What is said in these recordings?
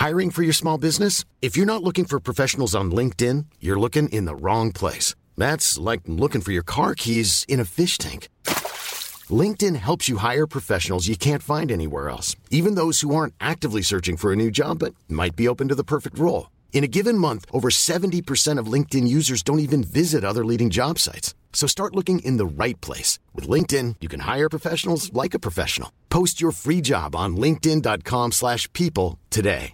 Hiring for your small business? If you're not looking for professionals on LinkedIn, you're looking in the wrong place. That's like looking for your car keys in a fish tank. LinkedIn helps you hire professionals you can't find anywhere else, even those who aren't actively searching for a new job but might be open to the perfect role. In a given month, over 70% of LinkedIn users don't even visit other leading job sites. So start looking in the right place. With LinkedIn, you can hire professionals like a professional. Post your free job on linkedin.com/people today.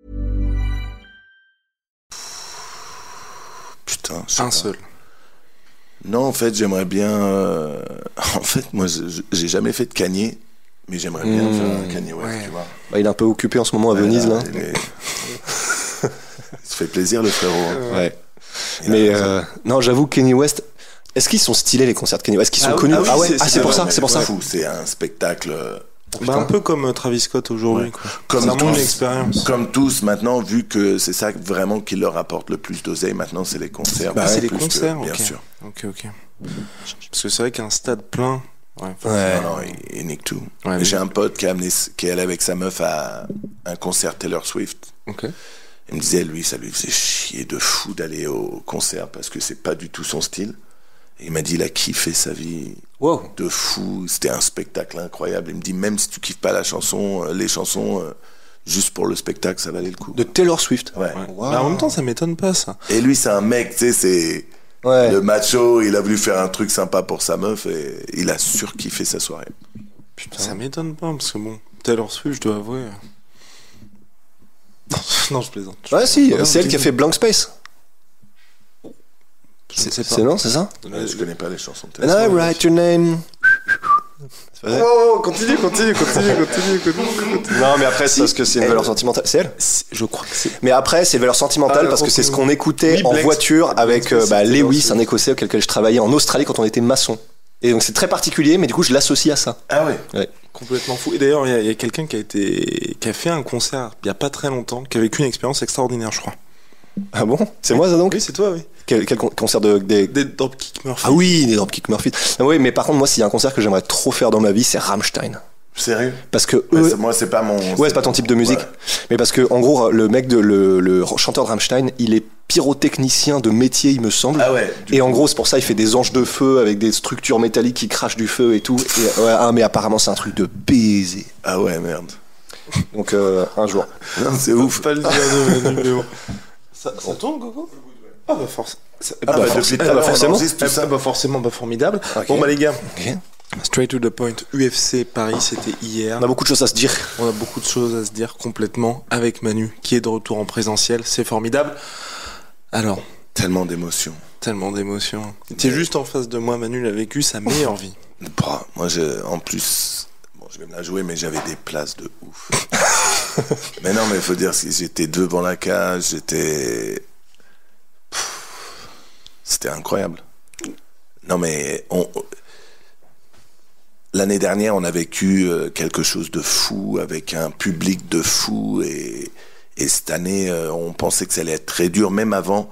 Putain, un seul. Non, en fait, j'aimerais bien... En fait, moi, j'ai jamais fait de Kanye, mais j'aimerais bien faire un Kanye West, tu vois. Bah, il est un peu occupé en ce moment à Venise, là. Il se fait plaisir, le frérot. Ouais. Mais non, j'avoue, Kanye West... Est-ce qu'ils sont stylés, les concerts de Kanye West? Est-ce qu'ils sont connus? C'est pour ça, c'est pour ça. Fou, c'est un spectacle... un peu comme Travis Scott aujourd'hui. Ouais. C'est vraiment une expérience. Comme tous, maintenant, vu que c'est ça vraiment qui leur apporte le plus d'oseille, maintenant, c'est les concerts. C'est les concerts, bien sûr. Ok. Parce que c'est vrai qu'un stade plein... Non, il nique tout. Ouais, j'ai un pote qui est allé avec sa meuf à un concert Taylor Swift. Ok. Il me disait, lui, ça lui faisait chier de fou d'aller au concert parce que c'est pas du tout son style. Et il m'a dit, il a kiffé sa vie de fou. C'était un spectacle incroyable. Il me dit, même si tu kiffes pas les chansons, juste pour le spectacle, ça valait le coup. De Taylor Swift. Ouais. Wow. Mais en même temps, ça m'étonne pas, ça. Et lui, c'est un mec, tu sais, c'est le macho. Il a voulu faire un truc sympa pour sa meuf et il a surkiffé sa soirée. Putain, ça m'étonne pas parce que bon, Taylor Swift, je dois avouer. Non, je plaisante. Si, c'est elle qui a fait Blank Space. C'est ça? Je connais pas les chansons de And I write your name. Continue. Non, mais après, c'est parce que c'est une valeur sentimentale. C'est elle? Je crois que c'est. Mais après, c'est une valeur sentimentale parce que c'est ce qu'on écoutait en voiture avec Lewis, un Écossais auquel je travaillais en Australie quand on était maçon. Et donc c'est très particulier, mais du coup, je l'associe à ça. Ah ouais. Complètement fou. Et d'ailleurs, il y a quelqu'un qui a fait un concert il y a pas très longtemps, qui a vécu une expérience extraordinaire, je crois. Ah bon? C'est moi ça donc? Oui, c'est toi, oui. Quel concert des Dropkick Murphys. Ah oui, des Dropkick Murphys. Ah oui, mais par contre, moi, s'il y a un concert que j'aimerais trop faire dans ma vie, c'est Rammstein. Sérieux? Parce que eux... moi, c'est pas mon... Ouais, c'est pas ton type de musique. Ouais. Mais parce que, en gros, le mec, le chanteur de Rammstein, il est pyrotechnicien de métier, il me semble. Ah ouais. Et en gros, c'est pour ça, il fait des anges de feu avec des structures métalliques qui crachent du feu et tout. Et, mais apparemment, c'est un truc de baiser. Ah ouais, merde. Donc, un jour. Non, c'est ouf. Pas le dire de numéro. Ça tourne, Coco? Forcément, formidable. Okay. Bon, les gars, straight to the point, UFC Paris, c'était hier. On a beaucoup de choses à se dire. Complètement avec Manu, qui est de retour en présentiel, c'est formidable. Alors. Tellement d'émotions. T'es juste en face de moi, Manu l'a vécu sa meilleure vie. Moi, en plus... je vais me la jouer, mais j'avais des places de ouf. Mais non, mais il faut dire, j'étais devant la cage, c'était incroyable. Non, mais l'année dernière, on a vécu quelque chose de fou, avec un public de fou, et cette année, on pensait que ça allait être très dur, même avant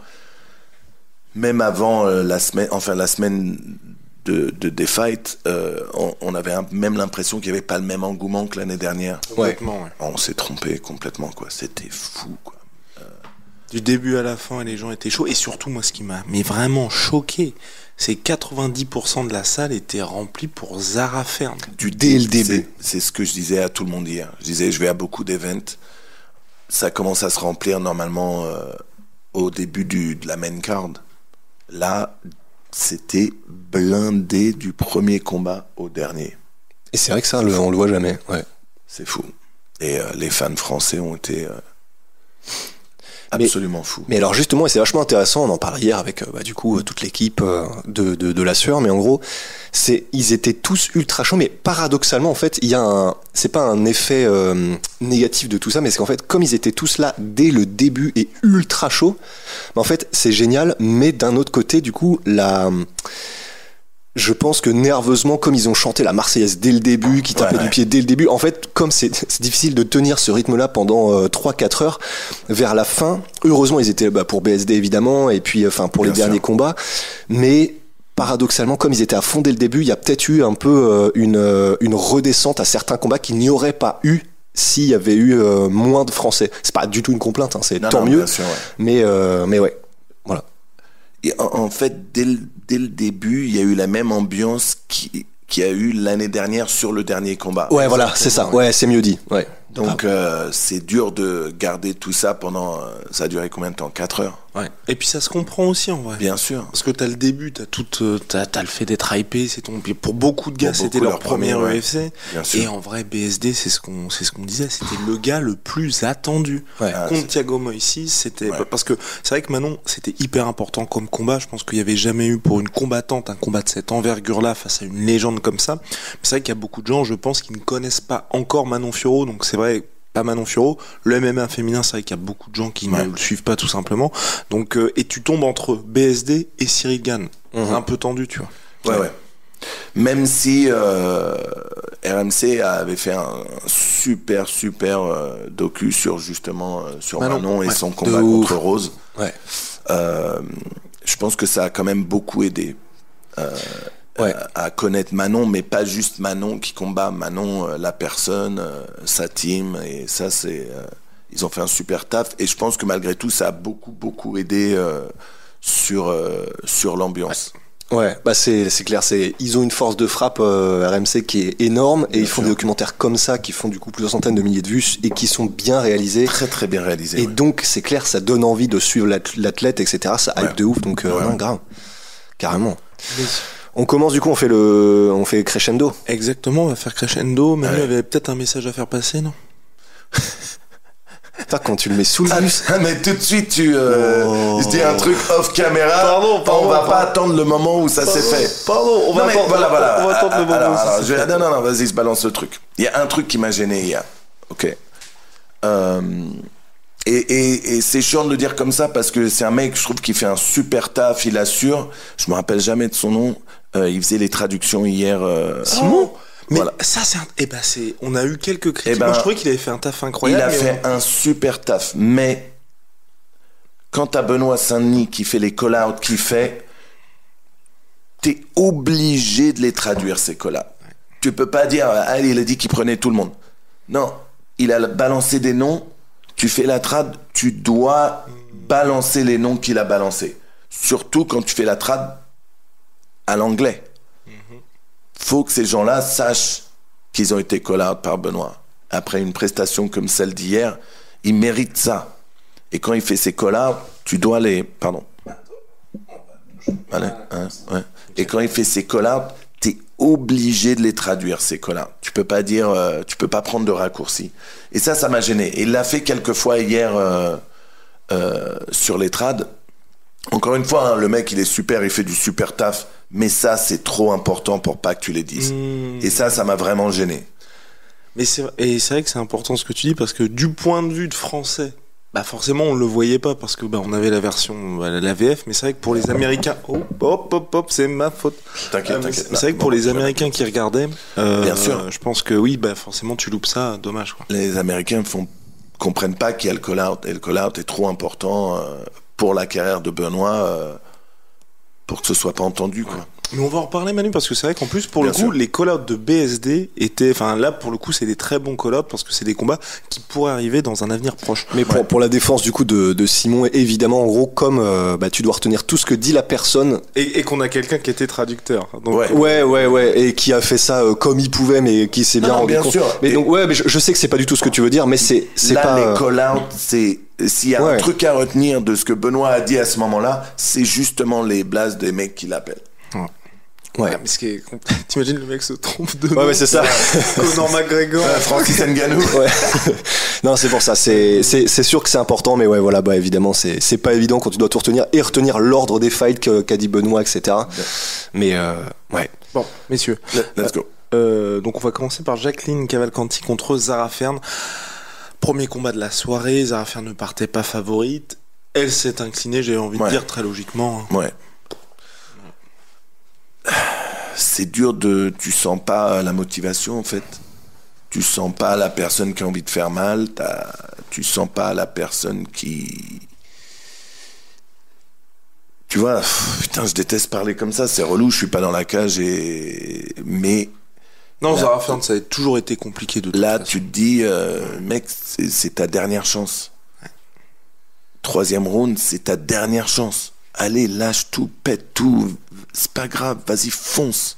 la semaine des fights, on avait même l'impression qu'il n'y avait pas le même engouement que l'année dernière. Complètement, ouais. On s'est trompé complètement, quoi. C'était fou, quoi. Du début à la fin, les gens étaient chauds. Et surtout, moi, ce qui m'a vraiment choqué, c'est 90% de la salle était remplie pour Zara Fern. Dès le début. C'est ce que je disais à tout le monde hier. Je disais, je vais à beaucoup d'events. Ça commence à se remplir normalement au début de la main card. Là, c'était blindé du premier combat au dernier. Et c'est vrai que ça, on le voit jamais. Ouais. C'est fou. Et les fans français ont été absolument fous. Mais alors justement, et c'est vachement intéressant, on en parlait hier avec du coup toute l'équipe de la sueur, mais en gros, ils étaient tous ultra chauds, mais paradoxalement en fait, c'est pas un effet négatif de tout ça, mais c'est qu'en fait, comme ils étaient tous là dès le début et ultra chauds, en fait, c'est génial, mais d'un autre côté, du coup, je pense que nerveusement, comme ils ont chanté la Marseillaise dès le début, qui tapaient du pied dès le début, en fait, comme c'est difficile de tenir ce rythme-là pendant 3-4 heures, vers la fin, heureusement, ils étaient pour BSD évidemment, et puis pour les derniers combats, mais paradoxalement, comme ils étaient à fond dès le début, il y a peut-être eu un peu une redescente à certains combats qu'il n'y aurait pas eu s'il y avait eu moins de Français. C'est pas du tout une complainte, hein, c'est tant mieux. Sûr, ouais. Mais ouais, voilà. Et en fait, dès le début, il y a eu la même ambiance qui a eu l'année dernière sur le dernier combat. Ouais, voilà, c'est ça. Ouais, c'est mieux dit. Ouais. Donc c'est dur de garder tout ça pendant... ça a duré combien de temps? 4 heures? Ouais. Et puis ça se comprend aussi en vrai. Bien sûr. Parce que t'as le début, t'as le fait d'être hypé, pour beaucoup de gars c'était leur première UFC. Bien sûr. Et en vrai BSD c'est ce qu'on disait, c'était le gars le plus attendu. Ouais. Contre Thiago Moïse, c'était parce que c'est vrai que Manon c'était hyper important comme combat. Je pense qu'il y avait jamais eu pour une combattante un combat de cette envergure là face à une légende comme ça. Mais c'est vrai qu'il y a beaucoup de gens, je pense, qui ne connaissent pas encore Manon Fiorot, donc c'est vrai. Pas Manon Fiorot, le MMA féminin, c'est vrai qu'il y a beaucoup de gens qui ne le suivent pas tout simplement. Donc et tu tombes entre BSD et Cyril Gane, un peu tendu, tu vois. Ouais. Même si RMC avait fait un super docu sur justement sur Manon et son combat contre Rose. Ouais. Je pense que ça a quand même beaucoup aidé. À connaître Manon, mais pas juste Manon qui combat, Manon, la personne, sa team, et ça c'est... ils ont fait un super taf, et je pense que malgré tout, ça a beaucoup aidé sur l'ambiance. Ouais, bah c'est clair, ils ont une force de frappe RMC qui est énorme, et ils font des documentaires comme ça, qui font du coup plusieurs centaines de milliers de vues, et qui sont bien réalisés. Très bien réalisés. Et donc, c'est clair, ça donne envie de suivre l'athlète, etc. Ça hype de ouf, donc non, grave. Carrément. Mais... On commence du coup, on fait crescendo. Exactement, on va faire crescendo. Manu avait peut-être un message à faire passer, non? Putain, quand tu le mets sous le bus. Mais tout de suite, tu dis un truc off caméra. Pardon, on va pas attendre le moment où ça s'est fait. Pardon, on va attendre le moment où ça s'est fait. Non, vas-y, je balance le truc. Il y a un truc qui m'a gêné hier. Ok. Et c'est chiant de le dire comme ça parce que c'est un mec, je trouve, qui fait un super taf, il assure. Je me rappelle jamais de son nom. Il faisait les traductions hier. Simon. Mais voilà. Ça, on a eu quelques critiques. Moi, je trouvais qu'il avait fait un taf incroyable. Il a fait un super taf. Mais quand t'as Benoît Saint-Denis qui fait les call-outs qu'il fait, t'es obligé de les traduire, ces call-outs. Ouais. Tu peux pas dire, allez, il a dit qu'il prenait tout le monde. Non, il a balancé des noms. Tu fais la trad, tu dois balancer les noms qu'il a balancés. Surtout quand tu fais la trad à l'anglais. Faut que ces gens-là sachent qu'ils ont été call-out par Benoît. Après une prestation comme celle d'hier, ils méritent ça. Et quand il fait ses call-outs, tu dois les... Pardon. Allez, ouais. Et quand il fait ses call-outs, t'es obligé de les traduire, ces call-outs. Tu peux pas dire... tu peux pas prendre de raccourcis. Et ça m'a gêné. Et il l'a fait quelques fois hier sur les trades. Encore une fois, le mec, il est super, il fait du super taf. Mais ça, c'est trop important pour pas que tu les dises. Et ça m'a vraiment gêné. Mais c'est vrai que c'est important ce que tu dis, parce que du point de vue de français, bah forcément on le voyait pas parce que on avait la version la VF, mais c'est vrai que pour les Américains, c'est ma faute. T'inquiète. C'est vrai que pour les Américains qui regardaient, bien sûr, je pense que oui, forcément tu loupes ça, dommage quoi. Les Américains comprennent pas qu'il y a le call-out, et le call-out est trop important pour la carrière de Benoît. Pour que ce soit pas entendu, quoi. Mais on va en reparler, Manu, parce que c'est vrai qu'en plus, pour le coup, les call-outs de BSD étaient, là, pour le coup, c'est des très bons call-outs parce que c'est des combats qui pourraient arriver dans un avenir proche. Mais pour la défense, du coup, de Simon, évidemment, en gros, comme, tu dois retenir tout ce que dit la personne. Et qu'on a quelqu'un qui était traducteur. Donc, ouais, et qui a fait ça comme il pouvait, mais qui s'est bien rendu compte. Sûr. Mais donc, mais je sais que c'est pas du tout ce que tu veux dire, mais c'est là, pas. Les call-outs, c'est. S'il y a un truc à retenir de ce que Benoît a dit à ce moment-là, c'est justement les blases des mecs qui l'appellent. Ouais, mais ce qui est... T'imagines le mec se trompe de nom. Ouais, c'est ça. Conor McGregor. Francis Ngannou. Ouais. Non, c'est pour ça. C'est sûr que c'est important, mais évidemment, c'est pas évident quand tu dois tout retenir et retenir l'ordre des fights qu'a dit Benoît, etc. Ouais. Mais, ouais. Bon, messieurs. Let's go. Donc, on va commencer par Jacqueline Cavalcanti contre Zara Fern. Premier combat de la soirée, Zara Fern ne partait pas favorite. Elle s'est inclinée, j'ai envie de dire, très logiquement. Ouais. C'est dur tu sens pas la motivation en fait. Tu sens pas la personne qui a envie de faire mal. Tu sens pas la personne qui... Tu vois, putain, je déteste parler comme ça, c'est relou, je suis pas dans la cage mais Non, Zara Fern, ça a toujours été compliqué de toute Là, façon. tu te dis, mec, c'est ta dernière chance. Ouais. 3e round, c'est ta dernière chance. Allez, lâche tout, pète tout. C'est pas grave, vas-y, fonce.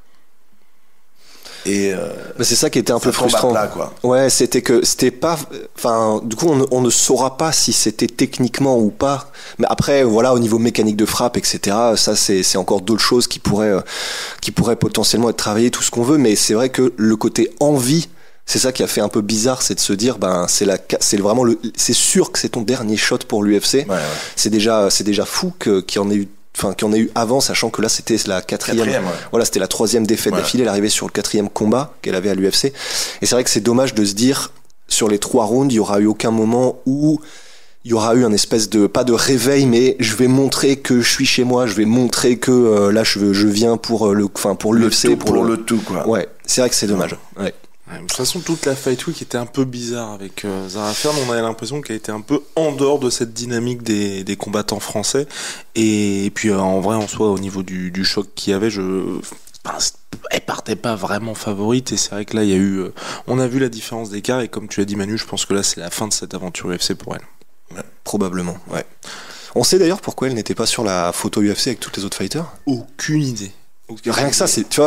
Et mais c'est ça qui était un peu frustrant. Plat, quoi. Ouais, c'était pas, enfin, du coup, on ne saura pas si c'était techniquement ou pas. Mais après, voilà, au niveau mécanique de frappe, etc., ça, c'est encore d'autres choses qui pourraient potentiellement être travaillées, tout ce qu'on veut. Mais c'est vrai que le côté envie, c'est ça qui a fait un peu bizarre, c'est de se dire, ben, c'est sûr que c'est ton dernier shot pour l'UFC. Ouais. C'est déjà fou qu'il y en ait eu. Enfin, qu'il y en ait eu avant, sachant que là c'était la 4e. Ouais. Voilà, c'était la 3e défaite d'affilée. Elle arrivait sur le 4e combat qu'elle avait à l'UFC. Et c'est vrai que c'est dommage de se dire, sur les 3 rounds, il y aura eu aucun moment où il y aura eu un espèce de, pas de réveil, mais je vais montrer que je suis chez moi, je vais montrer que là je viens pour l'UFC, pour le tout, quoi. Ouais, c'est vrai que c'est dommage. Ouais. De toute façon, toute la Fight Week était un peu bizarre avec Zara Fern. On avait l'impression qu'elle était un peu en dehors de cette dynamique des combattants français. Et puis en vrai, en soi, au niveau du choc qu'il y avait, elle partait pas vraiment favorite. Et c'est vrai que là, il y a eu, on a vu la différence d'écart. Et comme tu as dit, Manu, je pense que là, c'est la fin de cette aventure UFC pour elle. Ouais, probablement. Ouais. On sait d'ailleurs pourquoi elle n'était pas sur la photo UFC avec toutes les autres fighters. Aucune idée. Rien que ça,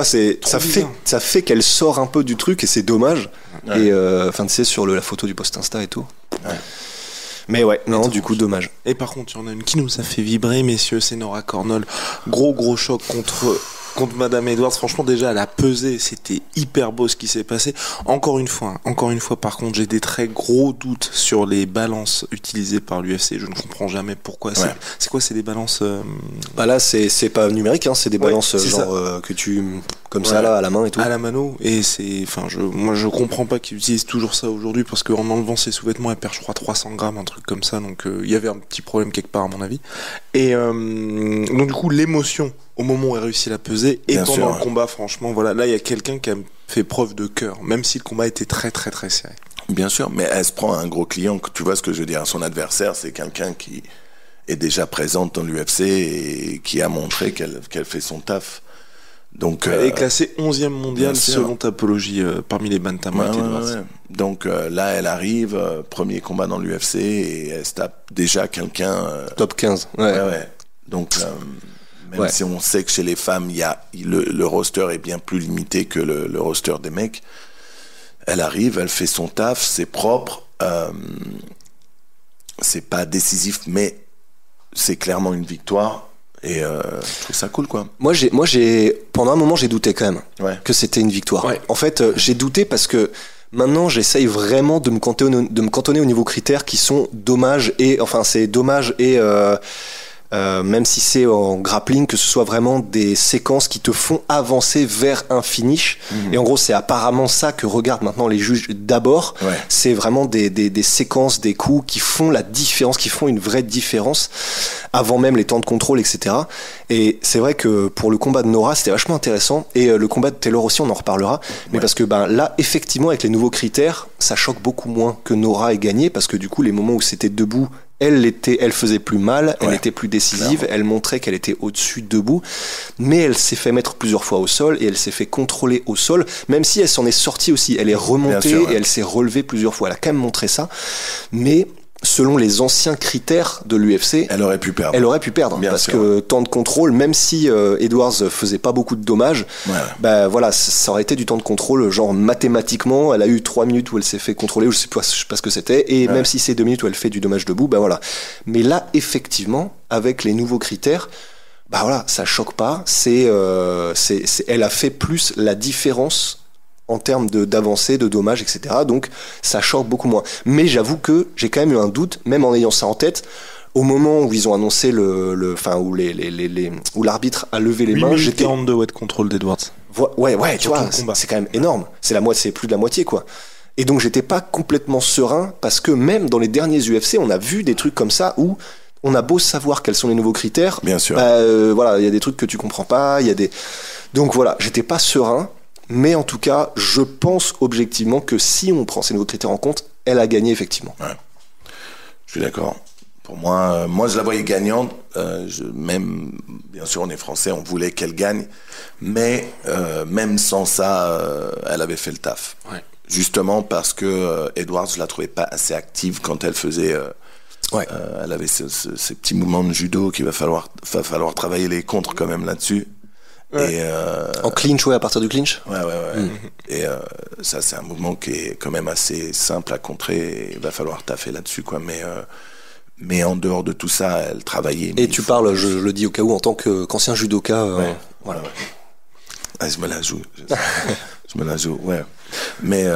ça fait qu'elle sort un peu du truc et c'est dommage. Ouais. Et tu sais, sur la photo du post Insta et tout. Ouais. Mais ouais, non, du coup, dommage. Et par contre, il y en a une qui nous a fait vibrer, messieurs, c'est Nora Cornol. Gros choc contre Madame Edwards. Franchement, déjà, elle a pesé. C'était hyper beau ce qui s'est passé. Encore une fois, par contre, j'ai des très gros doutes sur les balances utilisées par l'UFC. Je ne comprends jamais pourquoi. Ouais. C'est quoi, c'est des balances Bah là, c'est pas numérique, hein, c'est des balances genre que tu comme ça là à la main et tout. À la mano. Et moi, je comprends pas qu'ils utilisent toujours ça aujourd'hui parce qu'en enlevant ses sous-vêtements, elle perd, je crois, 300 grammes, un truc comme ça. Donc, il y avait un petit problème quelque part à mon avis. Et donc, du coup, l'émotion au moment où elle réussit à peser et bien pendant le combat, franchement, voilà, là il y a quelqu'un qui a fait preuve de cœur, même si le combat était très très très serré. Bien sûr, mais elle se prend un gros client, tu vois ce que je veux dire. Son adversaire, c'est quelqu'un qui est déjà présente dans l'UFC et qui a montré qu'elle fait son taf. Donc, elle est classée 11e mondiale selon Tapology parmi les bantamweight. Ouais. Donc là, elle arrive, premier combat dans l'UFC et elle se tape déjà quelqu'un top 15. Ouais. Donc même si on sait que chez les femmes, le roster est bien plus limité que le roster des mecs, elle arrive, elle fait son taf, c'est propre, c'est pas décisif, mais c'est clairement une victoire. Et je trouve ça cool, quoi. Moi, pendant un moment, j'ai douté quand même que c'était une victoire. Ouais. En fait, j'ai douté parce que maintenant, j'essaye vraiment de me cantonner au niveau critères qui sont dommages et même si c'est en grappling, que ce soit vraiment des séquences qui te font avancer vers un finish. Et en gros, c'est apparemment ça que regardent maintenant les juges d'abord. Ouais. C'est vraiment des séquences, des coups qui font la différence, qui font une vraie différence avant même les temps de contrôle, etc. Et c'est vrai que pour le combat de Nora, c'était vachement intéressant. Et le combat de Taylor aussi, on en reparlera. Mais parce que là, effectivement, avec les nouveaux critères, ça choque beaucoup moins que Nora ait gagné, parce que du coup, les moments où c'était debout, elle faisait plus mal, elle était plus décisive, clairement. Elle montrait qu'elle était au-dessus debout, mais elle s'est fait mettre plusieurs fois au sol et elle s'est fait contrôler au sol, même si elle s'en est sortie aussi, elle est remontée et elle s'est relevée plusieurs fois, elle a quand même montré ça, mais selon les anciens critères de l'UFC, elle aurait pu perdre, bien parce sûr. Que temps de contrôle, même si Edwards faisait pas beaucoup de dommages, voilà, ça aurait été du temps de contrôle, genre mathématiquement, elle a eu 3 minutes où elle s'est fait contrôler, je sais pas ce que c'était, et même si c'est 2 minutes où elle fait du dommage debout, voilà. Mais là, effectivement, avec les nouveaux critères, voilà, ça choque pas, elle a fait plus la différence en termes d'avancée, de dommages, etc. Donc ça choque beaucoup moins. Mais j'avoue que j'ai quand même eu un doute, même en ayant ça en tête, au moment où ils ont annoncé où l'arbitre a levé les mains. J'étais 42 weight control d'Edwards. Ouais, tu vois, c'est quand même énorme. C'est plus de la moitié, quoi. Et donc j'étais pas complètement serein, parce que même dans les derniers UFC, on a vu des trucs comme ça où on a beau savoir quels sont les nouveaux critères. Bien sûr. Voilà, il y a des trucs que tu comprends pas, donc voilà, j'étais pas serein. Mais en tout cas, je pense objectivement que si on prend ces nouveaux critères en compte, elle a gagné effectivement. Ouais. Je suis d'accord. Pour moi, je la voyais gagnante. Même, bien sûr, on est français, on voulait qu'elle gagne. Mais même sans ça, elle avait fait le taf. Ouais. Justement parce que Edwards, je la trouvais pas assez active quand elle faisait... elle avait ces petits mouvements de judo qu'il va falloir travailler les contres quand même là-dessus. Ouais. Et en clinch, à partir du clinch. Ouais. Et ça, c'est un mouvement qui est quand même assez simple à contrer. Et il va falloir taffer là-dessus, quoi. Mais en dehors de tout ça, elle travaillait. Et tu parles, je le dis au cas où, en tant qu'ancien judoka. Voilà. Ah, je me la joue. Je me la joue, ouais. Mais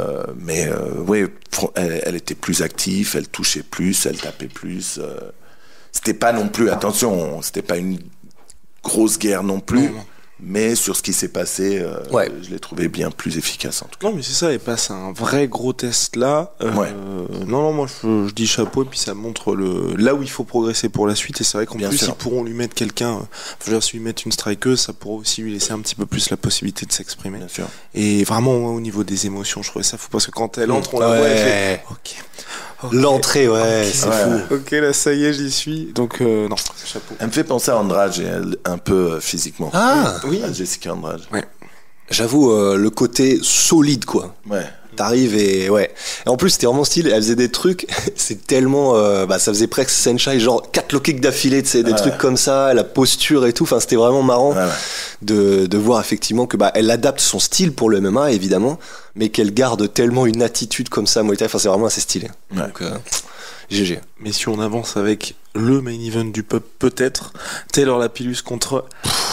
ouais, elle était plus active, elle touchait plus, elle tapait plus. C'était pas non plus, attention, c'était pas une grosse guerre non plus. Non. Mais sur ce qui s'est passé, je l'ai trouvé bien plus efficace en tout cas. Non mais c'est ça, elle passe un vrai gros test là. Non, moi je dis chapeau et puis ça montre là où il faut progresser pour la suite. Et c'est vrai qu'en plus ils pourront lui mettre quelqu'un, si lui mettre une strikeuse, ça pourra aussi lui laisser un petit peu plus la possibilité de s'exprimer. Bien sûr. Et vraiment au niveau des émotions, je trouvais ça fou parce que quand elle entre, on la voit, elle fait OK. L'entrée, c'est fou. Ok, là ça y est, j'y suis. Donc non, chapeau. Elle me fait penser à Andrade, un peu physiquement. Ah oui. À Jessica Andrade. Ouais. J'avoue, le côté solide, quoi. Ouais. T'arrives et Et en plus, c'était vraiment style. Elle faisait des trucs. C'est tellement, ça faisait presque Senshai, genre 4 low kicks d'affilée, tu sais, des trucs comme ça, la posture et tout. Enfin, c'était vraiment marrant de voir effectivement que elle adapte son style pour le MMA, évidemment, mais qu'elle garde tellement une attitude comme ça, Muay Thai. Enfin, c'est vraiment assez stylé. Ouais. Donc, GG. Mais si on avance avec le main event du peuple, peut-être Taylor Lapillus contre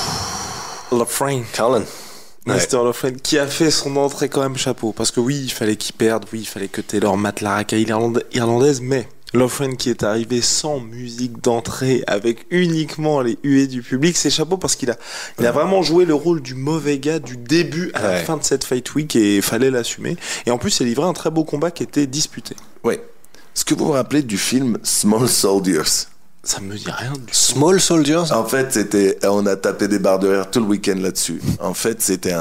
Lofrane. Carlin. Mr. Lofrane qui a fait son entrée quand même, chapeau, parce que oui, il fallait qu'il perde, oui, il fallait que Taylor mate la racaille irlandaise, mais Lofrane qui est arrivé sans musique d'entrée, avec uniquement les huées du public, c'est chapeau parce qu'il a vraiment joué le rôle du mauvais gars du début à la fin de cette Fight Week et il fallait l'assumer. Et en plus, il a livré un très beau combat qui était disputé. Ouais. Est-ce que vous vous rappelez du film Small Soldiers ? Ça me dit rien du tout. Small Soldiers ? En fait, on a tapé des barres de rire tout le week-end là-dessus. En fait, c'était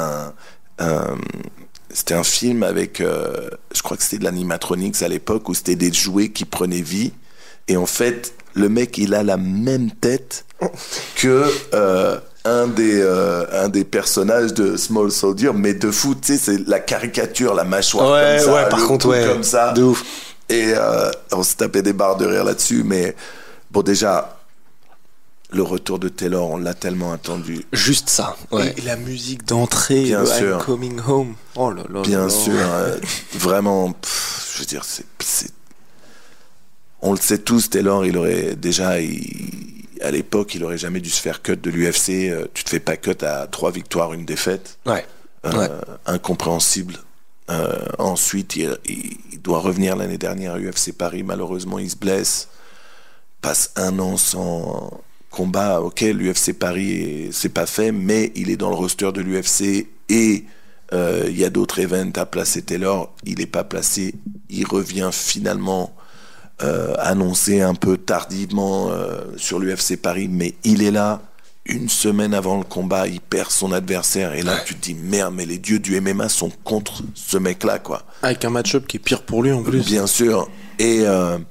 un film avec, je crois que c'était de l'animatronics à l'époque, où c'était des jouets qui prenaient vie. Et en fait, le mec, il a la même tête que un des personnages de Small Soldier, mais de fou, tu sais, c'est la caricature, la mâchoire comme ça, par contre, comme ça. De ouf. Et on se tapait des barres de rire là-dessus, mais bon, déjà, le retour de Taylor, on l'a tellement attendu. Juste ça. Et la musique d'entrée, bien sûr. I'm Coming Home. Oh là là. Bien sûr, vraiment, je veux dire, on le sait tous, Taylor, il aurait déjà, à l'époque, il aurait jamais dû se faire cut de l'UFC. Tu te fais pas cut à 3 victoires, 1 défaite. Incompréhensible. Ensuite, il doit revenir l'année dernière à UFC Paris. Malheureusement, il se blesse. Passe 1 an sans combat. Ok, l'UFC Paris, c'est pas fait, mais il est dans le roster de l'UFC et il y a d'autres events à placer Taylor. Il est pas placé. Il revient finalement annoncé un peu tardivement sur l'UFC Paris, mais il est là. 1 semaine avant le combat, il perd son adversaire et là tu te dis merde, mais les dieux du MMA sont contre ce mec-là, quoi. Avec un match-up qui est pire pour lui en plus. Bien sûr. Et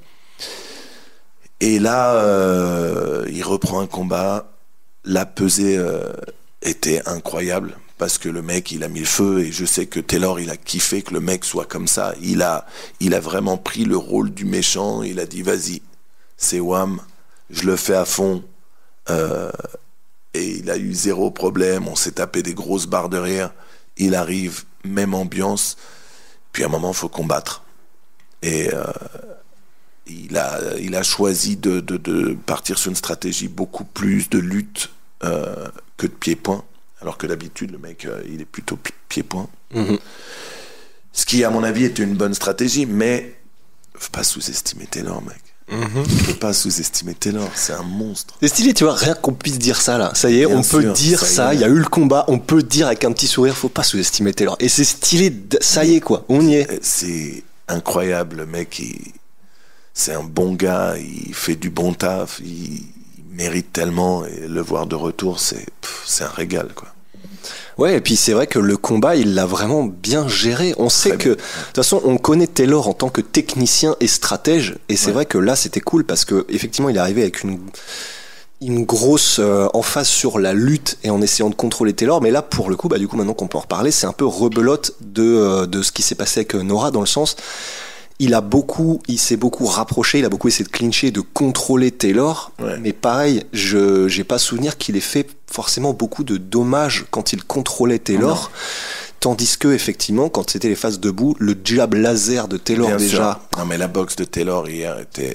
là, il reprend un combat. La pesée était incroyable parce que le mec, il a mis le feu et je sais que Taylor, il a kiffé que le mec soit comme ça. Il a vraiment pris le rôle du méchant. Il a dit vas-y, c'est wham, je le fais à fond. Et il a eu 0 problème, on s'est tapé des grosses barres de rire, il arrive, même ambiance, puis à un moment il faut combattre. Et il a choisi de partir sur une stratégie beaucoup plus de lutte que de pied-point, alors que d'habitude le mec il est plutôt pied-point. Ce qui à mon avis était une bonne stratégie, mais faut pas sous-estimer Taylor, mec. Je peux pas sous-estimer Taylor, c'est un monstre. C'est stylé, tu vois, rien qu'on puisse dire ça là. Ça y est, bien on sûr, peut dire ça, il y a eu le combat, on peut dire avec un petit sourire, faut pas sous-estimer Taylor. Et c'est stylé, ça y est quoi, on y est. C'est incroyable, le mec, c'est un bon gars, il fait du bon taf, il mérite tellement, et le voir de retour, c'est un régal, quoi. Ouais, et puis c'est vrai que le combat, il l'a vraiment bien géré. On sait que, de toute façon, on connaît Taylor en tant que technicien et stratège, et c'est vrai que là, c'était cool parce que effectivement, il est arrivé avec une grosse emphase sur la lutte et en essayant de contrôler Taylor, mais là, pour le coup, du coup, maintenant qu'on peut en reparler, c'est un peu rebelote de ce qui s'est passé avec Nora, dans le sens, il s'est beaucoup rapproché, il a beaucoup essayé de clincher, de contrôler Taylor, mais pareil, j'ai pas souvenir qu'il ait fait forcément beaucoup de dommages quand il contrôlait Taylor. Tandis que, effectivement, quand c'était les phases debout, le jab laser de Taylor, bien déjà. Sûr. Non, mais la boxe de Taylor hier était.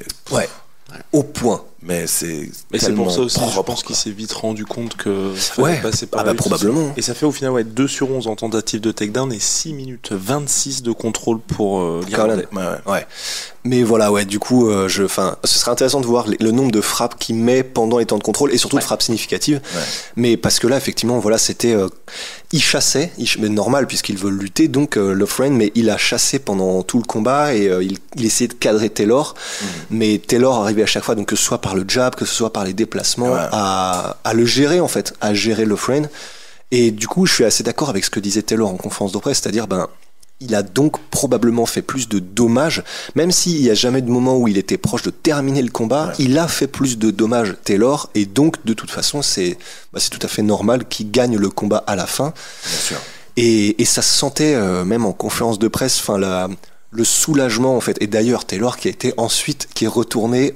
Au point. Mais c'est pour ça aussi, propre, je pense qu'il s'est vite rendu compte que ça fallait passer par probablement. Et ça fait au final 2 sur 11 en tentative de takedown et 6 minutes 26 de contrôle pour l'Irlandais. Ouais. Mais voilà, du coup, ce serait intéressant de voir le nombre de frappes qu'il met pendant les temps de contrôle et surtout de frappes significatives. Mais parce que là, effectivement, c'était... il chassait, mais normal puisqu'il veut lutter, donc Loughran, mais il a chassé pendant tout le combat et il essayait de cadrer Taylor. Mais Taylor arrivait à chaque fois, donc que ce soit par le jab, que ce soit par les déplacements, à le gérer en fait, à gérer Loughran. Et du coup, je suis assez d'accord avec ce que disait Taylor en conférence de presse, c'est-à-dire, il a donc probablement fait plus de dommages, même s'il n'y a jamais de moment où il était proche de terminer le combat, il a fait plus de dommages Taylor, et donc de toute façon c'est tout à fait normal qu'il gagne le combat à la fin. Bien sûr. Et ça se sentait même en conférence de presse, le soulagement en fait. Et d'ailleurs Taylor qui est retourné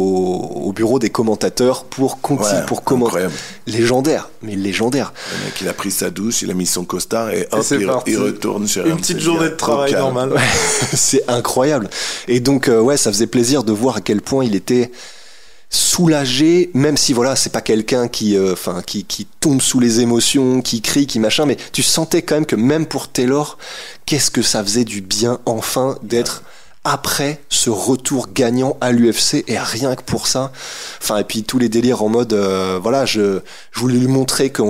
au bureau des commentateurs pour commenter. Légendaire. Mais légendaire. Le mec il a pris sa douche, il a mis son costard et hop il retourne sur une petite journée de travail normale. C'est incroyable. Et donc ça faisait plaisir de voir à quel point il était soulagé, même si c'est pas quelqu'un qui tombe sous les émotions, qui crie, qui machin, mais tu sentais quand même que même pour Taylor, qu'est-ce que ça faisait du bien enfin d'être après ce retour gagnant à l'UFC, et rien que pour ça, et puis tous les délires en mode je voulais lui montrer que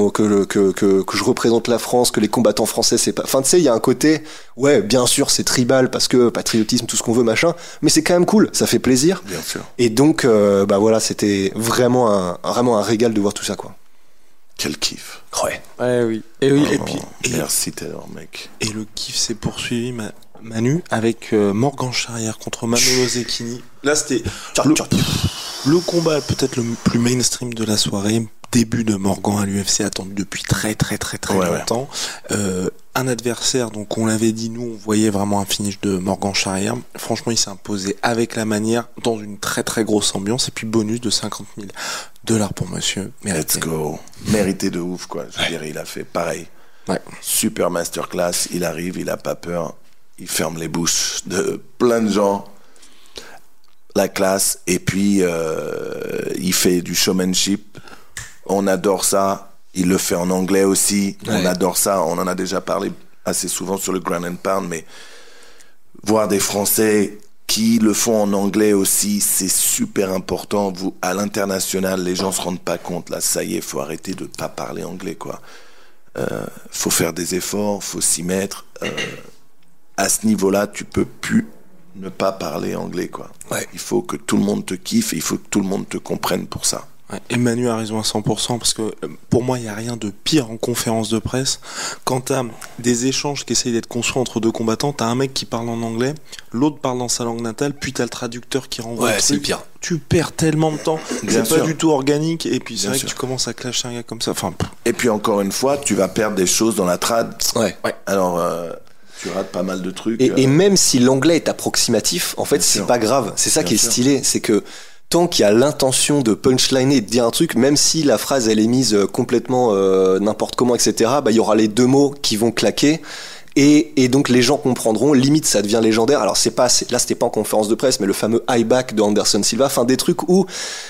je représente la France, que les combattants français c'est pas, il y a un côté bien sûr c'est tribal parce que patriotisme, tout ce qu'on veut machin, mais c'est quand même cool, ça fait plaisir, bien sûr. Et donc c'était vraiment un régal de voir tout ça quoi. Quel kiff. Oui. Et puis merci Taylor mec. Et le kiff s'est poursuivi Manu avec Morgan Charrière contre Manolo Zecchini. Là c'était le combat peut-être le plus mainstream de la soirée, début de Morgan à l'UFC attendu depuis très longtemps. Un adversaire, donc on l'avait dit, nous on voyait vraiment un finish de Morgan Charrière. Franchement il s'est imposé avec la manière dans une très grosse ambiance, et puis bonus de $50,000 pour monsieur. Mérité. Let's go. Mérité de ouf quoi. Je veux dire, il a fait pareil. Super masterclass, il arrive, il a pas peur. Il ferme les bouches de plein de gens, la classe, et puis il fait du showmanship. On adore ça. Il le fait en anglais aussi. On adore ça. On en a déjà parlé assez souvent sur le Ground and Pound, mais voir des Français qui le font en anglais aussi, c'est super important. À l'international, les gens se rendent pas compte. Là, ça y est, faut arrêter de pas parler anglais, quoi. Faut faire des efforts, faut s'y mettre. À ce niveau-là, tu peux plus ne pas parler anglais, quoi. Il faut que tout le monde te kiffe et il faut que tout le monde te comprenne pour ça. Et Manu a raison à 100% parce que pour moi, il n'y a rien de pire en conférence de presse. Quand tu as des échanges qui essayent d'être construits entre deux combattants, tu as un mec qui parle en anglais, l'autre parle dans sa langue natale, puis tu as le traducteur qui renvoie le truc. C'est pire. Tu perds tellement de temps, c'est pas du tout organique, et puis c'est vrai que tu commences à clasher un gars comme ça. Et puis encore une fois, tu vas perdre des choses dans la trad. Alors... tu rates pas mal de trucs. Et même si l'anglais est approximatif, en fait, c'est pas grave. C'est ça qui est stylé. C'est que tant qu'il y a l'intention de punchliner et de dire un truc, même si la phrase elle est mise complètement n'importe comment, etc., il y aura les deux mots qui vont claquer. Et donc les gens comprendront, limite ça devient légendaire. Alors là c'était pas en conférence de presse, mais le fameux high back de Anderson Silva, des trucs où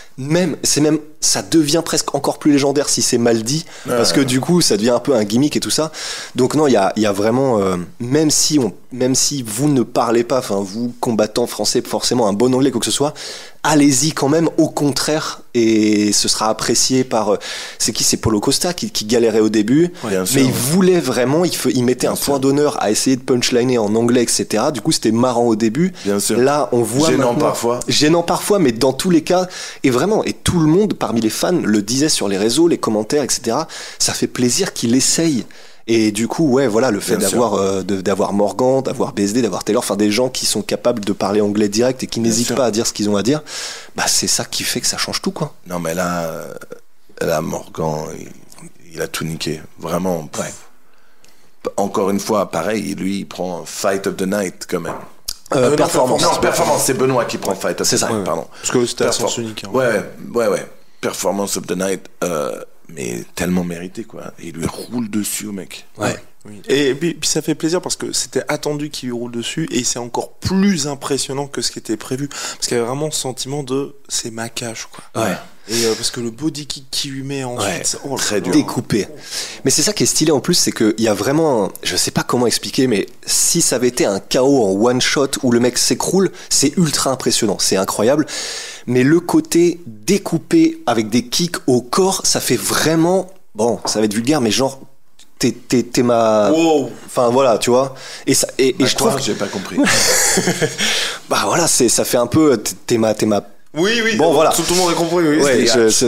ça devient presque encore plus légendaire si c'est mal dit, parce que du coup ça devient un peu un gimmick et tout ça. Donc non, il y a vraiment même si vous ne parlez pas, vous combattants français, forcément un bon anglais quoi que ce soit, allez-y quand même, au contraire, et ce sera apprécié par c'est Paulo Costa qui galérait au début, mais il voulait vraiment, il mettait un point d'honneur à essayer de punchliner en anglais, etc. Du coup c'était marrant au début. Là on voit gênant parfois, mais dans tous les cas, et vraiment vraiment. Et tout le monde, parmi les fans, le disait sur les réseaux, les commentaires, etc. Ça fait plaisir qu'il essaye. Et du coup, ouais, voilà, le fait d'avoir Morgan, d'avoir BSD, d'avoir Taylor, enfin des gens qui sont capables de parler anglais direct et qui n'hésitent pas à dire ce qu'ils ont à dire, bah c'est ça qui fait que ça change tout, quoi. Non, mais là Morgan, il a tout niqué, vraiment. Ouais. Encore une fois, pareil, lui, il prend Fight of the Night quand même. Performance. Non, performance, c'est Benoît qui prend Fight of the Night, pardon. Parce que c'était à sens unique. Hein. Ouais. Performance of the Night, mais tellement mérité, quoi. Et il lui roule dessus au mec. Ouais. Oui. Et puis ça fait plaisir parce que c'était attendu qu'il lui roule dessus et c'est encore plus impressionnant que ce qui était prévu. Parce qu'il y avait vraiment ce sentiment de c'est ma cage, quoi. Ouais. Et parce que le body kick qu'il lui met ensuite, très dur. Découpé. Mais c'est ça qui est stylé en plus, c'est qu'il y a vraiment, je sais pas comment expliquer, mais si ça avait été un KO en one shot où le mec s'écroule, c'est ultra impressionnant, c'est incroyable. Mais le côté découpé avec des kicks au corps, ça fait vraiment, bon, ça va être vulgaire, mais genre t'es ma, enfin voilà, tu vois. Et ça, et je trouve que j'ai pas compris. Bah voilà, ça fait un peu t'es ma. Oui. Bon voilà. Tout le monde a compris. Oui. Ouais,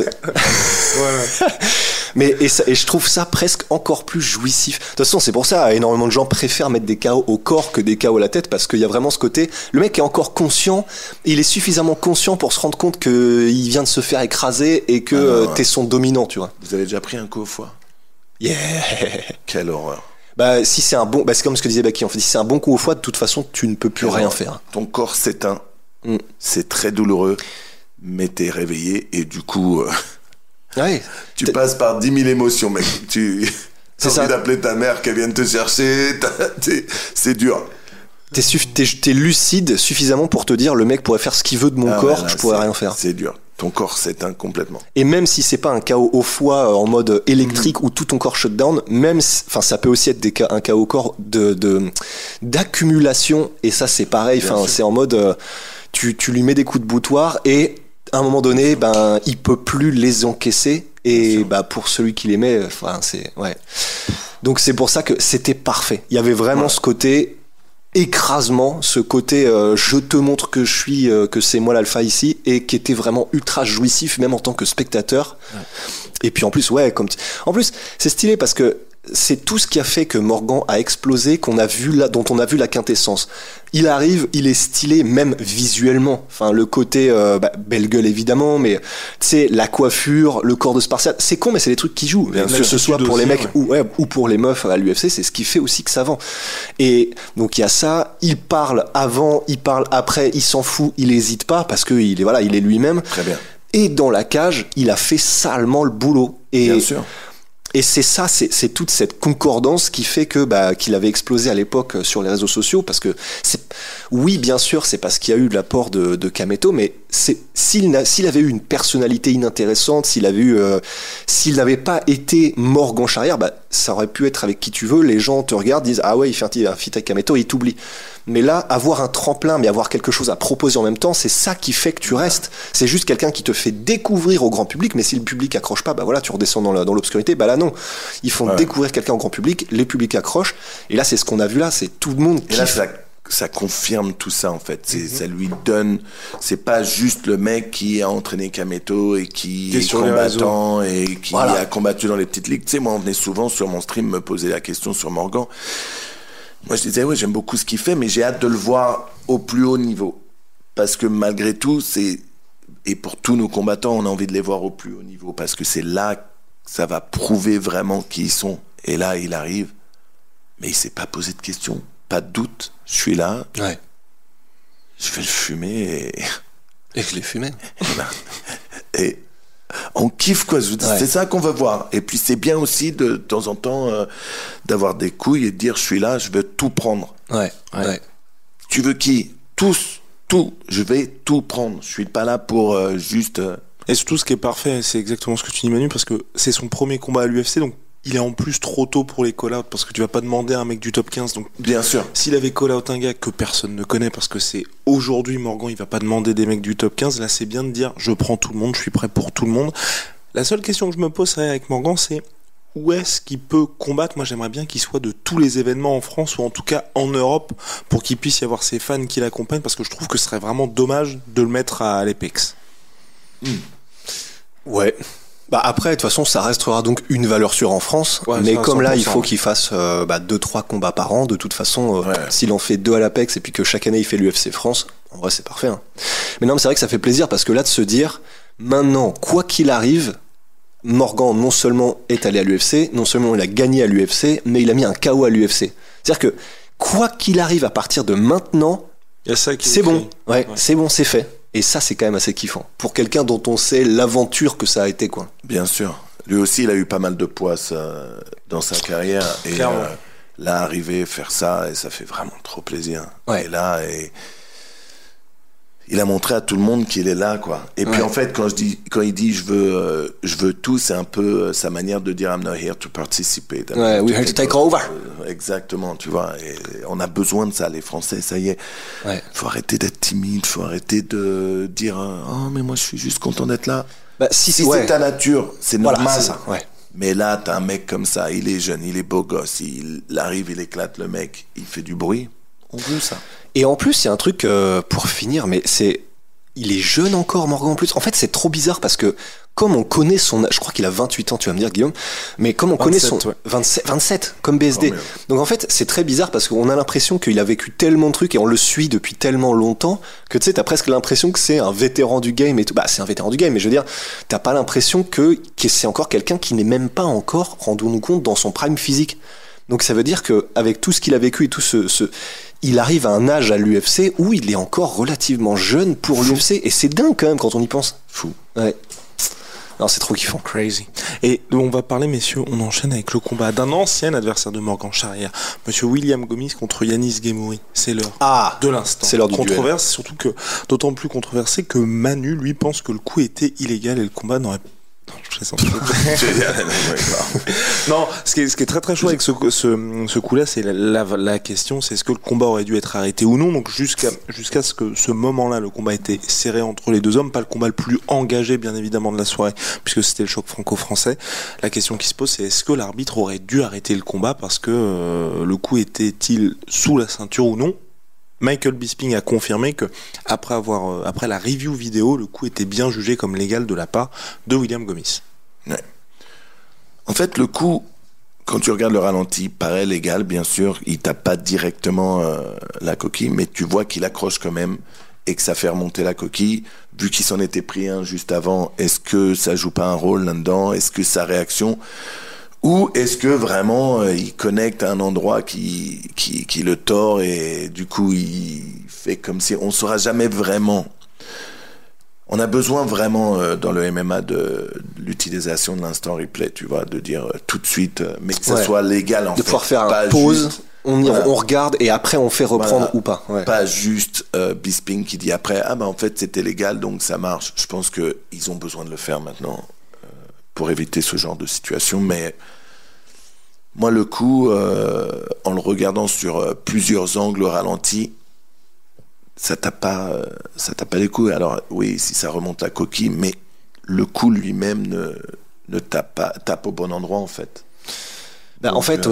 Voilà. Mais et je trouve ça presque encore plus jouissif. De toute façon, c'est pour ça énormément de gens préfèrent mettre des KO au corps que des KO à la tête parce qu'il y a vraiment ce côté. Le mec est encore conscient. Il est suffisamment conscient pour se rendre compte qu'il vient de se faire écraser et que t'es son dominant, tu vois. Vous avez déjà pris un coup au foie? Yeah. Quelle horreur. Bah si c'est un bon, c'est comme ce que disait Baki. En fait, si c'est un bon coup au foie, de toute façon, tu ne peux plus rien faire. Ton corps s'éteint. C'est très douloureux, mais t'es réveillé et du coup, ouais. Tu passes par 10 000 émotions, mec. T'as envie d'appeler ta mère qu'elle vienne te chercher. C'est dur. T'es lucide suffisamment pour te dire le mec pourrait faire ce qu'il veut de mon corps, là, je pourrais rien faire. C'est dur. Ton corps s'éteint complètement. Et même si c'est pas un KO au foie en mode électrique où tout ton corps shut down, même, enfin ça peut aussi être un KO au corps d'accumulation. Et ça c'est pareil. Enfin c'est en mode tu lui mets des coups de boutoir et à un moment donné, il peut plus les encaisser. Et pour celui qui les met, enfin c'est ouais. Donc c'est pour ça que c'était parfait. Il y avait vraiment ce côté écrasement, ce côté je te montre que je suis, que c'est moi l'alpha ici, et qui était vraiment ultra jouissif même en tant que spectateur. Et puis en plus en plus c'est stylé parce que c'est tout ce qui a fait que Morgan a explosé, dont on a vu la quintessence. Il arrive, il est stylé même visuellement. Enfin, le côté belle gueule évidemment, mais tu sais la coiffure, le corps de Spartiate, c'est con mais c'est des trucs qui jouent. Que ce soit pour les mecs ou pour les meufs à l'UFC, c'est ce qui fait aussi que ça vend. Et donc il y a ça. Il parle avant, il parle après, il s'en fout, il hésite pas parce que il est lui-même. Très bien. Et dans la cage, il a fait salement le boulot. Et bien sûr. Et c'est ça, c'est toute cette concordance qui fait que qu'il avait explosé à l'époque sur les réseaux sociaux, parce que oui, bien sûr, c'est parce qu'il y a eu l'apport de Kameto, mais s'il avait eu une personnalité inintéressante, s'il n'avait pas été Morgan Charrière, ça aurait pu être avec qui tu veux. Les gens te regardent, disent ah ouais, il fait un feat avec Kameto, et il t'oublie. Mais là, avoir un tremplin, mais avoir quelque chose à proposer en même temps, c'est ça qui fait que tu restes. C'est juste quelqu'un qui te fait découvrir au grand public, mais si le public accroche pas, voilà, tu redescends dans l'obscurité. Là non, ils font découvrir quelqu'un au grand public, les publics accrochent, et là c'est ce qu'on a vu là, c'est tout le monde kiffe. Et là ça confirme tout ça en fait. Ça lui donne, c'est pas juste le mec qui a entraîné Kameto et qui est combattant et qui a combattu dans les petites ligues. Tu sais, moi on venait souvent sur mon stream me poser la question sur Morgan. Moi je disais j'aime beaucoup ce qu'il fait, mais j'ai hâte de le voir au plus haut niveau, parce que malgré tout et pour tous nos combattants on a envie de les voir au plus haut niveau, parce que c'est là ça va prouver vraiment qui ils sont. Et là il arrive, mais il s'est pas posé de questions, pas de doute. Je suis là, je vais le fumer et je l'ai fumé. Et on kiffe quoi. C'est ça qu'on veut voir. Et puis c'est bien aussi de temps en temps d'avoir des couilles et de dire je suis là, je veux tout prendre. Tu veux qui? Tous, tout. Je vais tout prendre. Je suis pas là pour juste. Et surtout, ce qui est parfait, c'est exactement ce que tu dis, Manu, parce que c'est son premier combat à l'UFC, donc il est en plus trop tôt pour les call-out, parce que tu vas pas demander à un mec du top 15. Donc, bien sûr. S'il avait call-out un gars que personne ne connaît, parce que c'est aujourd'hui Morgan, il va pas demander des mecs du top 15, là c'est bien de dire je prends tout le monde, je suis prêt pour tout le monde. La seule question que je me pose avec Morgan, c'est où est-ce qu'il peut combattre? Moi j'aimerais bien qu'il soit de tous les événements en France, ou en tout cas en Europe, pour qu'il puisse y avoir ses fans qui l'accompagnent, parce que je trouve que ce serait vraiment dommage de le mettre à l'Apex. Ouais. Bah après, de toute façon, ça restera donc une valeur sûre en France. Ouais, mais comme là, il faut qu'il fasse 2-3 combats par an. De toute façon, s'il en fait 2 à l'Apex et puis que chaque année il fait l'UFC France, en vrai, c'est parfait. Hein. Mais non, mais c'est vrai que ça fait plaisir parce que là, de se dire, maintenant, quoi qu'il arrive, Morgan non seulement est allé à l'UFC, non seulement il a gagné à l'UFC, mais il a mis un KO à l'UFC. C'est-à-dire que quoi qu'il arrive à partir de maintenant, c'est bon. Ouais, c'est bon, c'est fait. Et ça, c'est quand même assez kiffant. Pour quelqu'un dont on sait l'aventure que ça a été, quoi. Bien sûr. Lui aussi, il a eu pas mal de poids dans sa carrière. Et là, arriver, faire ça, et ça fait vraiment trop plaisir. Ouais. Et là, il a montré à tout le monde qu'il est là, quoi. Et puis en fait, quand il dit je veux tout, c'est un peu sa manière de dire I'm not here to participate. Ouais, we're here to take over. Exactement, tu vois. Et on a besoin de ça, les Français. Ça y est. Ouais. Faut arrêter d'être timide. Faut arrêter de dire oh mais moi je suis juste content d'être là. Bah, si c'est ta nature, c'est normal. Voilà, c'est ça. Ouais. Mais là, t'as un mec comme ça. Il est jeune, il est beau gosse. Il arrive, il éclate le mec. Il fait du bruit. On veut ça. Et en plus, il y a un truc pour finir, mais il est jeune encore, Morgan, en plus. En fait, c'est trop bizarre parce que comme on connaît son âge, je crois qu'il a 28 ans, tu vas me dire, Guillaume, mais comme on 27, connaît son 27, comme BSD. Oh, donc en fait, c'est très bizarre parce qu'on a l'impression qu'il a vécu tellement de trucs et on le suit depuis tellement longtemps que tu sais, t'as presque l'impression que c'est un vétéran du game et tout. Bah, c'est un vétéran du game, mais je veux dire, t'as pas l'impression que c'est encore quelqu'un qui n'est même pas encore, rendons-nous compte, dans son prime physique. Donc ça veut dire qu'avec tout ce qu'il a vécu et tout il arrive à un âge à l'UFC où il est encore relativement jeune pour l'UFC. Et c'est dingue quand même quand on y pense. Fou. Ouais. Non, c'est trop kiffant. Crazy. Et on va parler, messieurs, on enchaîne avec le combat d'un ancien adversaire de Morgan Charrière, monsieur William Gomis contre Yanis Ghemmouri. C'est l'heure de l'instant. C'est l'heure du controverse, duel. Surtout que, d'autant plus controversé que Manu, lui, pense que le coup était illégal et le combat n'aurait pas. Non, ce qui est très très chaud avec ce coup-là, c'est la question, c'est est-ce que le combat aurait dû être arrêté ou non. Donc jusqu'à ce que ce moment-là, le combat était serré entre les deux hommes, pas le combat le plus engagé bien évidemment de la soirée, puisque c'était le choc franco-français. La question qui se pose, c'est est-ce que l'arbitre aurait dû arrêter le combat parce que le coup était-il sous la ceinture ou non. Michael Bisping a confirmé que après la review vidéo, le coup était bien jugé comme légal de la part de William Gomis. Ouais. En fait, le coup, quand tu regardes le ralenti, paraît légal, bien sûr. Il tape pas directement la coquille, mais tu vois qu'il accroche quand même et que ça fait remonter la coquille. Vu qu'il s'en était pris un juste avant, est-ce que ça joue pas un rôle là-dedans? Est-ce que sa réaction... Ou est-ce que vraiment il connecte à un endroit qui le tord et du coup il fait comme si on saura jamais vraiment. On a besoin vraiment dans le MMA de l'utilisation de l'instant replay, tu vois, de dire tout de suite, mais que ça soit légal en fait. De pouvoir faire une pause, juste, on regarde et après on fait reprendre ou pas. Ouais. Pas juste Bisping qui dit après en fait c'était légal donc ça marche. Je pense que ils ont besoin de le faire maintenant. Pour éviter ce genre de situation, mais moi le coup, en le regardant sur plusieurs angles ralentis, ça tape pas les coups. Alors oui, si ça remonte la coquille, mais le coup lui-même ne tape au bon endroit en fait. Donc, en fait,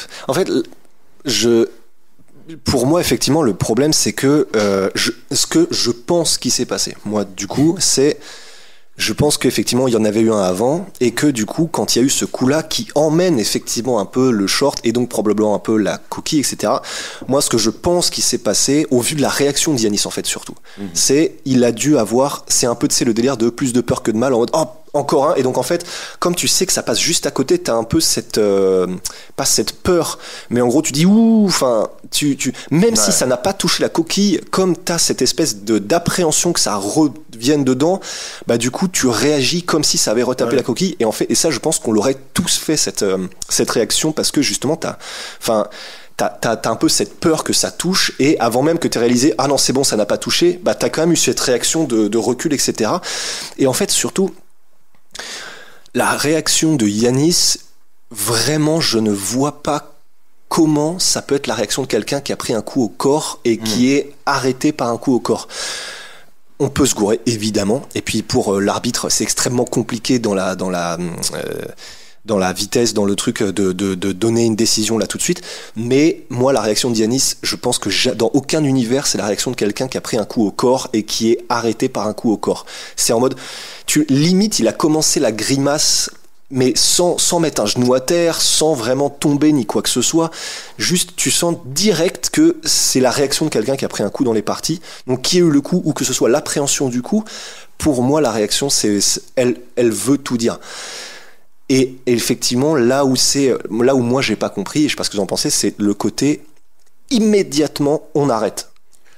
pour moi, effectivement, le problème, c'est que ce que je pense qui s'est passé, moi, du coup, c'est je pense qu'effectivement il y en avait eu un avant et que du coup quand il y a eu ce coup-là qui emmène effectivement un peu le short et donc probablement un peu la coquille, etc. Moi ce que je pense qui s'est passé au vu de la réaction de Yanis en fait surtout, c'est il a dû avoir, c'est un peu le délire de plus de peur que de mal en mode encore un, et donc en fait comme tu sais que ça passe juste à côté, t'as un peu cette pas cette peur, mais en gros tu dis enfin tu même si ça n'a pas touché la coquille, comme t'as cette espèce d'appréhension que ça revienne dedans, bah du coup tu réagis comme si ça avait retapé la coquille, et en fait, et ça je pense qu'on l'aurait tous fait cette réaction parce que justement t'as un peu cette peur que ça touche, et avant même que t'aies réalisé ah non c'est bon ça n'a pas touché, bah t'as quand même eu cette réaction de recul, etc. Et en fait surtout la réaction de Yanis, vraiment je ne vois pas comment ça peut être la réaction de quelqu'un qui a pris un coup au corps et qui est arrêté par un coup au corps. On peut se gourer évidemment, et puis pour l'arbitre c'est extrêmement compliqué dans dans la vitesse, dans le truc de donner une décision là tout de suite. Mais moi, la réaction de Giannis, je pense que dans aucun univers, c'est la réaction de quelqu'un qui a pris un coup au corps et qui est arrêté par un coup au corps. C'est en mode, limite, il a commencé la grimace, mais sans mettre un genou à terre, sans vraiment tomber ni quoi que ce soit. Juste, tu sens direct que c'est la réaction de quelqu'un qui a pris un coup dans les parties. Donc, qui a eu le coup, ou que ce soit l'appréhension du coup, pour moi, la réaction, elle veut tout dire. Et effectivement, là où moi j'ai pas compris, et je sais pas ce que vous en pensez, c'est le côté immédiatement on arrête.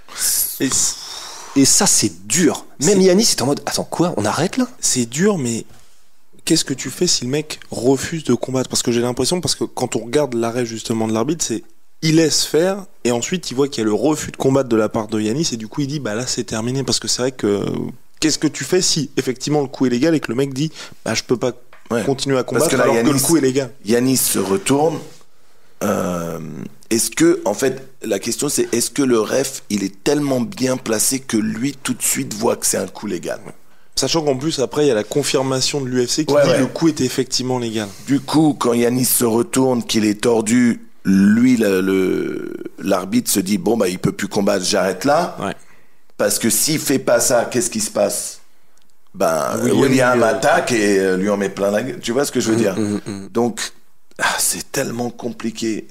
Et ça c'est dur. Même Giannis est en mode attends quoi, on arrête là ? C'est dur, mais qu'est-ce que tu fais si le mec refuse de combattre ? Parce que j'ai l'impression, parce que quand on regarde l'arrêt justement de l'arbitre, c'est il laisse faire et ensuite il voit qu'il y a le refus de combattre de la part de Giannis et du coup il dit bah là c'est terminé, parce que c'est vrai que qu'est-ce que tu fais si effectivement le coup est légal et que le mec dit bah je peux pas continuer à combattre alors que le coup est légal. Giannis se retourne. Est-ce que, en fait, la question c'est est-ce que le ref il est tellement bien placé que lui tout de suite voit que c'est un coup légal. Sachant qu'en plus après il y a la confirmation de l'UFC qui dit le coup était effectivement légal. Du coup, quand Giannis se retourne, qu'il est tordu, lui l'arbitre se dit bon bah il peut plus combattre, j'arrête là. Ouais. Parce que s'il fait pas ça, qu'est-ce qui se passe ? William attaque et lui en met plein la gueule. Tu vois ce que je veux dire ? Donc, c'est tellement compliqué.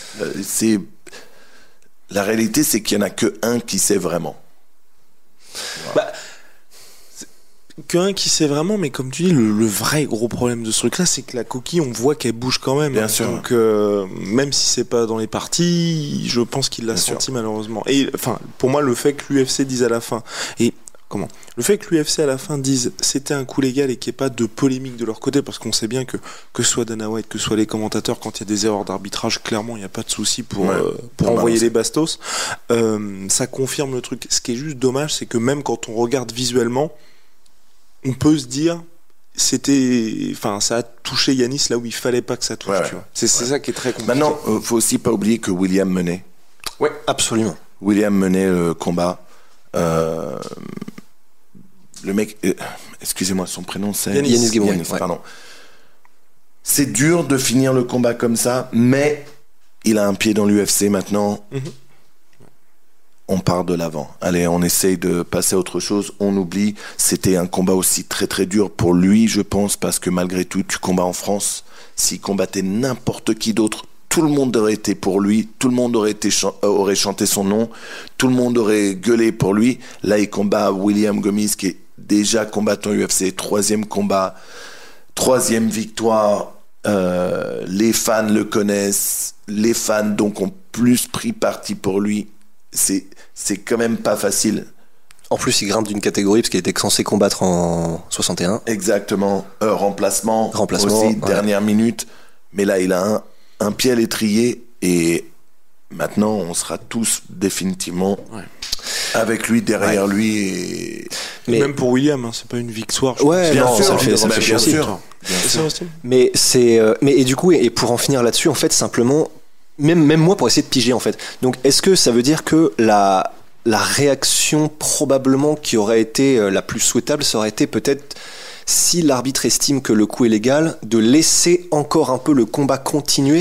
La réalité, c'est qu'il y en a que un qui sait vraiment. Voilà. Qu'un qui sait vraiment, mais comme tu dis, le vrai gros problème de ce truc-là, c'est que la coquille, on voit qu'elle bouge quand même. Bien sûr. Donc, même si c'est pas dans les parties, je pense qu'il l'a senti malheureusement. Et enfin, pour moi, le fait que l'UFC dise à la fin, le fait que l'UFC à la fin dise c'était un coup légal et qu'il n'y ait pas de polémique de leur côté, parce qu'on sait bien que ce soit Dana White, que ce soit les commentateurs, quand il y a des erreurs d'arbitrage, clairement il n'y a pas de souci pour envoyer les bastos, ça confirme le truc. Ce qui est juste dommage, c'est que même quand on regarde visuellement, on peut se dire ça a touché Giannis là où il fallait pas que ça touche. Tu vois. C'est ça qui est très compliqué. Maintenant, faut aussi pas oublier que William menait. Ouais, absolument. William menait le combat. Le mec, excusez-moi, son prénom c'est Yanis Ghemmouri. Pardon. C'est dur de finir le combat comme ça, mais il a un pied dans l'UFC maintenant. On part de l'avant. Allez, on essaye de passer à autre chose. On oublie. C'était un combat aussi très très dur pour lui, je pense, parce que malgré tout, tu combats en France. S'il combattait n'importe qui d'autre, tout le monde aurait été pour lui, tout le monde aurait chanté son nom, tout le monde aurait gueulé pour lui. Là, il combat William Gomis, qui est déjà combattant UFC, 3e combat, 3e victoire. Les fans le connaissent, les fans donc ont plus pris parti pour lui. C'est quand même pas facile. En plus, il grimpe d'une catégorie parce qu'il était censé combattre en 61. Exactement. Remplacement aussi, dernière minute. Mais là, il a un pied à l'étrier et maintenant, on sera tous définitivement avec lui, derrière lui. Mais même pour William, c'est pas une victoire. Bien sûr, ça fait aussi. Mais et du coup, et pour en finir là-dessus, en fait, simplement, même moi, pour essayer de piger, en fait. Donc, est-ce que ça veut dire que la réaction probablement qui aurait été la plus souhaitable, ça aurait été peut-être, si l'arbitre estime que le coup est légal, de laisser encore un peu le combat continuer?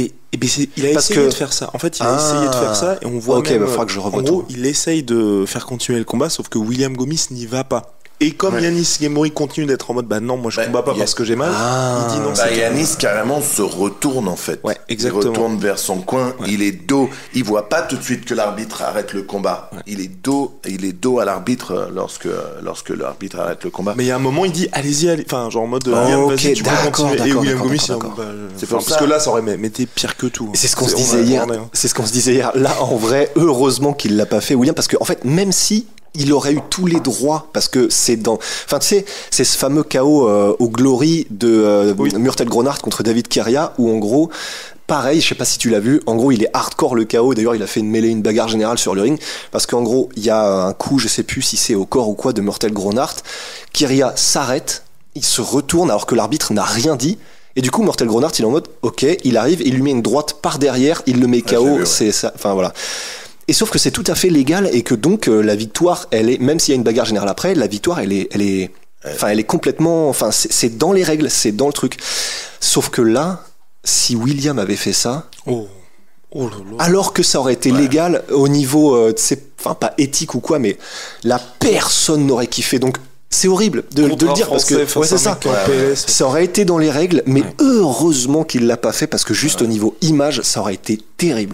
Il a essayé de faire ça. En fait, il a essayé de faire ça et on voit même, que je revois en gros, il essaye de faire continuer le combat, sauf que William Gomis n'y va pas. Et comme Yanis Ghemmouri continue d'être en mode non, moi je combats pas parce que j'ai mal, il dit non. Yanis carrément se retourne en fait. Ouais, exactement. Il retourne vers son coin, il est dos, il voit pas tout de suite que l'arbitre arrête le combat. Ouais. Il est dos à l'arbitre lorsque l'arbitre arrête le combat. Mais il y a un moment, il dit allez-y, enfin genre en mode vas-y, tu peux continuer. Et William Gomis, c'est parce que là ça aurait été pire que tout. C'est ce qu'on se disait hier. C'est ce qu'on se disait hier. Là, en vrai, heureusement qu'il l'a pas fait, William, parce que en fait, même si il aurait eu tous les droits, parce que c'est c'est ce fameux KO au Glory de Murtel Gronart contre David Keria, où en gros, pareil, je sais pas si tu l'as vu, en gros il est hardcore le KO, d'ailleurs il a fait une bagarre générale sur le ring, parce qu'en gros il y a un coup, je sais plus si c'est au corps ou quoi, de Murtel Gronart, Keria s'arrête, il se retourne alors que l'arbitre n'a rien dit, et du coup Murtel Gronart il est en mode ok, il arrive, il lui met une droite par derrière, il le met KO, c'est ça, enfin voilà. Et sauf que c'est tout à fait légal et que donc la victoire, elle est, même s'il y a une bagarre générale après, la victoire, elle est Enfin, elle est complètement. Enfin, c'est dans les règles, c'est dans le truc. Sauf que là, si William avait fait ça. Alors que ça aurait été légal au niveau, enfin pas éthique ou quoi, mais la personne n'aurait kiffé. Donc c'est horrible de le dire parce que c'est ça. Ça aurait été dans les règles, mais heureusement qu'il l'a pas fait parce que juste au niveau image, ça aurait été terrible.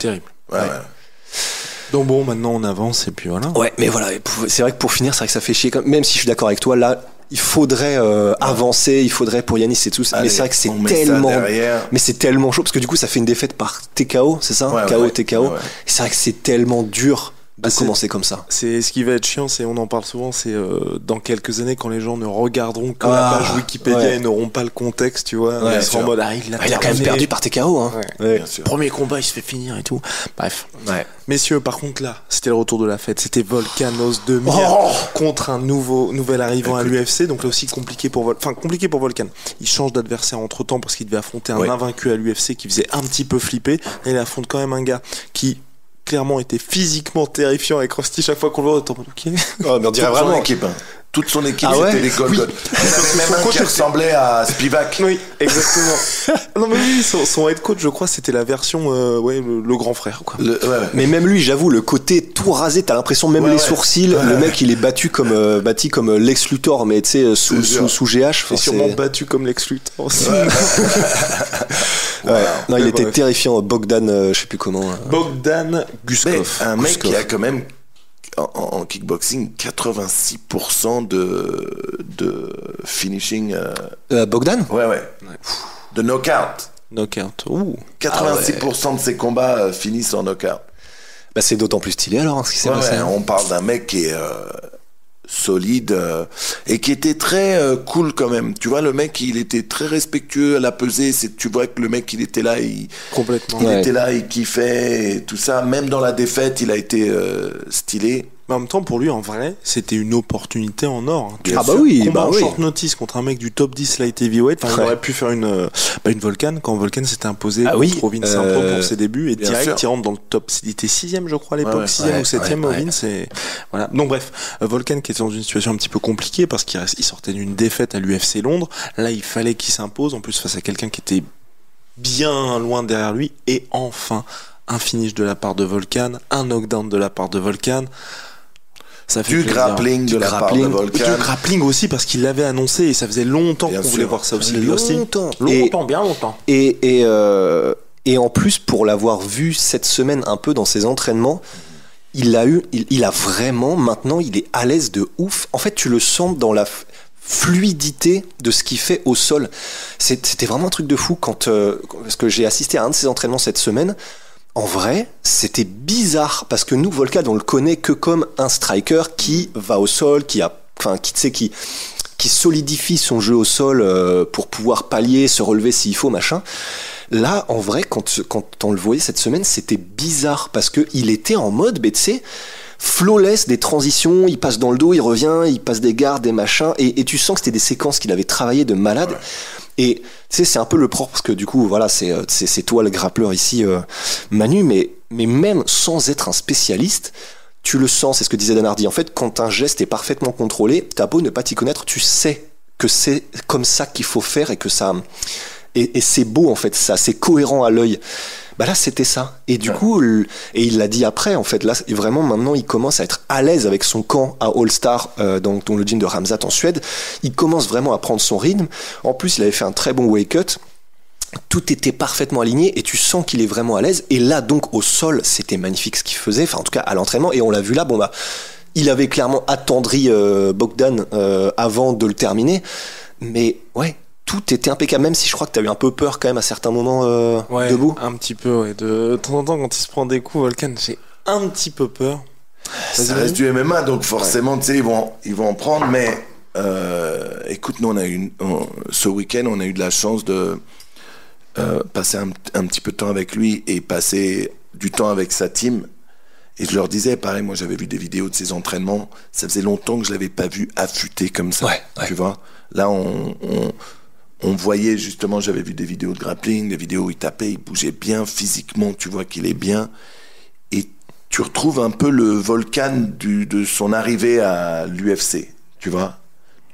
Donc bon, maintenant on avance et puis voilà. Ouais, mais voilà, c'est vrai que pour finir, c'est vrai que ça fait chier. Même si je suis d'accord avec toi, là. Il faudrait avancer, il faudrait pour Yanis et tout ça. Mais c'est vrai que c'est tellement chaud parce que du coup ça fait une défaite par TKO, c'est ça, KO TKO. Ouais. C'est vrai que c'est tellement dur de commencer comme ça. C'est ce qui va être chiant, on en parle souvent, c'est dans quelques années quand les gens ne regarderont que la page Wikipédia et n'auront pas le contexte, tu vois. Ils seront en mode il a quand même perdu par TKO. Hein. Premier combat, il se fait finir et tout. Bref. Messieurs, par contre là, c'était le retour de la fête. C'était Volkanos Demir contre un nouvel arrivant à l'UFC. Donc là aussi compliqué pour Volkan. Il change d'adversaire entre temps parce qu'il devait affronter un invaincu à l'UFC qui faisait un petit peu flipper. Et il affronte quand même un gars qui clairement était physiquement terrifiant avec Rusty chaque fois qu'on le voit. Mais on dirait vraiment l'équipe. Toute son équipe, c'était des Golgoth. Même un qui ressemblait à Spivak. Oui, exactement. Non mais oui, son head coach, je crois, c'était la version, le grand frère, quoi. Mais même lui, j'avoue, le côté tout rasé, t'as l'impression même les sourcils, le mec, il est bâti comme Lex Luthor, mais tu sais, sous GH. Et sûrement battu comme Lex Luthor aussi. Non, il était terrifiant. Bogdan, je sais plus comment. Bogdan Guskov. Un mec qui a quand même en kickboxing 86% de finishing. Bogdan. Ouais. De knockout. Ouh. 86% de ses combats finissent en knockout. Bah c'est d'autant plus stylé alors ce qui s'est passé. On parle d'un mec qui est solide et qui était très cool quand même. Tu vois, le mec, il était très respectueux à la pesée. Tu vois que le mec, il était là, il était là, il kiffait et tout ça. Même dans la défaite, il a été stylé. Mais en même temps, pour lui, en vrai, c'était une opportunité en or. Hein. Combat short notice contre un mec du top 10 light heavyweight. Enfin, il aurait pu faire une Volkan quand Volkan s'était imposé contre Ovin Saint-Pro pour ses débuts. Et direct, il rentre dans le top. Il était 6ème, je crois, à l'époque. 6ème ou 7ème, Ovin. Voilà. Donc, bref, Volkan qui était dans une situation un petit peu compliquée parce qu'il sortait d'une défaite à l'UFC Londres. Là, il fallait qu'il s'impose. En plus, face à quelqu'un qui était bien loin derrière lui. Et enfin, un finish de la part de Volkan. Un knockdown de la part de Volkan. Ça fait du grappling de la part de Volkan. Du grappling aussi parce qu'il l'avait annoncé et ça faisait longtemps qu'on voulait voir ça aussi. Bien longtemps. Et en plus, pour l'avoir vu cette semaine un peu dans ses entraînements, il a vraiment, maintenant, il est à l'aise de ouf. En fait, tu le sens dans la fluidité de ce qu'il fait au sol. C'était vraiment un truc de fou parce que j'ai assisté à un de ses entraînements cette semaine. En vrai, c'était bizarre parce que nous, Volkan, on le connaît que comme un striker qui va au sol, qui solidifie son jeu au sol pour pouvoir pallier, se relever s'il faut, machin. Là, en vrai, quand on le voyait cette semaine, c'était bizarre parce que il était en mode, tu sais, flawless, des transitions, il passe dans le dos, il revient, il passe des gardes, des machins, et tu sens que c'était des séquences qu'il avait travaillé de malade. Ouais. Et tu sais, c'est un peu le propre parce que du coup, voilà, c'est toi le grappleur ici, Manu, mais même sans être un spécialiste, tu le sens, c'est ce que disait Dan Hardy. En fait, quand un geste est parfaitement contrôlé, t'as beau ne pas t'y connaître, tu sais que c'est comme ça qu'il faut faire et que ça, et c'est beau en fait, ça, c'est cohérent à l'œil. Bah là, c'était ça. Et du coup, et il l'a dit après, en fait, là, vraiment, maintenant, il commence à être à l'aise avec son camp à All-Star, dans le gym de Ramzat en Suède. Il commence vraiment à prendre son rythme. En plus, il avait fait un très bon weight cut. Tout était parfaitement aligné et tu sens qu'il est vraiment à l'aise. Et là, donc, au sol, c'était magnifique ce qu'il faisait. Enfin, en tout cas, à l'entraînement. Et on l'a vu là, il avait clairement attendri Bogdan avant de le terminer. Mais, ouais. Tout était impeccable, même si je crois que t'as eu un peu peur quand même à certains moments debout. Un petit peu, ouais. De temps en temps, quand il se prend des coups, Volkan, j'ai un petit peu peur. Ça reste du MMA, donc forcément, tu sais, ils vont en prendre, mais écoute, nous, ce week-end, on a eu de la chance de passer un petit peu de temps avec lui et passer du temps avec sa team. Et je leur disais, pareil, moi j'avais vu des vidéos de ses entraînements, ça faisait longtemps que je l'avais pas vu affûté comme ça, tu vois. Là, on voyait justement, j'avais vu des vidéos de grappling, des vidéos où il tapait, il bougeait bien physiquement, tu vois qu'il est bien. Et tu retrouves un peu le Volkan de son arrivée à l'UFC, tu vois.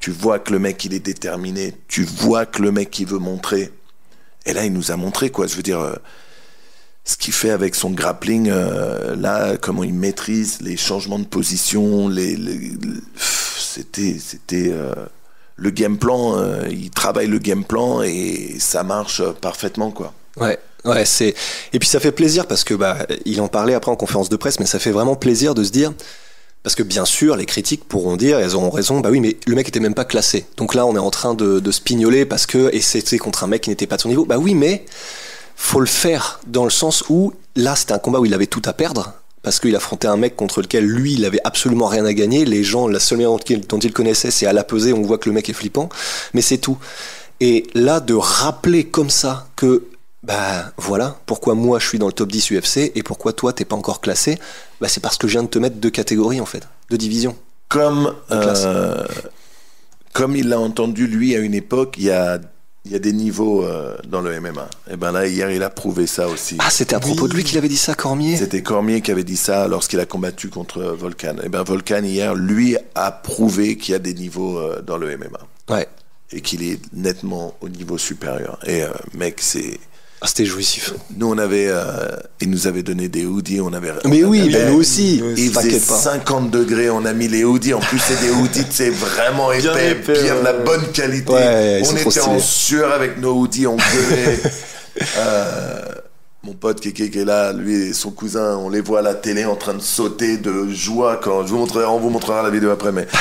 Tu vois que le mec, il est déterminé. Tu vois que le mec, il veut montrer. Et là, il nous a montré, quoi. Je veux dire, ce qu'il fait avec son grappling, là, comment il maîtrise les changements de position, c'était le game plan. Il travaille le game plan et ça marche parfaitement, quoi. Ouais, c'est. Et puis ça fait plaisir parce que il en parlait après en conférence de presse, mais ça fait vraiment plaisir de se dire. Parce que bien sûr, les critiques pourront dire, elles auront raison, bah oui, mais le mec était même pas classé. Donc là, on est en train de se pignoler parce que, et c'était contre un mec qui n'était pas de son niveau. Bah oui, mais faut le faire dans le sens où, là, c'était un combat où il avait tout à perdre. Parce qu'il affrontait un mec contre lequel lui, il avait absolument rien à gagner. Les gens, la seule manière dont il connaissait, c'est à la pesée, on voit que le mec est flippant. Mais c'est tout. Et là, de rappeler comme ça que, voilà, pourquoi moi je suis dans le top 10 UFC et pourquoi toi t'es pas encore classé, c'est parce que je viens de te mettre 2 catégories en fait, 2 divisions. Comme il l'a entendu lui à une époque, il y a des niveaux dans le MMA. Et là hier il a prouvé ça aussi. Ah, c'était à propos de lui qu'il avait dit ça, Cormier. C'était Cormier qui avait dit ça lorsqu'il a combattu contre Volkan. Et Volkan hier lui a prouvé qu'il y a des niveaux dans le MMA. Ouais. Et qu'il est nettement au niveau supérieur. Et mec, c'est... Ah, c'était jouissif. Nous, on avait... ils nous avaient donné des hoodies, Mais oui, nous aussi. Il faisait 50 degrés, on a mis les hoodies. En plus, c'est des hoodies, c'est vraiment épais, bien de la bonne qualité. Ouais, on était en sueur avec nos hoodies, on gueulait. Mon pote Kéké qui est là, lui et son cousin, on les voit à la télé en train de sauter de joie quand on vous montrera la vidéo après, mais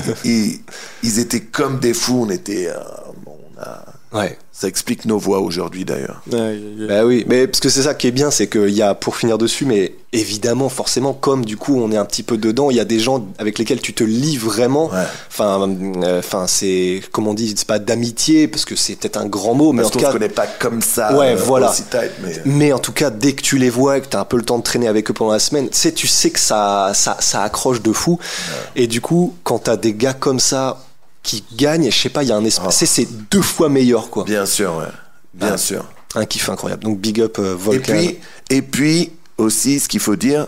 ils étaient comme des fous. On était... Ouais. Ça explique nos voix aujourd'hui d'ailleurs. Bah oui, mais parce que c'est ça qui est bien, c'est qu'il y a, pour finir dessus, mais évidemment, forcément, comme du coup on est un petit peu dedans, il y a des gens avec lesquels tu te lis vraiment. Enfin, c'est, comme on dit, c'est pas d'amitié, parce que c'est peut-être un grand mot, mais parce en tout cas. Se connaît pas comme ça. Ouais, voilà. Aussi tight, mais en tout cas, dès que tu les vois et que t'as un peu le temps de traîner avec eux pendant la semaine, tu sais que ça accroche de fou. Ouais. Et du coup, quand t'as des gars comme ça, qui gagne, je sais pas, il y a un espace, c'est 2 fois meilleur, quoi. Bien sûr, ouais. Bien sûr. Un kiff incroyable. Donc big up Volkan. Et puis aussi, ce qu'il faut dire,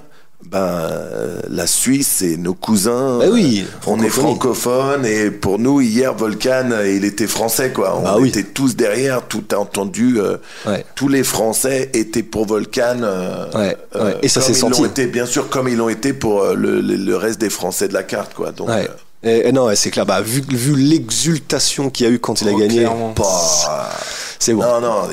la Suisse, c'est nos cousins. Oui, on est francophones et pour nous, hier, Volkan, il était français, quoi. On était tous derrière, tout a entendu. Tous les Français étaient pour Volkan. Et ça s'est senti. Bien sûr, comme ils l'ont été pour le reste des Français de la carte, quoi. Donc. Non, c'est clair. Vu l'exultation qu'il y a eu quand il a gagné, c'est bon. Non,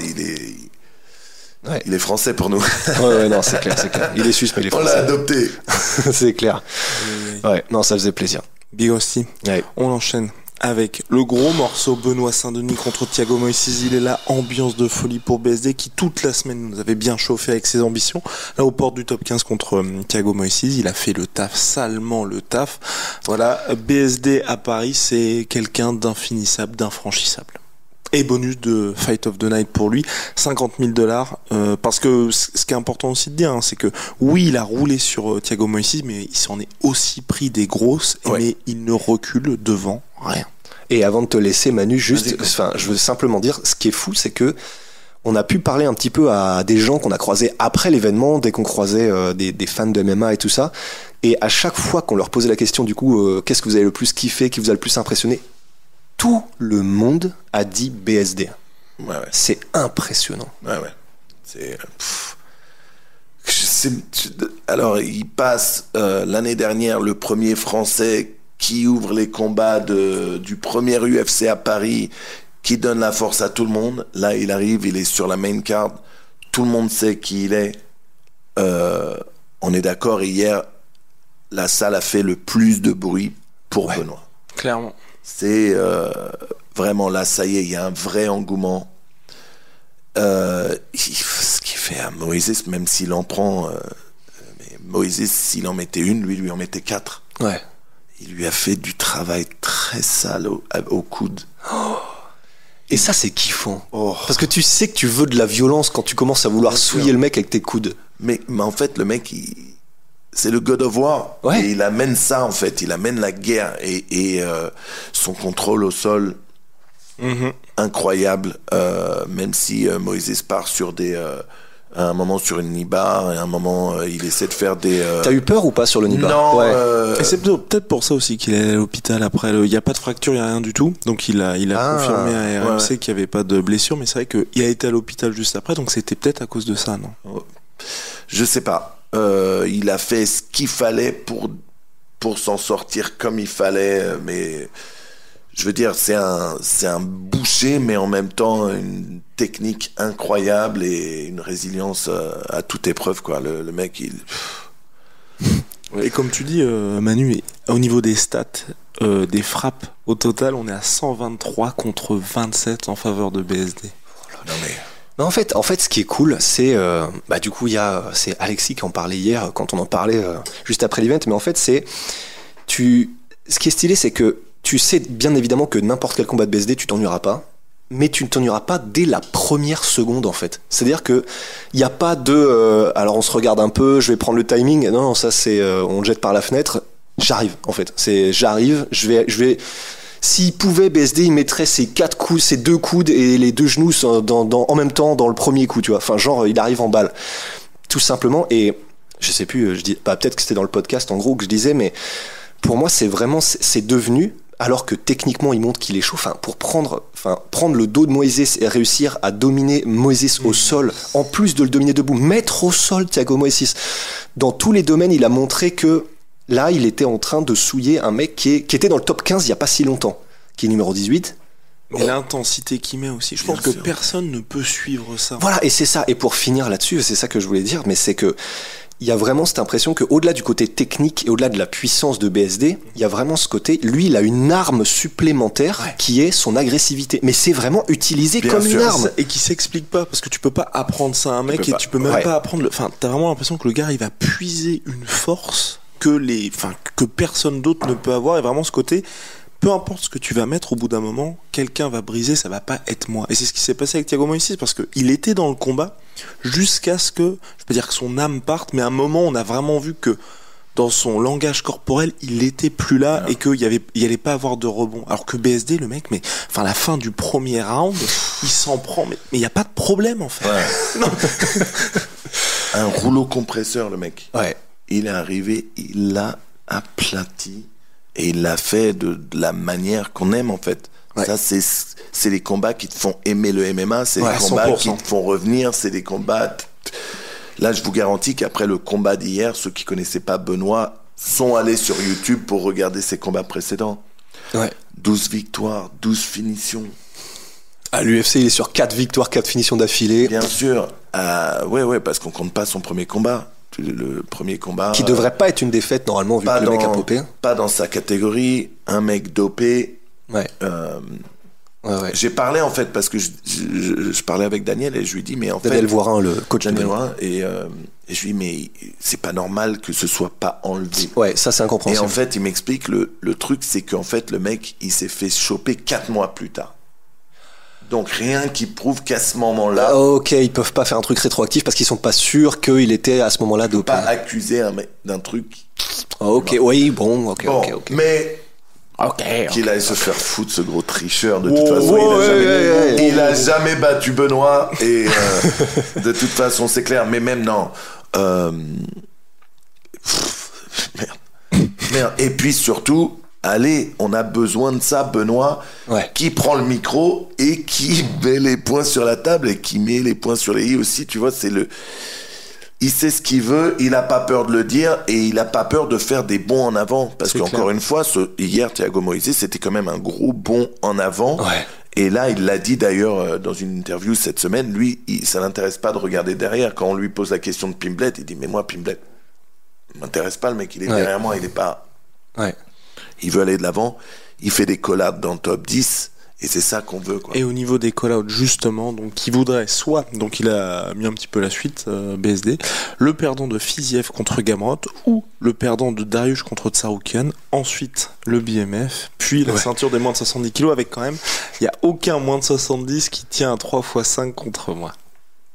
il est français pour nous. Non, c'est clair. Il est suisse, mais il est français. On l'a adopté. C'est clair. Ouais, non, ça faisait plaisir. Big aussi. On enchaîne avec le gros morceau Benoît Saint-Denis contre Thiago Moïse. Il est là, ambiance de folie pour BSD qui toute la semaine nous avait bien chauffé avec ses ambitions. Là, aux portes du top 15 contre Thiago Moïse, il a fait le taf, salement le taf. Voilà, BSD à Paris, c'est quelqu'un d'infinissable, d'infranchissable. Et bonus de Fight of the Night pour lui, $50,000, parce que ce qui est important aussi de dire, c'est que oui, il a roulé sur Thiago Moïse, mais il s'en est aussi pris des grosses, mais il ne recule devant rien. Et avant de te laisser, Manu, je veux simplement dire, ce qui est fou, c'est que on a pu parler un petit peu à des gens qu'on a croisés après l'événement, dès qu'on croisait des fans de MMA et tout ça, et à chaque fois qu'on leur posait la question, du coup, qu'est-ce que vous avez le plus kiffé, qui vous a le plus impressionné, tout le monde a dit BSD. Ouais. C'est impressionnant. Ouais. Alors, il passe l'année dernière le premier Français qui ouvre les combats du premier UFC à Paris, qui donne la force à tout le monde. Là, il arrive, il est sur la main card. Tout le monde sait qui il est. On est d'accord, hier, la salle a fait le plus de bruit pour Benoît. Clairement. C'est vraiment là, ça y est, il y a un vrai engouement. Ce qu'il fait à Moïse, même s'il en prend, mais Moïse, s'il en mettait une, lui en mettait 4. Ouais. Il lui a fait du travail très sale au coude. Et ça, c'est kiffant. Parce que tu sais que tu veux de la violence quand tu commences à vouloir souiller le mec avec tes coudes. Mais en fait, le mec, c'est le God of War. Ouais. Et il amène ça, en fait. Il amène la guerre. Et son contrôle au sol, incroyable. Même si Moïse part sur des À un moment sur une knee bar, et à un moment il essaie de faire des... T'as eu peur ou pas sur le knee bar? Non. Ouais. Et c'est peut-être pour ça aussi qu'il est allé à l'hôpital après. Il n'y a pas de fracture, il n'y a rien du tout. Donc il a confirmé à RMC qu'il n'y avait pas de blessure, mais c'est vrai qu'il a été à l'hôpital juste après, donc c'était peut-être à cause de ça, non? Je sais pas. Il a fait ce qu'il fallait pour s'en sortir comme il fallait, mais... Je veux dire, c'est un boucher, mais en même temps une technique incroyable et une résilience à toute épreuve, quoi. Le mec, Et comme tu dis, Manu, au niveau des stats, des frappes, au total, on est à 123 contre 27 en faveur de BSD. Non mais... En fait, ce qui est cool, c'est du coup c'est Alexis qui en parlait hier quand on en parlait juste après l'event, mais en fait ce qui est stylé, c'est que tu sais bien évidemment que n'importe quel combat de BSD, tu t'ennuieras pas, mais tu ne t'ennuieras pas dès la première seconde en fait. C'est-à-dire que il y a pas de alors on se regarde un peu, je vais prendre le timing. Non, ça c'est on le jette par la fenêtre. J'arrive en fait. Je vais. S'il pouvait, BSD, il mettrait ses deux coudes et les deux genoux en même temps dans le premier coup, tu vois. Enfin, genre, il arrive en balle. Tout simplement. Et je sais plus, peut-être que c'était dans le podcast, en gros, que je disais, mais pour moi, c'est devenu, alors que techniquement, il montre qu'il est chaud. Enfin, pour prendre le dos de Moïse et réussir à dominer Moïse au sol, en plus de le dominer debout, mettre au sol Thiago Moïse. Dans tous les domaines, il a montré que là, il était en train de souiller un mec qui était dans le top 15 il n'y a pas si longtemps, qui est numéro 18. Mais l'intensité qu'il met aussi, je pense que personne ne peut suivre ça. Voilà, et c'est ça. Et pour finir là-dessus, c'est ça que je voulais dire, mais c'est que il y a vraiment cette impression qu'au-delà du côté technique et au-delà de la puissance de BSD, il y a vraiment ce côté, lui, il a une arme supplémentaire qui est son agressivité. Mais c'est vraiment utilisé comme une arme. Et qui s'explique pas, parce que tu peux pas apprendre ça à un mec et tu peux même pas apprendre... Enfin, t'as vraiment l'impression que le gars, il va puiser une force que personne d'autre ne peut avoir, et vraiment ce côté, peu importe ce que tu vas mettre, au bout d'un moment, quelqu'un va briser, ça va pas être moi. Et c'est ce qui s'est passé avec Thiago Moïse, parce que il était dans le combat jusqu'à ce que, je peux dire que son âme parte, mais à un moment, on a vraiment vu que dans son langage corporel, il était plus là et qu'il y allait pas avoir de rebond. Alors que BSD, le mec, la fin du premier round, il s'en prend, mais il y a pas de problème en fait. Ouais. Non. Un rouleau compresseur, le mec. Ouais. Il est arrivé, il l'a aplati et il l'a fait de la manière qu'on aime en fait. Ouais. Ça, c'est les combats qui te font aimer le MMA, c'est les combats 100%. Qui te font revenir, c'est des combats... Là, je vous garantis qu'après le combat d'hier, ceux qui connaissaient pas Benoît sont allés sur YouTube pour regarder ses combats précédents. Ouais. 12 victoires, 12 finitions. À l'UFC, il est sur 4 victoires, 4 finitions d'affilée. Bien sûr. Ouais, parce qu'on compte pas son premier combat. Le premier combat... Qui devrait pas être une défaite, normalement, vu que le mec a popé. Pas dans sa catégorie. Un mec dopé. Ouais. Ouais. J'ai parlé, en fait, parce que je parlais avec Daniel et je lui dis, mais en fait... Daniel Voirin, le coach Daniel Voirin, et je lui dis, mais c'est pas normal que ce soit pas enlevé. Ouais, ça, c'est incompréhensible. Et en fait, il m'explique, le truc, c'est qu'en fait, le mec, il s'est fait choper 4 mois plus tard. Donc rien qui prouve qu'à ce moment-là... Ok, ils peuvent pas faire un truc rétroactif parce qu'ils sont pas sûrs qu'il était à ce moment-là dopé. Pas accuser un mec d'un truc... Ok, oui, bon, ok. Mais... Qu'il aille se faire foutre, ce gros tricheur. De toute façon, il a jamais battu Benoît. Et de toute façon, c'est clair. Mais même, non. Merde. Et puis surtout... Allez, on a besoin de ça, Benoît, qui prend le micro et qui met les points sur la table et qui met les points sur les i aussi, tu vois, il sait ce qu'il veut, il a pas peur de le dire et il a pas peur de faire des bonds en avant, parce qu'encore une fois, hier, Thiago Moïse, c'était quand même un gros bond en avant. Ouais. Et là, il l'a dit d'ailleurs dans une interview cette semaine, lui, ça l'intéresse pas de regarder derrière. Quand on lui pose la question de Pimblet, il dit, mais moi, Pimblet, m'intéresse pas, le mec, il est derrière moi, il est pas... Ouais. Il veut aller de l'avant, il fait des call-outs dans le top 10, et c'est ça qu'on veut, quoi. Et au niveau des call-outs, justement, donc, il voudrait soit, donc il a mis un petit peu la suite, BSD, le perdant de Fiziev contre Gamrot, ou le perdant de Dariush contre Tsarukyan, ensuite le BMF, puis la ceinture des moins de 70 kilos, avec quand même, il n'y a aucun moins de 70 qui tient à 3x5 contre moi.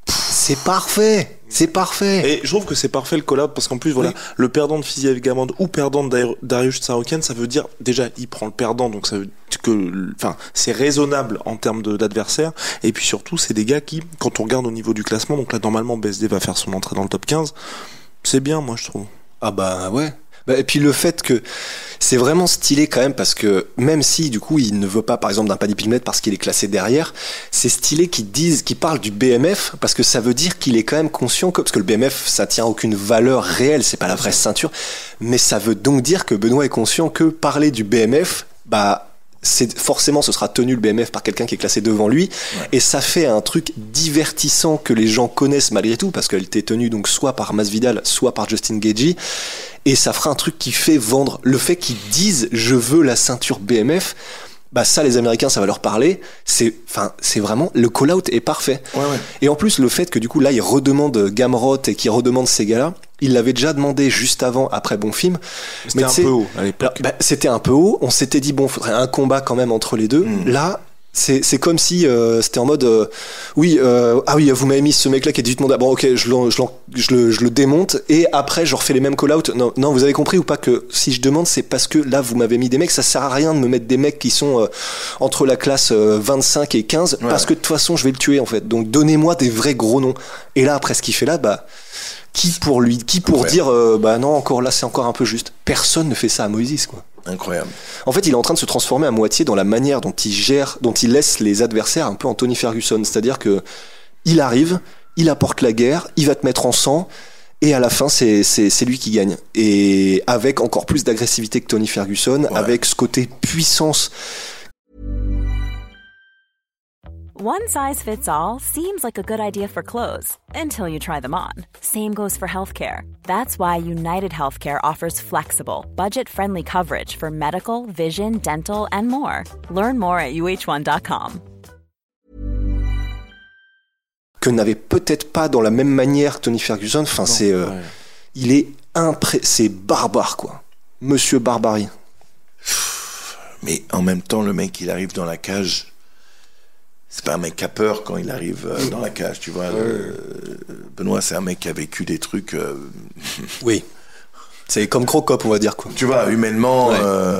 C'est parfait. Et je trouve que c'est parfait le call-out parce qu'en plus, voilà, le perdant de Fiziev Gamrot ou perdant de Dariush Tsarukyan, ça veut dire, déjà, il prend le perdant, donc ça veut que, enfin, c'est raisonnable en termes d'adversaire. Et puis surtout, c'est des gars qui, quand on regarde au niveau du classement, donc là, normalement, BSD va faire son entrée dans le top 15. C'est bien, moi, je trouve. Ah bah ouais. Et puis le fait que c'est vraiment stylé quand même parce que même si du coup il ne veut pas par exemple d'un Paddy Pimblett parce qu'il est classé derrière, c'est stylé qu'ils parlent du BMF parce que ça veut dire qu'il est quand même conscient parce que le BMF ça tient aucune valeur réelle, c'est pas la vraie ceinture, mais ça veut donc dire que Benoît est conscient que parler du BMF, bah forcément ce sera tenu le BMF par quelqu'un qui est classé devant lui et ça fait un truc divertissant que les gens connaissent malgré tout parce qu'elle était tenue donc soit par Masvidal soit par Justin Gaethje et ça fera un truc qui fait vendre le fait qu'ils disent je veux la ceinture BMF. Bah ça les Américains ça va leur parler, c'est vraiment le call out est parfait. Et en plus le fait que du coup là ils redemandent Gamrot et qu'ils redemandent ces gars-là, ils l'avaient déjà demandé juste avant après Bonfim. C'était un peu haut à l'époque. C'était un peu haut, on s'était dit bon faudrait un combat quand même entre les deux. Là c'est comme si c'était en mode ah oui vous m'avez mis ce mec là qui est 18 mandats, bon ok je le démonte et après je refais les mêmes call out. Non vous avez compris ou pas que si je demande c'est parce que là vous m'avez mis des mecs, ça sert à rien de me mettre des mecs qui sont entre la classe 25 et 15 parce que de toute façon je vais le tuer en fait, donc donnez-moi des vrais gros noms. Et là après ce qu'il fait là, bah qui pour dire bah non encore là c'est encore un peu juste, personne ne fait ça à Moïse quoi. Incroyable. En fait, il est en train de se transformer à moitié dans la manière dont il laisse les adversaires un peu en Tony Ferguson. C'est-à-dire que il arrive, il apporte la guerre, il va te mettre en sang, et à la fin, c'est lui qui gagne. Et avec encore plus d'agressivité que Tony Ferguson, avec ce côté puissance. One size fits all seems like a good idea for clothes until you try them on. Same goes for healthcare. That's why United Healthcare offers flexible, budget-friendly coverage for medical, vision, dental, and more. Learn more at uh1.com. Que n'avait peut-être pas dans la même manière que Tony Ferguson. Enfin, il est c'est barbare, quoi. Monsieur Barbarie. Mais en même temps, le mec, il arrive dans la cage. C'est pas un mec qui a peur quand il arrive dans la cage, tu vois. Benoît, c'est un mec qui a vécu des trucs. Oui. C'est comme Crocop, on va dire, quoi. Tu vois, humainement,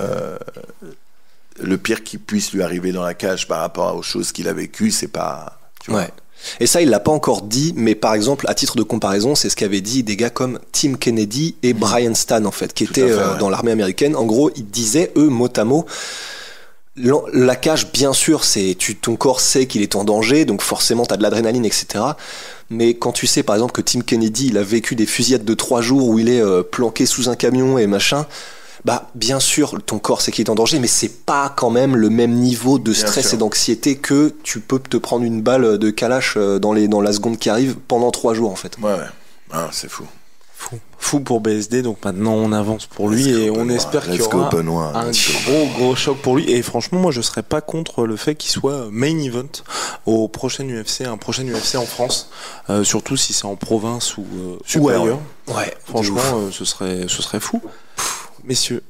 le pire qui puisse lui arriver dans la cage par rapport aux choses qu'il a vécues, c'est pas. Tu vois. Et ça, il l'a pas encore dit, mais par exemple, à titre de comparaison, c'est ce qu'avaient dit des gars comme Tim Kennedy et Brian Stan, en fait, qui étaient dans l'armée américaine. En gros, ils disaient, eux, mot à mot. La cage, bien sûr, ton corps sait qu'il est en danger, donc forcément t'as de l'adrénaline, etc. Mais quand tu sais, par exemple, que Tim Kennedy, il a vécu des fusillades de 3 jours où il est planqué sous un camion et machin, bah bien sûr, ton corps sait qu'il est en danger, mais c'est pas quand même le même niveau de stress et d'anxiété que tu peux te prendre une balle de Kalash dans la seconde qui arrive pendant 3 jours, en fait. Ah, c'est fou. Fou pour BSD, donc maintenant on avance pour lui et on espère qu'il y aura un gros choc pour lui. Et franchement, moi je serais pas contre le fait qu'il soit main event au prochain UFC, un prochain UFC en France, surtout si c'est en province ou ailleurs. Ouais, franchement, ce serait fou. Messieurs.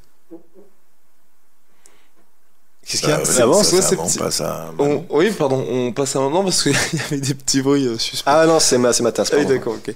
Qu'est-ce qu'il y a? Oui, pardon, on passe à maintenant parce qu'il y avait des petits bruits suspects. Ah non, c'est ma tasse. Ah, d'accord, ok.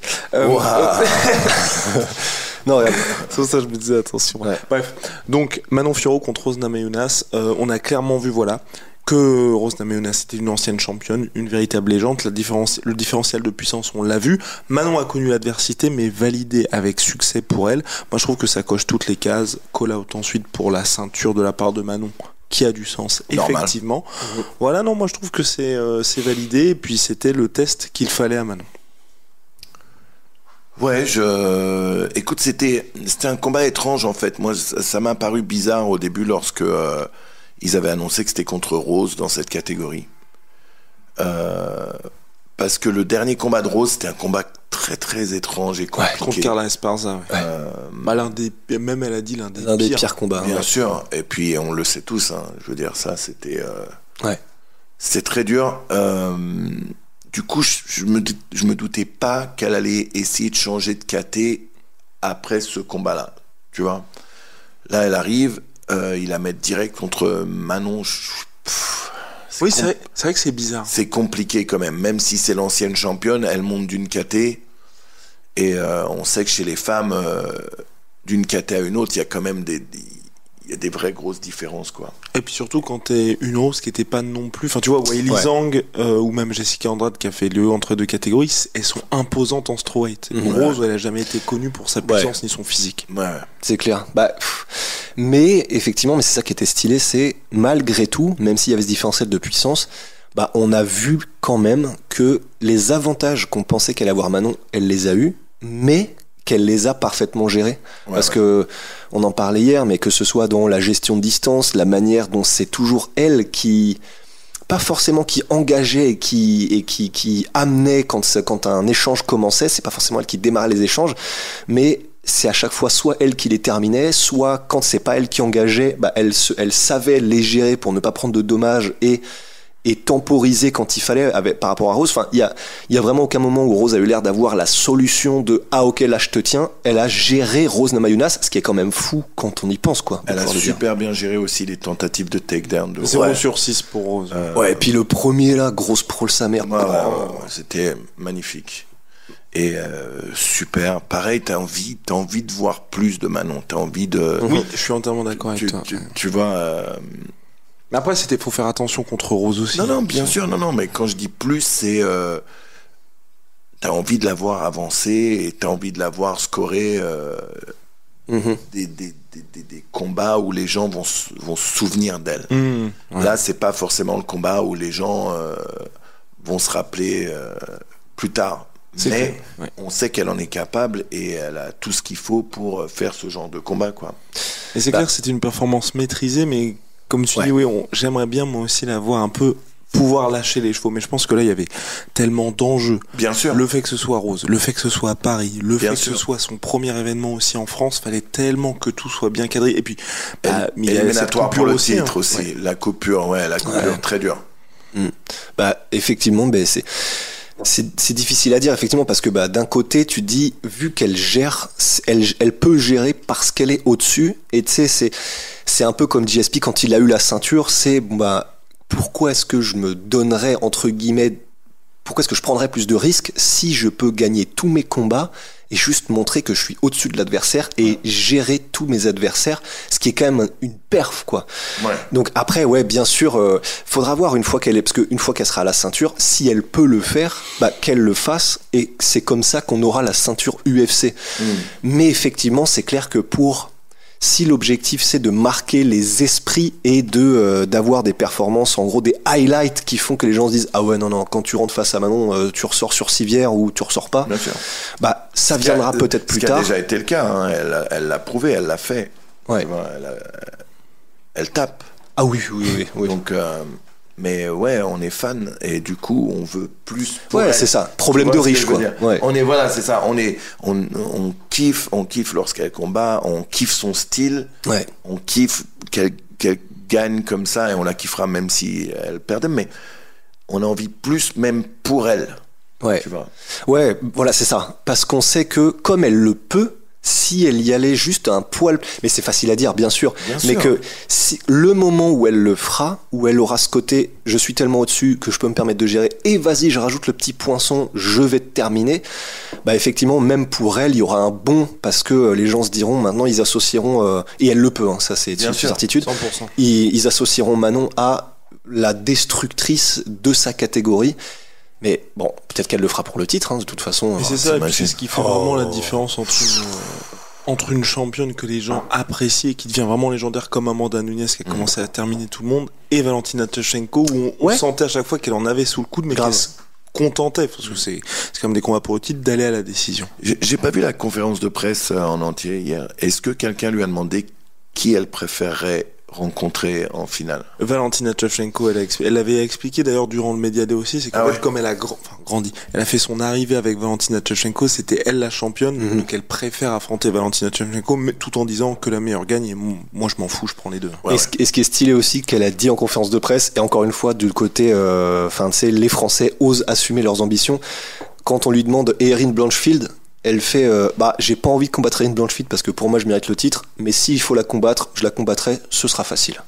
Non, regarde. C'est pour ça que je me disais attention. Ouais. Bref, donc Manon Fiorot contre Rose Namajunas, on a clairement vu que Rose Namajunas était une ancienne championne, une véritable légende. Le différentiel de puissance, on l'a vu. Manon a connu l'adversité, mais validé avec succès pour elle. Moi, je trouve que ça coche toutes les cases. Call out ensuite pour la ceinture de la part de Manon, qui a du sens, effectivement. Voilà, non, moi je trouve que c'est validé, et puis c'était le test qu'il fallait à Manon. Ouais, écoute, c'était un combat étrange en fait. Moi, ça m'a paru bizarre au début lorsque ils avaient annoncé que c'était contre Rose dans cette catégorie. Parce que le dernier combat de Rose, c'était un combat très très étrange et compliqué. Contre Carla Esparza. Même elle a dit l'un des pires combats. Bien sûr. Et puis on le sait tous. Je veux dire, ça c'était. C'était très dur. Du coup, je me doutais pas qu'elle allait essayer de changer de KT après ce combat-là. Tu vois. Là, elle arrive. Il la met direct contre Manon. Oui, c'est vrai que c'est bizarre. C'est compliqué quand même si c'est l'ancienne championne, elle monte d'une KT, et on sait que chez les femmes, d'une KT à une autre, il y a quand même il y a des vraies grosses différences, quoi. Et puis surtout quand t'es une rose qui était pas non plus, enfin tu vois, Weili Zhang ou même Jessica Andrade qui a fait le entre deux catégories, elles sont imposantes en strawweight. Rose, elle a jamais été connue pour sa puissance ni son physique. Ouais. C'est clair. Mais effectivement, c'est ça qui était stylé, c'est malgré tout, même s'il y avait ce différentiel de puissance, on a vu quand même que les avantages qu'on pensait qu'elle allait avoir Manon, elle les a eus, mais qu'elle les a parfaitement gérés. Parce que on en parlait hier, mais que ce soit dans la gestion de distance, la manière dont c'est toujours elle qui, pas forcément qui engageait et qui amenait quand un échange commençait, c'est pas forcément elle qui démarrait les échanges, mais c'est à chaque fois soit elle qui les terminait, soit quand c'est pas elle qui engageait, elle savait les gérer pour ne pas prendre de dommages et temporiser quand il fallait par rapport à Rose. Enfin, il y a vraiment aucun moment où Rose a eu l'air d'avoir la solution de « Ah ok, là je te tiens ». Elle a géré Rose Namajunas, ce qui est quand même fou quand on y pense, quoi. Elle a super bien géré aussi les tentatives de takedown. 0 sur 6 pour Rose. Et puis le premier là, grosse prole sa mère. C'était magnifique. Et super. Pareil, t'as envie de voir plus de Manon. T'as envie de... Oui, je suis entièrement d'accord avec toi. Tu vois... Mais après, faut faire attention contre Rose aussi. Non, bien sûr, mais quand je dis plus, c'est t'as envie de la voir avancer et t'as envie de la voir scorer des combats où les gens vont se souvenir d'elle. Là, c'est pas forcément le combat où les gens vont se rappeler plus tard. Mais on sait qu'elle en est capable et elle a tout ce qu'il faut pour faire ce genre de combat, quoi. Et c'est clair que c'était une performance maîtrisée, mais comme tu dis, j'aimerais bien moi aussi la voir un peu pouvoir lâcher les chevaux, mais je pense que là il y avait tellement d'enjeux. Bien sûr. Le fait que ce soit Rose, le fait que ce soit à Paris, le fait que ce soit son premier événement aussi en France, fallait tellement que tout soit bien cadré. Et puis, il y a cette coupure pour le titre aussi. La coupure, très dure. Effectivement, c'est difficile à dire, effectivement, parce que d'un côté tu dis, vu qu'elle gère, elle peut gérer parce qu'elle est au-dessus, et tu sais, c'est un peu comme GSP quand il a eu la ceinture, c'est pourquoi est-ce que je me donnerais, entre guillemets, pourquoi est-ce que je prendrais plus de risques si je peux gagner tous mes combats et juste montrer que je suis au-dessus de l'adversaire et gérer tous mes adversaires, ce qui est quand même une perf, quoi. Donc après, bien sûr, faudra voir une fois qu'elle sera à la ceinture, si elle peut le faire, qu'elle le fasse, et c'est comme ça qu'on aura la ceinture UFC. Mais effectivement, c'est clair que si l'objectif c'est de marquer les esprits et d'avoir des performances, en gros des highlights qui font que les gens se disent « Ah ouais, non, quand tu rentres face à Manon, tu ressors sur civière ou tu ressors pas », ça viendra peut-être plus tard. Ce qui a déjà été le cas, hein. Elle l'a prouvé, elle l'a fait. Elle tape. Ah oui. Donc... mais on est fan et du coup on veut plus. C'est ça. Problème de riche, quoi. On est c'est ça. On kiffe lorsqu'elle combat. On kiffe son style. On kiffe qu'elle gagne comme ça et on la kiffera même si elle perdait. Mais on a envie plus même pour elle. Tu vois. C'est ça. Parce qu'on sait que comme elle le peut. Si elle y allait juste un poil, mais c'est facile à dire bien sûr, mais que si le moment où elle le fera, où elle aura ce côté je suis tellement au-dessus que je peux me permettre de gérer et vas-y je rajoute le petit poinçon, je vais te terminer, effectivement même pour elle il y aura un bond parce que les gens se diront maintenant ils associeront et elle le peut, ça c'est une certitude, 100%. Ils associeront Manon à la destructrice de sa catégorie. Mais bon, peut-être qu'elle le fera pour le titre, de toute façon. Mais c'est ça, et puis c'est ce qui fait vraiment la différence entre une championne que les gens apprécient et qui devient vraiment légendaire comme Amanda Nunes qui a commencé à terminer tout le monde, et Valentina Shevchenko où on sentait à chaque fois qu'elle en avait sous le coude, mais qu'elle se contentait, parce que c'est comme des combats pour le titre, d'aller à la décision. J'ai pas vu la conférence de presse en entier hier. Est-ce que quelqu'un lui a demandé qui elle préférerait rencontrée en finale? Valentina Shevchenko, elle avait expliqué d'ailleurs durant le Media Day aussi, c'est qu'en fait, comme elle a grandi, elle a fait son arrivée avec Valentina Shevchenko, c'était elle la championne, donc elle préfère affronter Valentina Shevchenko, mais tout en disant que la meilleure gagne, et moi je m'en fous, je prends les deux. Et ce qui est stylé aussi, qu'elle a dit en conférence de presse, et encore une fois, du côté, les Français osent assumer leurs ambitions, quand on lui demande Erin Blanchfield, elle fait j'ai pas envie de combattre Erin Blanchfield parce que pour moi je mérite le titre, mais s'il faut la combattre, je la combattrai, ce sera facile.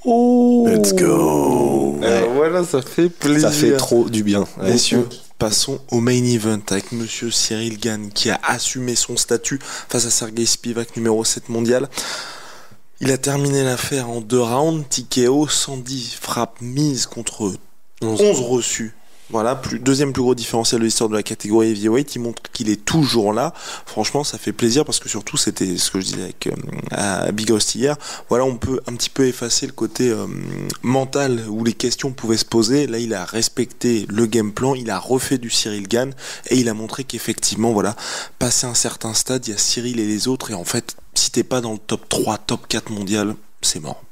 Oh, let's go. Voilà, ça fait plaisir. Ça fait trop du bien. Ouais. Messieurs, passons au main event avec monsieur Cyril Gane qui a assumé son statut face à Sergei Spivak, numéro 7 mondial. Il a terminé l'affaire en 2 rounds, TKO, 110 frappes mises contre 11 reçues. Voilà, deuxième plus gros différentiel de l'histoire de la catégorie heavyweight. Il montre qu'il est toujours là. Franchement, ça fait plaisir parce que surtout, c'était ce que je disais avec à Big Host hier. Voilà, on peut un petit peu effacer le côté mental où les questions pouvaient se poser. Là, il a respecté le game plan, il a refait du Cyril Gane et il a montré qu'effectivement, voilà, passé un certain stade, il y a Cyril et les autres et en fait, si t'es pas dans le top 3, top 4 mondial, c'est mort.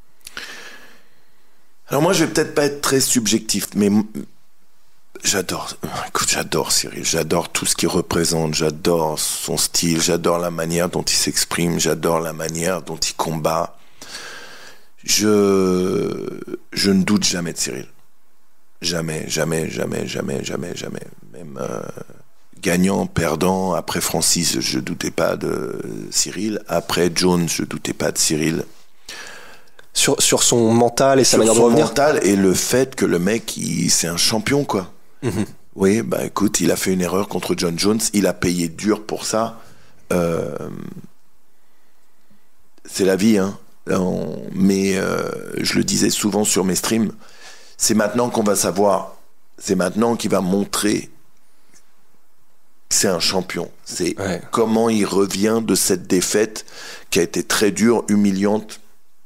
Alors moi, je vais peut-être pas être très subjectif, mais j'adore Cyril, j'adore tout ce qu'il représente, j'adore son style, j'adore la manière dont il s'exprime, j'adore la manière dont il combat. Je ne doute jamais de Cyril. Jamais. Même gagnant, perdant, après Francis, je doutais pas de Cyril. Après Jones, je doutais pas de Cyril. Sur son mental et sa manière de revenir. Sur son mental et le fait que le mec, c'est un champion, quoi. Mm-hmm. Oui, bah écoute, il a fait une erreur contre John Jones, il a payé dur pour ça. C'est la vie, hein. Mais je le disais souvent sur mes streams, c'est maintenant qu'on va savoir, c'est maintenant qu'il va montrer que c'est un champion. C'est comment il revient de cette défaite qui a été très dure, humiliante.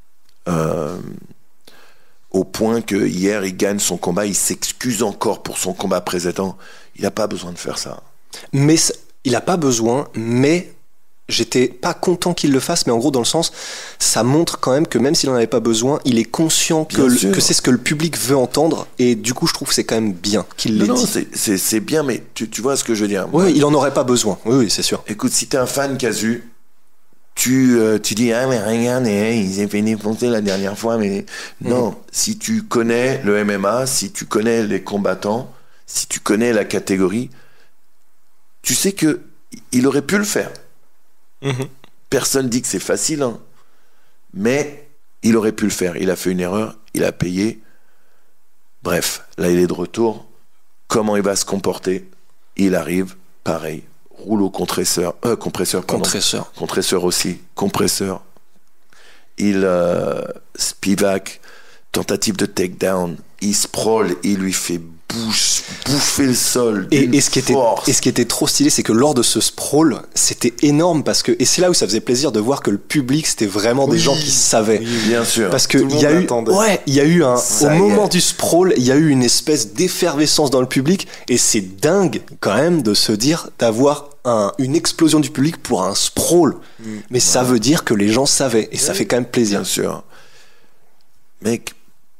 Au point que hier il gagne son combat, il s'excuse encore pour son combat précédent. Il n'a pas besoin de faire ça. Mais il n'a pas besoin, mais j'étais pas content qu'il le fasse, mais en gros dans le sens, ça montre quand même que même s'il n'en avait pas besoin, il est conscient que c'est ce que le public veut entendre, et du coup je trouve que c'est quand même bien qu'il l'ait dit. Non, c'est bien, mais tu vois ce que je veux dire. Oui, il en aurait pas besoin, oui, c'est sûr. Écoute, si t'es un fan Casu, tu dis mais regarde, il s'est fait défoncer la dernière fois, mais non, si tu connais le MMA, si tu connais les combattants, si tu connais la catégorie, tu sais que il aurait pu le faire. Personne dit que c'est facile, hein, mais il aurait pu le faire. Il a fait une erreur, il a payé. Bref, là il est de retour. Comment il va se comporter? Il arrive, pareil. Rouleau compresseur aussi, compresseur. Spivak, tentative de takedown, il sprawl, il lui fait bouffer le sol. Et ce qui était trop stylé, c'est que lors de ce sprawl, c'était énorme parce que, et c'est là où ça faisait plaisir de voir que le public, c'était vraiment des gens qui savaient. Oui, bien sûr. Parce que il y a eu au moment du sprawl, il y a eu une espèce d'effervescence dans le public, et c'est dingue quand même de se dire d'avoir une explosion du public pour un sprawl. Mais ça veut dire que les gens savaient, et ça fait quand même plaisir. Bien sûr. Mec,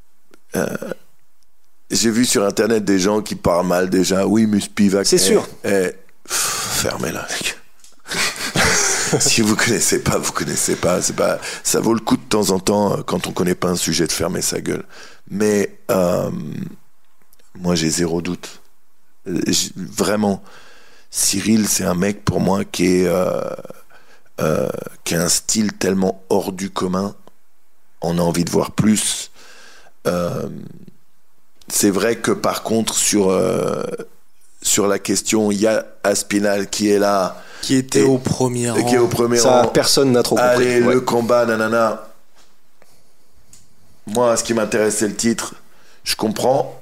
j'ai vu sur internet des gens qui parlent mal déjà. Oui, mais Spivak. C'est sûr. Fermez-la, mec. Si vous connaissez pas, vous connaissez pas. C'est pas. Ça vaut le coup de temps en temps, quand on connaît pas un sujet, de fermer sa gueule. Mais moi, j'ai zéro doute. Vraiment, Cyril, c'est un mec pour moi qui a un style tellement hors du commun. On a envie de voir plus. C'est vrai que par contre sur la question, il y a Aspinall qui est là, qui était au premier rang. Qui est au premier ça, rang. Personne n'a trop compris. Allez, le combat, nanana. Moi, ce qui m'intéresse, c'est le titre. Je comprends.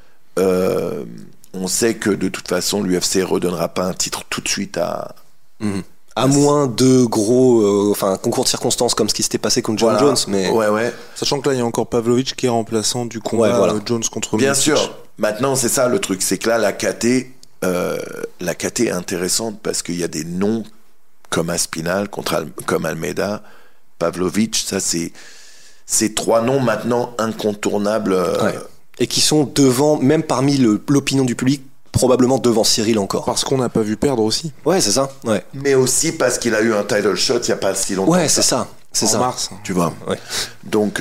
On sait que de toute façon, l'UFC redonnera pas un titre tout de suite à. À moins de gros concours de circonstances comme ce qui s'était passé contre John Jones. Mais... Ouais. Sachant que là, il y a encore Pavlovich qui est remplaçant du combat Jones contre Bien Miocic. sûr. Maintenant, c'est ça le truc. C'est que là, la KT est intéressante parce qu'il y a des noms comme Aspinall, comme Almeida, Pavlovich. Ça, c'est 3 noms maintenant incontournables. Et qui sont devant, même parmi l'opinion du public, probablement devant Cyril encore. Parce qu'on n'a pas vu perdre aussi. Ouais, c'est ça. Ouais. Mais aussi parce qu'il a eu un title shot il n'y a pas si longtemps. Ouais, c'est ça. C'est en mars. Tu vois. Ouais. Donc,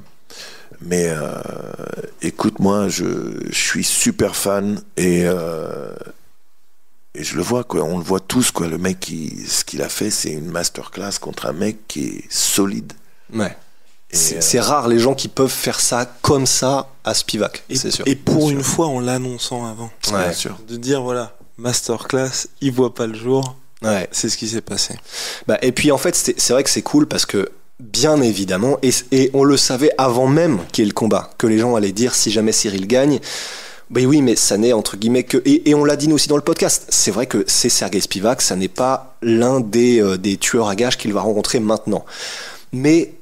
écoute, moi, je suis super fan et je le vois, quoi. On le voit tous, quoi. Le mec, ce qu'il a fait, c'est une masterclass contre un mec qui est solide. Ouais. C'est rare les gens qui peuvent faire ça comme ça à Spivak, c'est sûr. Et pour une fois en l'annonçant avant, bien sûr. De dire voilà, masterclass, il voit pas le jour. Ouais. C'est ce qui s'est passé. Et puis en fait, c'est vrai que c'est cool parce que bien évidemment, et on le savait avant même qu'il y ait le combat, que les gens allaient dire si jamais Cyril gagne. Oui, mais ça n'est entre guillemets que... Et on l'a dit nous aussi dans le podcast, c'est vrai que c'est Sergei Spivak, ça n'est pas l'un des tueurs à gages qu'il va rencontrer maintenant. Mais,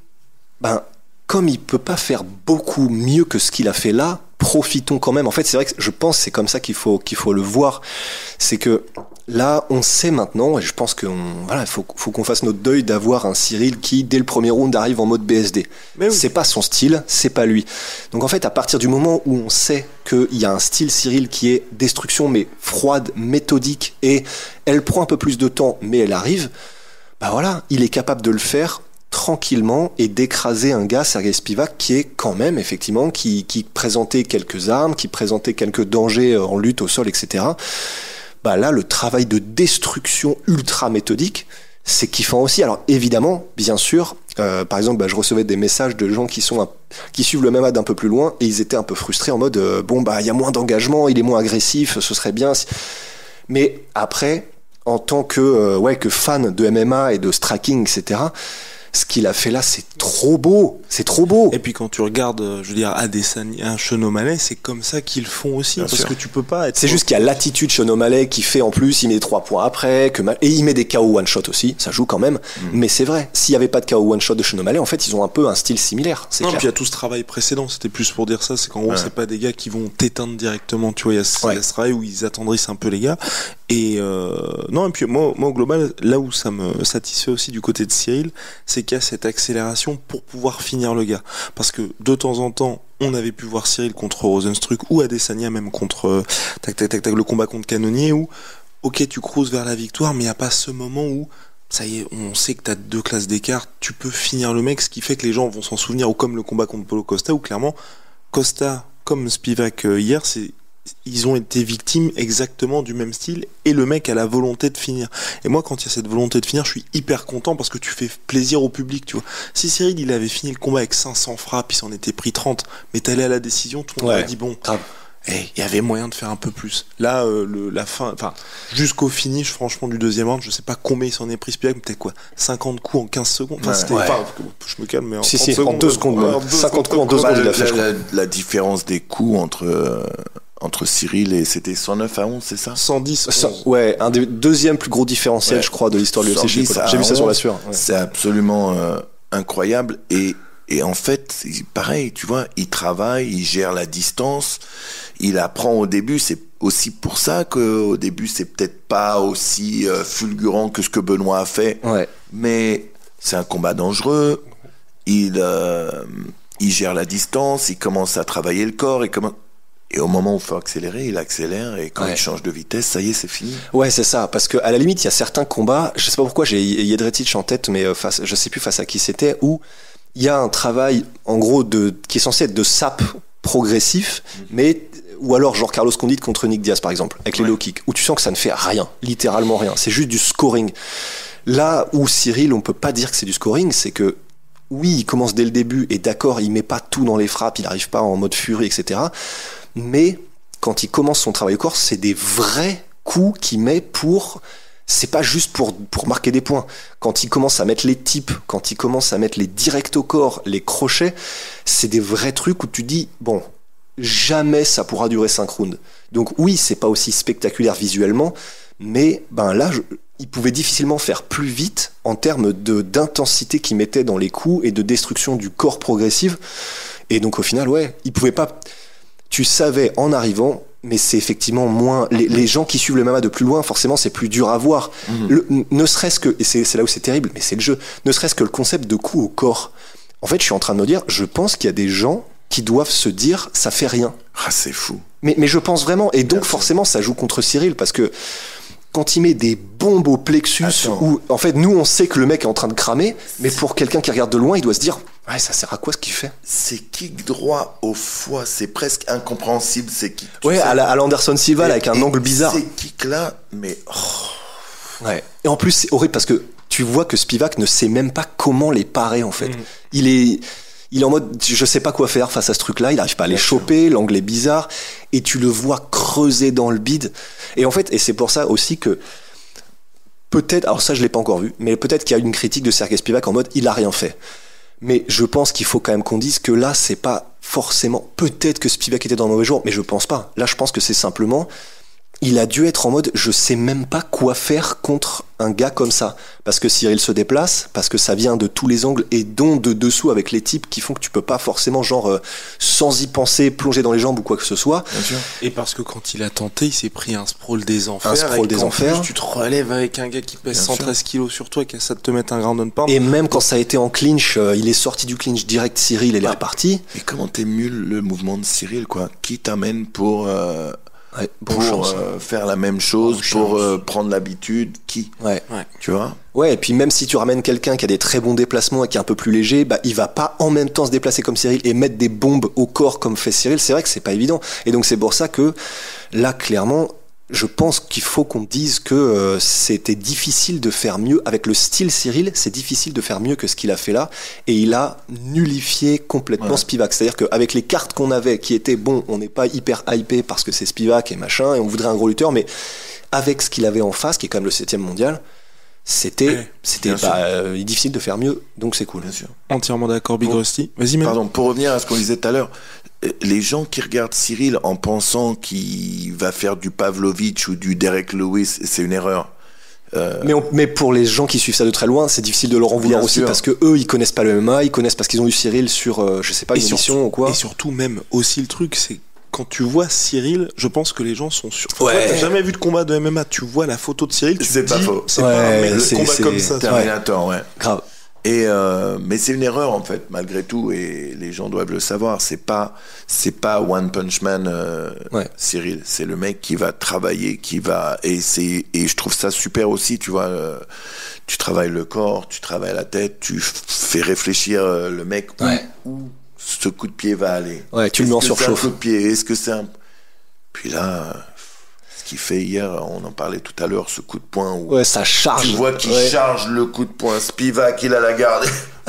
comme il peut pas faire beaucoup mieux que ce qu'il a fait là, profitons quand même. En fait, c'est vrai que je pense que c'est comme ça qu'il faut le voir. C'est que là, on sait maintenant, et je pense qu'il faut qu'on fasse notre deuil d'avoir un Cyril qui, dès le premier round, arrive en mode BSD. Mais oui. C'est pas son style, c'est pas lui. Donc en fait, à partir du moment où on sait qu'il y a un style Cyril qui est destruction, mais froide, méthodique, et elle prend un peu plus de temps, mais elle arrive, il est capable de le faire tranquillement et d'écraser un gars, Sergei Spivak, qui est quand même, effectivement, qui présentait quelques armes, qui présentait quelques dangers en lutte au sol, etc. Là, le travail de destruction ultra méthodique, c'est kiffant aussi. Alors évidemment, bien sûr, par exemple, je recevais des messages de gens qui suivent le MMA d'un peu plus loin et ils étaient un peu frustrés en mode il y a moins d'engagement, il est moins agressif, ce serait bien. Mais après, en tant que fan de MMA et de striking, etc., ce qu'il a fait là, c'est trop beau. Et puis quand tu regardes, Adesanya, Sean O'Malley, c'est comme ça qu'ils font aussi. Parce que tu peux pas être... C'est juste qu'il y a l'attitude Sean O'Malley qui fait en plus, il met 3 points après, et il met des KO one shot aussi, ça joue quand même. Mais c'est vrai, s'il y avait pas de KO one shot de Sean O'Malley, en fait, ils ont un peu un style similaire. C'est clair. Puis il y a tout ce travail précédent, c'était plus pour dire ça, c'est qu'en gros, c'est pas des gars qui vont t'éteindre directement, tu vois, il y a ce travail où ils attendrissent un peu les gars. Et puis moi au global, là où ça me satisfait aussi du côté de Cyril, c'est qu'il y a cette accélération pour pouvoir finir le gars. Parce que de temps en temps, on avait pu voir Cyril contre Rozenstruik ou Adesanya même contre le combat contre Cannonier où ok, tu cruises vers la victoire, mais il n'y a pas ce moment où ça y est, on sait que t'as 2 classes d'écart, tu peux finir le mec, ce qui fait que les gens vont s'en souvenir, ou comme le combat contre Paulo Costa, où clairement Costa comme Spivak hier, ils ont été victimes exactement du même style et le mec a la volonté de finir. Et moi, quand il y a cette volonté de finir, je suis hyper content parce que tu fais plaisir au public, tu vois. Si Cyril, il avait fini le combat avec 500 frappes, il s'en était pris 30, mais t'allais à la décision, tout le monde a dit il y avait moyen de faire un peu plus. Là, la fin, jusqu'au finish, franchement, du deuxième round, je sais pas combien il s'en est pris, peut-être 50 coups en 15 secondes. Je me calme, mais en 2 secondes. 50 coups en 2 secondes, il a fait, la différence des coups entre Cyril et c'était 109 à 11, c'est ça? 110. Un des deuxième plus gros différentiel, je crois, de l'histoire de l'UFC. J'ai vu ça sur la sueur. Ouais. C'est absolument incroyable et en fait, pareil, tu vois, il travaille, il gère la distance, il apprend au début, c'est aussi pour ça qu'au début, c'est peut-être pas aussi fulgurant que ce que Benoît a fait, mais c'est un combat dangereux, il gère la distance, il commence à travailler le corps, et au moment où il faut accélérer, il accélère, et quand il change de vitesse, ça y est, c'est fini. Ouais, c'est ça, parce que à la limite, il y a certains combats, je sais pas pourquoi j'ai Jedrzejczyk en tête, mais je sais plus face à qui c'était, où il y a un travail, en gros, qui est censé être de sap progressif, ou alors genre Carlos Condit contre Nick Diaz, par exemple, avec les low kicks, où tu sens que ça ne fait rien, littéralement rien, c'est juste du scoring. Là où Cyril, on peut pas dire que c'est du scoring, c'est que oui, il commence dès le début, et d'accord, il met pas tout dans les frappes, il arrive pas en mode furie, etc., mais quand il commence son travail au corps, c'est des vrais coups qu'il met c'est pas juste pour marquer des points. Quand il commence à mettre les tips, quand il commence à mettre les directs au corps, les crochets, c'est des vrais trucs où tu dis, jamais ça pourra durer 5 rounds. Donc oui, c'est pas aussi spectaculaire visuellement, mais là, il pouvait difficilement faire plus vite en termes d'intensité qu'il mettait dans les coups et de destruction du corps progressive. Et donc au final, il pouvait pas... Tu savais en arrivant, mais c'est effectivement moins... Les gens qui suivent le MMA de plus loin, forcément, c'est plus dur à voir. Ne serait-ce que... Et c'est là où c'est terrible, mais c'est le jeu. Ne serait-ce que le concept de coup au corps. En fait, je suis en train de me dire, je pense qu'il y a des gens qui doivent se dire, ça fait rien. Ah, c'est fou. Mais je pense vraiment. Et donc, forcément, ça joue contre Cyril, parce que quand il met des bombes au plexus, où, en fait, nous, on sait que le mec est en train de cramer, mais pour quelqu'un qui regarde de loin, il doit se dire... ça sert à quoi ce qu'il fait? Ces kicks droits au foie, c'est presque incompréhensible, ces kicks. À l'Anderson Silva, avec un angle bizarre. Ces kicks-là, mais... Et en plus, c'est horrible parce que tu vois que Spivak ne sait même pas comment les parer, en fait. Il il est en mode je sais pas quoi faire face à ce truc là, il arrive pas à les choper, l'angle est bizarre et tu le vois creuser dans le bide. Et en fait, et c'est pour ça aussi que peut-être, alors ça je l'ai pas encore vu, mais peut-être qu'il y a une critique de Sergej Spivak en mode il a rien fait. Mais je pense qu'il faut quand même qu'on dise que là c'est pas forcément, peut-être que Spivak était dans le mauvais jour, mais je pense pas. Là je pense que c'est simplement il a dû être en mode je sais même pas quoi faire contre un gars comme ça, parce que Cyril se déplace, parce que ça vient de tous les angles et dont de dessous avec les types qui font que tu peux pas forcément genre sans y penser plonger dans les jambes ou quoi que ce soit. Bien sûr. Et parce que quand il a tenté, il s'est pris un sprawl des enfers. Un sprawl des enfers. Tu te relèves avec un gars qui pèse 113 kilos sur toi, qui a ça de te mettre un ground and pound. Et même quand ça a été en clinch, il est sorti du clinch direct Cyril et il est reparti. Mais comment t'émules le mouvement de Cyril, quoi? Qui t'amène pour faire la même chose, pour prendre l'habitude, qui tu vois. Ouais, et puis même si tu ramènes quelqu'un qui a des très bons déplacements et qui est un peu plus léger, bah il va pas en même temps se déplacer comme Cyril et mettre des bombes au corps comme fait Cyril. C'est vrai que c'est pas évident. Et donc c'est pour ça que là clairement je pense qu'il faut qu'on dise que c'était difficile de faire mieux avec le style Cyril, c'est difficile de faire mieux que ce qu'il a fait là, et il a nullifié complètement Spivak. C'est-à-dire qu'avec les cartes qu'on avait, qui étaient bon, on n'est pas hyper hypé parce que c'est Spivak et machin, et on voudrait un gros lutteur, mais avec ce qu'il avait en face, qui est quand même le 7e mondial, c'était difficile de faire mieux, donc c'est cool. Bien sûr. Entièrement d'accord, Big Rusty. Vas-y, même. Pardon, pour revenir à ce qu'on disait tout à l'heure, les gens qui regardent Cyril en pensant qu'il va faire du Pavlovich ou du Derek Lewis, c'est une erreur. Mais pour les gens qui suivent ça de très loin, c'est difficile de leur en vouloir aussi, parce que eux ils connaissent pas le MMA, ils connaissent parce qu'ils ont eu Cyril sur je sais pas, une émission ou quoi. Et surtout même aussi le truc, c'est quand tu vois Cyril, je pense que les gens sont sûrs. Ouais. T'as jamais vu de combat de MMA, tu vois la photo de Cyril, tu c'est te pas dis, faux. C'est pas un mec de combat comme ça. Terminator, ouais. Grave. Et mais c'est une erreur en fait, malgré tout, et les gens doivent le savoir. C'est pas One Punch Man Cyril. C'est le mec qui va travailler, qui va et je trouve ça super aussi. Tu vois, tu travailles le corps, tu travailles la tête, tu fais réfléchir le mec où ce coup de pied va aller. Ouais, tu le mets en surchauffe. C'est un coup de pied. Est-ce que c'est un... Puis là, ce qu'il fait hier, on en parlait tout à l'heure, ce coup de poing où ça charge. Tu vois qu'il charge le coup de poing. Spivak, il a la garde.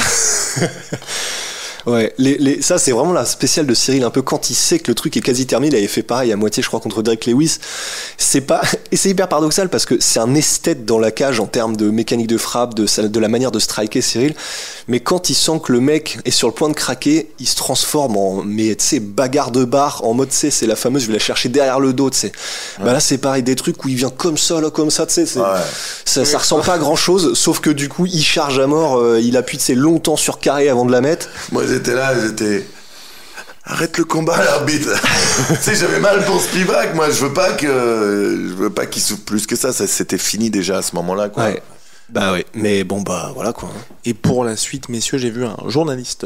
Ouais, ça c'est vraiment la spéciale de Cyril, un peu quand il sait que le truc est quasi terminé. Il avait fait pareil à moitié, je crois, contre Derek Lewis. Et c'est hyper paradoxal parce que c'est un esthète dans la cage en termes de mécanique de frappe, de la manière de striker Cyril. Mais quand il sent que le mec est sur le point de craquer, il se transforme en, mais tu sais, bagarre de bar, en mode, tu sais, c'est la fameuse, je vais la chercher derrière le dos, tu sais. Bah là c'est pareil, des trucs où il vient comme ça, tu sais, ça ressemble pas à grand chose, sauf que du coup il charge à mort, il appuie de ses longtemps sur carré avant de la mettre. Moi j'étais arrête le combat l'arbitre. Tu sais, j'avais mal pour Spivak, moi je veux pas qu'il souffre plus que ça c'était fini déjà à ce moment-là, quoi. Ouais. Bah oui, mais bon bah voilà quoi. Et pour la suite, messieurs, j'ai vu un journaliste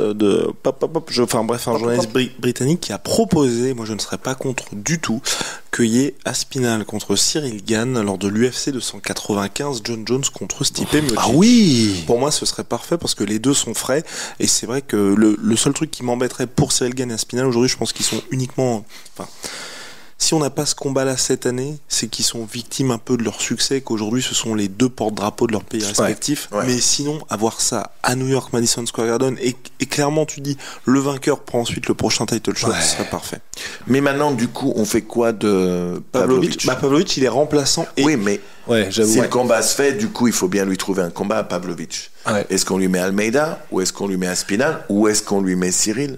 journaliste britannique qui a proposé, moi je ne serais pas contre du tout, qu'il y ait Aspinall contre Cyril Gane lors de l'UFC 295, John Jones contre Stipe Miocic. Ah oui. Pour moi, ce serait parfait parce que les deux sont frais et c'est vrai que le seul truc qui m'embêterait pour Cyril Gane et Aspinall aujourd'hui, je pense qu'ils sont uniquement, si on n'a pas ce combat-là cette année, c'est qu'ils sont victimes un peu de leur succès, qu'aujourd'hui ce sont les deux porte-drapeaux de leur pays respectifs. Ouais. Mais sinon, avoir ça à New York, Madison Square Garden, et clairement tu dis, le vainqueur prend ensuite le prochain title shot, ce serait parfait. Mais maintenant, du coup, on fait quoi de Pavlovich? Pavlovich, il est remplaçant. Et... Oui, mais j'avoue, si le combat se fait, du coup, il faut bien lui trouver un combat à Pavlovich. Ouais. Est-ce qu'on lui met Almeida, ou est-ce qu'on lui met Aspinall, ou est-ce qu'on lui met Cyril?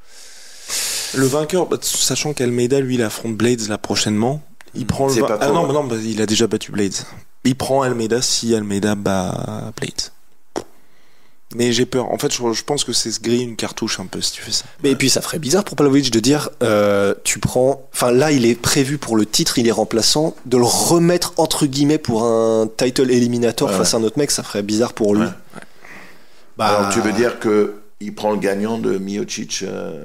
Le vainqueur, sachant qu'Almeida, lui, il affronte Blades là prochainement, il prend le non, il a déjà battu Blades. Il prend Almeida si Almeida bat Blades. Mais j'ai peur. En fait, je pense que c'est se griller une cartouche un peu si tu fais ça. Mais et puis ça ferait bizarre pour Pavlovich de dire, tu prends. Enfin là, il est prévu pour le titre, il est remplaçant, de le remettre entre guillemets pour un title eliminator face à un autre mec, ça ferait bizarre pour lui. Ouais. Alors tu veux dire que il prend le gagnant de Miocic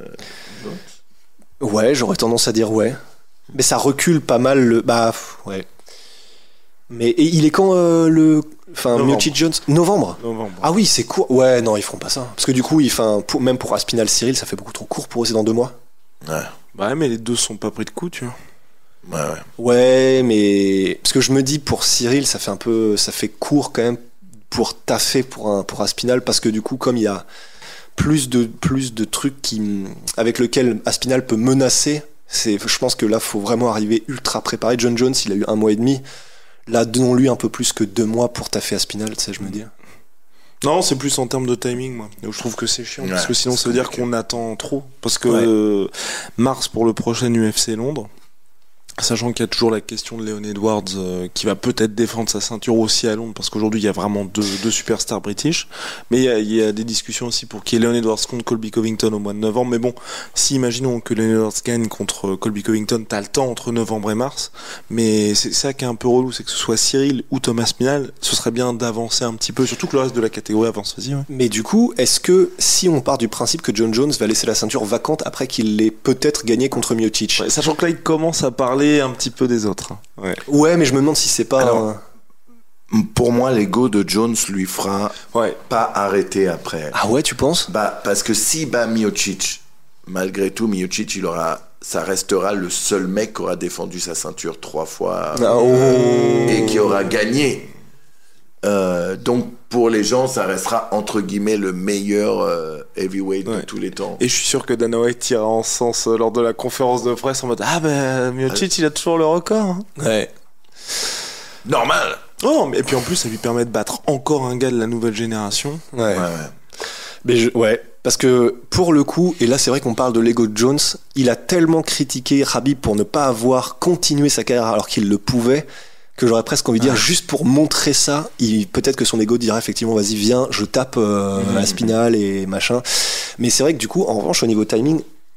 Ouais, j'aurais tendance à dire ouais. Mais ça recule pas mal ouais. Mais et il est quand Miocic Jones Novembre. Ah oui, c'est court. Ouais, non, ils feront pas ça. Parce que du coup, même pour Aspinall Cyril, ça fait beaucoup trop court pour eux, c'est dans 2 mois. Ouais. Bah mais les deux sont pas pris de coup, tu vois. Ouais, mais parce que je me dis pour Cyril, ça fait court quand même pour taffer pour Aspinall, parce que du coup, comme il y a plus de trucs avec lesquels Aspinall peut menacer. Je pense que là, faut vraiment arriver ultra préparé. John Jones, il a eu 1 mois et demi. Là, donnons-lui un peu plus que 2 mois pour taffer Aspinall, tu sais, je me dis. Non, c'est plus en termes de timing, moi. Je trouve que c'est chiant, parce que sinon ça veut dire qu'on attend trop. Parce que mars pour le prochain UFC Londres, sachant qu'il y a toujours la question de Leon Edwards qui va peut-être défendre sa ceinture aussi à Londres, parce qu'aujourd'hui il y a vraiment deux superstars british, mais il y a des discussions aussi pour qu'il y ait Leon Edwards contre Colby Covington au mois de novembre. Mais bon, si imaginons que Leon Edwards gagne contre Colby Covington, t'as le temps entre novembre et mars, mais c'est ça qui est un peu relou, c'est que ce soit Cyril ou Thomas Aspinall, ce serait bien d'avancer un petit peu, surtout que le reste de la catégorie avance. Vas-y. Ouais. Mais du coup, est-ce que si on part du principe que John Jones va laisser la ceinture vacante après qu'il l'ait peut-être gagné contre Miocic, sachant que là il commence à parler un petit peu des autres. Ouais, mais je me demande si c'est pas... Alors, pour moi, l'ego de Jones lui fera pas arrêter après. Ah ouais, tu penses ? Parce que si bat Miocic, malgré tout, Miocic, ça restera le seul mec qui aura défendu sa ceinture 3 fois et qui aura gagné. Donc pour les gens, ça restera entre guillemets le meilleur heavyweight de tous les temps. Et je suis sûr que Dana White tira en sens lors de la conférence de presse en mode Miocic il a toujours le record. Hein. Ouais. Normal. Oh, et puis en plus ça lui permet de battre encore un gars de la nouvelle génération. Ouais. Mais parce que pour le coup, et là c'est vrai qu'on parle de l'ego de Jones, il a tellement critiqué Khabib pour ne pas avoir continué sa carrière alors qu'il le pouvait, que j'aurais presque envie de dire, juste pour montrer ça, peut-être que son ego dirait effectivement vas-y viens, je tape Aspinall et machin. Mais c'est vrai que du coup, en revanche, au niveau timing,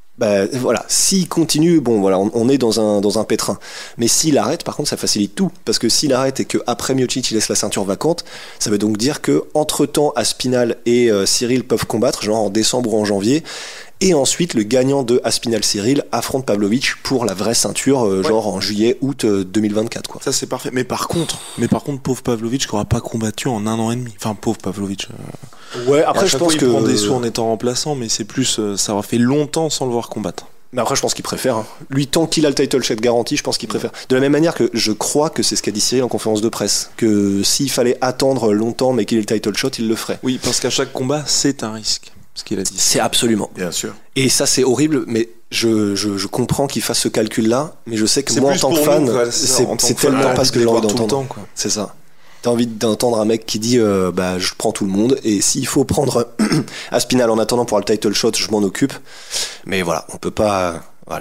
s'il continue, on est dans un pétrin. Mais s'il arrête, par contre, ça facilite tout, parce que s'il arrête et que après Miocic il laisse la ceinture vacante, ça veut donc dire que entre temps Aspinall et Cyril peuvent combattre, genre en décembre ou en janvier. Et ensuite, le gagnant de Aspinall-Cyril affronte Pavlovich pour la vraie ceinture, genre en juillet-août 2024, quoi. Ça, c'est parfait. Mais par contre, pauvre Pavlovich qui n'aura pas combattu en 1 an et demi. Enfin, pauvre Pavlovich. Ouais, après, je pense il prend des sous en étant remplaçant, mais c'est plus, ça aura fait longtemps sans le voir combattre. Mais après, je pense qu'il préfère. Hein. Lui, tant qu'il a le title shot garanti, je pense qu'il préfère. De la même manière que je crois que c'est ce qu'a dit Cyril en conférence de presse, que s'il fallait attendre longtemps, mais qu'il ait le title shot, il le ferait. Oui, parce qu'à chaque combat, c'est un risque. Ce qu'il a dit. C'est absolument. Bien sûr. Et ça, c'est horrible, mais je comprends qu'il fasse ce calcul-là, mais je sais que moi, en tant que fan, c'est tellement pas ce que j'ai envie d'entendre. C'est ça. T'as envie d'entendre un mec qui dit je prends tout le monde, et s'il faut prendre Aspinall en attendant pour le title shot, je m'en occupe. Mais voilà, on peut pas. Allez.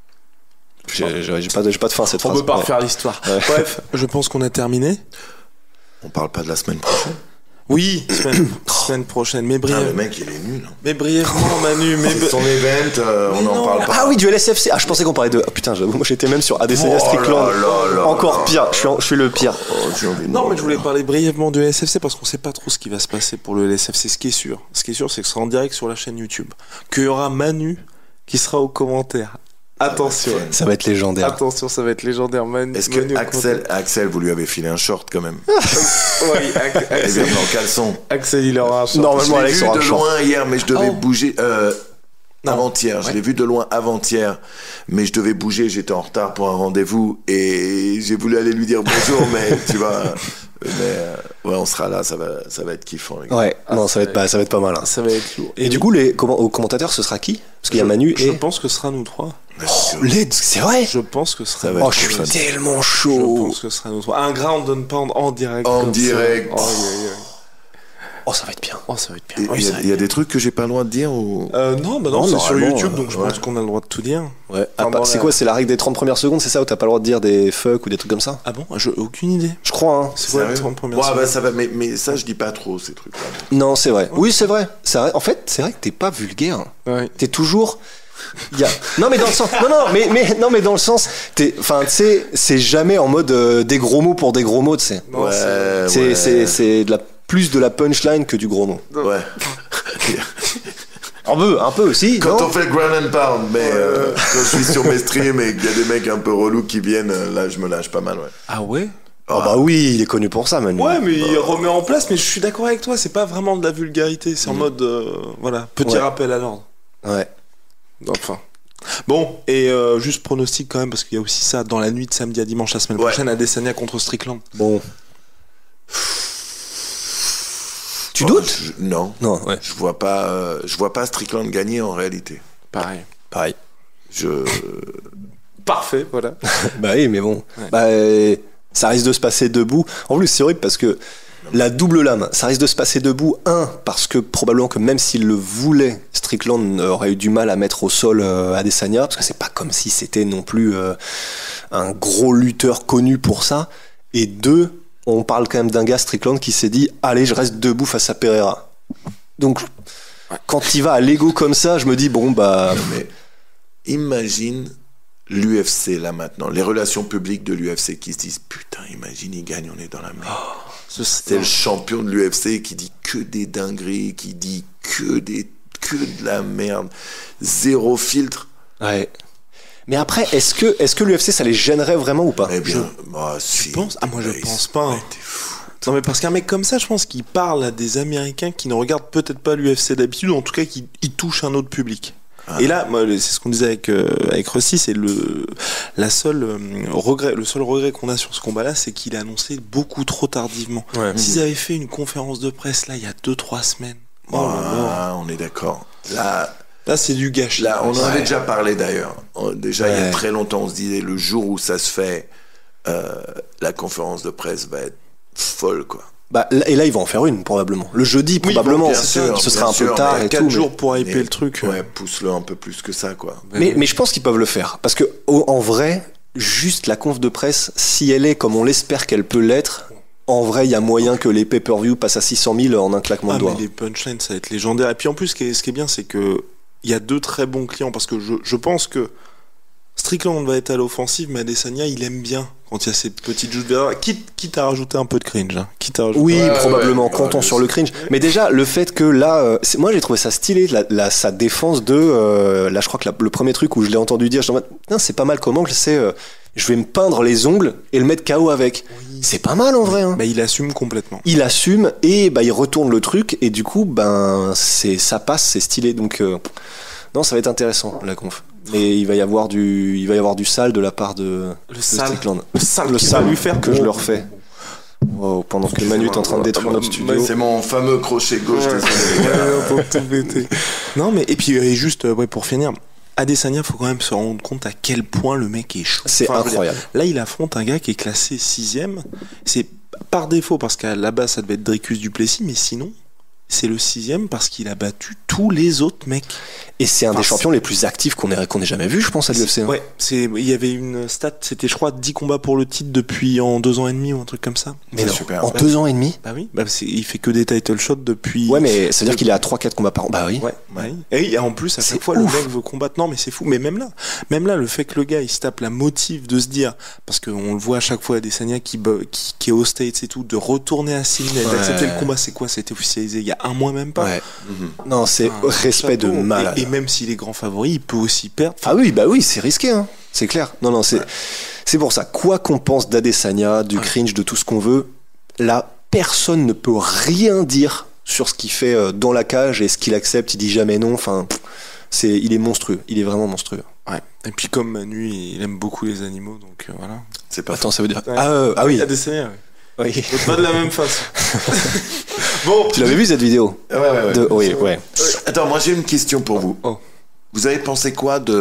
J'ai pas de fin à cette phrase. On peut pas refaire l'histoire. Ouais. Bref, je pense qu'on a terminé. On parle pas de la semaine prochaine. Oui, semaine prochaine, mais brièvement. Le mec, il est nul. Hein. Mais brièvement, Manu. C'est son event, on n'en parle pas. Ah oui, du LSFC. Ah, je pensais qu'on parlait de. Oh, putain, moi j'étais même sur Adesanya Strickland. Encore pire. Je suis le pire. Non, mais je voulais parler brièvement du LSFC parce qu'on sait pas trop ce qui va se passer pour le LSFC. Ce qui est sûr, c'est que ce sera en direct sur la chaîne YouTube. Qu'il y aura Manu qui sera aux commentaires. Attention, ça va être légendaire. Attention, ça va être légendaire. Est-ce que Axel, vous lui avez filé un short quand même? Oui, Axel. Il en caleçon. Axel, il aura un short. Normalement, Alex aura un short. Je l'ai vu de loin hier, mais je devais bouger. Avant-hier, je l'ai vu de loin avant-hier, mais je devais bouger. J'étais en retard pour un rendez-vous et j'ai voulu aller lui dire bonjour, mais tu vois. Mais on sera là, ça va être kiffant. Ouais, ça va être pas mal. Hein. Ça va être lourd. Et du coup, aux commentateurs, ce sera qui? Parce qu'il y a Manu et. Je pense que ce sera nous trois. C'est vrai. Je pense que ce sera. Je suis tellement chaud. Je pense que ce sera nous trois. Un ground and pound en direct. En direct. Oh, ça va être bien. Il y a des trucs que j'ai pas le droit de dire ou... Non, c'est sur YouTube, donc je pense qu'on a le droit de tout dire. Ouais. C'est quoi, c'est la règle des 30 premières secondes, c'est ça, où t'as pas le droit de dire des fuck ou des trucs comme ça? Ah bon? J'ai aucune idée. Je crois, hein. C'est quoi les 30 premières secondes? Ça va, mais ça, je dis pas trop, ces trucs-là. Non, c'est vrai. Oui, c'est vrai. En fait, c'est vrai que t'es pas vulgaire. Ouais. T'es toujours... Non mais dans le sens mais dans le sens c'est jamais en mode des gros mots pour des gros mots, tu sais. C'est plus de la punchline que du gros mot. Ouais. un peu aussi. Quand on fait le ground and pound, mais quand je suis sur mes streams et qu'il y a des mecs un peu relous qui viennent, là je me lâche pas mal, ouais. Ah ouais? Bah oui, il est connu pour ça, Manu. Ouais, mais il remet en place, mais je suis d'accord avec toi, c'est pas vraiment de la vulgarité, c'est en mode petit rappel à l'ordre. Ouais. Enfin. Bon, et juste pronostic quand même, parce qu'il y a aussi ça dans la nuit de samedi à dimanche la semaine prochaine, Adesanya contre Strickland. Bon. Tu doutes? Non. Ouais. Je vois pas Strickland gagner en réalité. Pareil. Parfait, voilà. Bah oui, mais bon. Ouais. Ça risque de se passer debout. En plus, c'est horrible parce que la double lame, ça risque de se passer debout. Parce que probablement que même s'il le voulait, Strickland aurait eu du mal à mettre au sol Adesanya, parce que c'est pas comme si c'était non plus un gros lutteur connu pour ça. Et 2, on parle quand même d'un gars, Strickland, qui s'est dit « Allez, je reste debout face à Pereira ». Donc, quand il va à l'ego comme ça, je me dis « Bon, bah... » Mais imagine l'UFC, là, maintenant, les relations publiques de l'UFC qui se disent « Putain, imagine, il gagne, on est dans la merde. C'est le champion de l'UFC qui dit que des dingueries, qui dit que de la merde, zéro filtre. » Ouais. Mais après, est-ce que l'UFC, ça les gênerait vraiment ou pas? Eh bien, si. Tu penses? Moi, je pense pas. Hein. Non, mais parce qu'un mec comme ça, je pense qu'il parle à des Américains qui ne regardent peut-être pas l'UFC d'habitude, ou en tout cas qui touchent un autre public. Et là, moi, c'est ce qu'on disait avec Rusty, c'est le seul regret qu'on a sur ce combat-là, c'est qu'il a annoncé beaucoup trop tardivement. Ouais. S'ils avaient fait une conférence de presse là il y a 2-3 semaines. On est d'accord. Là, c'est du gâchis. Là, on en avait déjà parlé d'ailleurs. Déjà, il y a très longtemps, on se disait le jour où ça se fait, la conférence de presse va être folle, quoi. Et là, ils vont en faire une, probablement. Le jeudi, probablement. Ce sera un peu tard et 4 jours pour hyper le truc. Ouais, pousse-le un peu plus que ça, quoi. Mais je pense qu'ils peuvent le faire. Parce que, en vrai, juste la conf de presse, si elle est comme on l'espère qu'elle peut l'être, en vrai, il y a moyen que les pay-per-view passent à 600 000 en un claquement de doigts. Mais les punchlines, ça va être légendaire. Et puis en plus, ce qui est bien, c'est que il y a 2 très bons clients, parce que je pense que Strickland va être à l'offensive, mais Adesanya, il aime bien quand il y a ces petites joutes de quitte à rajouter un peu de cringe. Hein. Oui, probablement, comptons sur le cringe. Mais déjà, le fait que là, moi j'ai trouvé ça stylé, sa défense de... là, je crois que le premier truc où je l'ai entendu dire, je me dis, c'est pas mal comme angle, c'est... je vais me peindre les ongles et le mettre KO avec. Oui. C'est pas mal en vrai. Hein. Il assume complètement. Il assume et il retourne le truc et du coup, ça passe, c'est stylé. Donc, non, ça va être intéressant la conf. Mais il va y avoir du sale de la part de Strickland. Le sale lui faire que je le refais. Wow, pendant que Manu est en train de détruire notre studio. C'est mon fameux crochet gauche. Non, mais et puis juste pour finir. Adesanya, faut quand même se rendre compte à quel point le mec est chaud. C'est incroyable. Là, il affronte un gars qui est classé 6ème. C'est par défaut, parce qu'à la base, ça devait être Dricus du Plessis, mais sinon, c'est le 6ème parce qu'il a battu tous les autres mecs. Et c'est un des champions les plus actifs qu'on ait jamais vu, je pense, à l'UFC. Ouais, il y avait une stat, c'était, je crois, 10 combats pour le titre depuis en 2 ans et demi ou un truc comme ça. Mais non, super. En 2 ans et demi? Bah oui, il fait que des title shots depuis. Ouais, mais ça veut dire qu'il est à 3-4 combats par an. Bah oui. Ouais. Et en plus, à chaque fois, le mec veut combattre. Non, mais c'est fou. Mais même là, le fait que le gars, il se tape la motive de se dire, parce qu'on le voit à chaque fois, Adesanya qui est aux States et tout, de retourner à Sydney, d'accepter le combat, c'est quoi? C'était officialisé il y a 1 mois même pas. Ouais. Non, c'est respect de malade. Et même s'il est grand favori, il peut aussi perdre. Ah oui, c'est risqué, hein. C'est clair. Non, c'est pour ça. Quoi qu'on pense d'Adesanya, du cringe, de tout ce qu'on veut, là, personne ne peut rien dire sur ce qu'il fait dans la cage et ce qu'il accepte. Il dit jamais non. Enfin, il est monstrueux. Il est vraiment monstrueux. Ouais. Et puis comme Manu, il aime beaucoup les animaux, donc voilà. C'est pas. Attends, ça veut dire. Ouais. Ah oui. Adesanya. Oui. Pas de la même façon. Bon. Tu l'avais vu cette vidéo? Ouais. Oui. Attends, moi j'ai une question pour vous. Oh. Vous avez pensé quoi du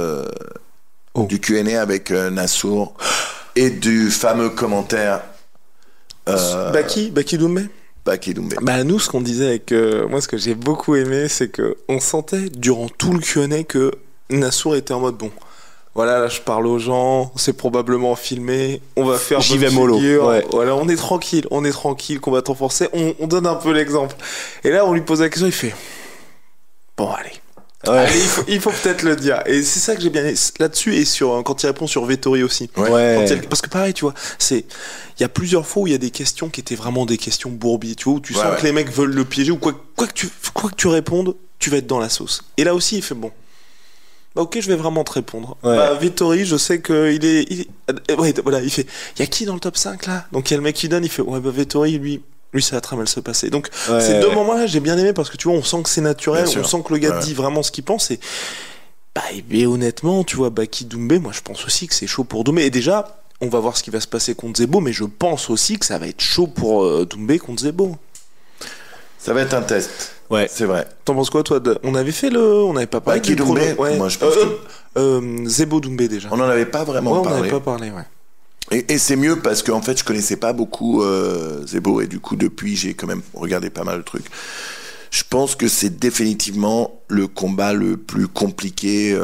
Q&A avec Nassour et du fameux commentaire Baki Doumbé? Baki Doumbé. Nous, ce qu'on disait avec moi, ce que j'ai beaucoup aimé, c'est que on sentait durant tout le Q&A que Nassour était en mode bon. Voilà, là, je parle aux gens, c'est probablement filmé, on va faire j'y vais mollo. Ouais. Voilà, on est tranquille, combattant français, on donne un peu l'exemple. Et là, on lui pose la question, il fait bon, allez. Ouais. Allez, il faut peut-être le dire. Et c'est ça que j'ai bien aimé là-dessus et quand il répond sur Vettori aussi. Ouais. Parce que pareil, tu vois, il y a plusieurs fois où il y a des questions qui étaient vraiment des questions bourbiers, tu vois, où tu sens que les mecs veulent le piéger ou quoi que tu répondes, tu vas être dans la sauce. Et là aussi, il fait bon. Ok, je vais vraiment te répondre. Ouais. Vettori, je sais que il fait, il y a qui dans le top 5 là? Donc il y a le mec qui donne, il fait Vettori, lui ça va très mal se passer. Donc ces 2 moments-là, j'ai bien aimé parce que tu vois, on sent que c'est naturel, on sent que le gars dit vraiment ce qu'il pense et honnêtement, tu vois, Baki Doumbé, moi je pense aussi que c'est chaud pour Doumbé. Et déjà, on va voir ce qui va se passer contre Zebo, mais je pense aussi que ça va être chaud pour Doumbé contre Zebo. Ça va être un test. Ouais. C'est vrai. T'en penses quoi, toi? On avait fait on n'avait pas parlé Baki Doumbé. Moi, je pense Zebo Doumbé, déjà. on n'en avait pas vraiment on parlé. n'avait pas parlé, ouais. Et c'est mieux parce qu'en fait, je connaissais pas beaucoup Zebo, et du coup, depuis, j'ai quand même regardé pas mal de trucs. Je pense que c'est définitivement le combat le plus compliqué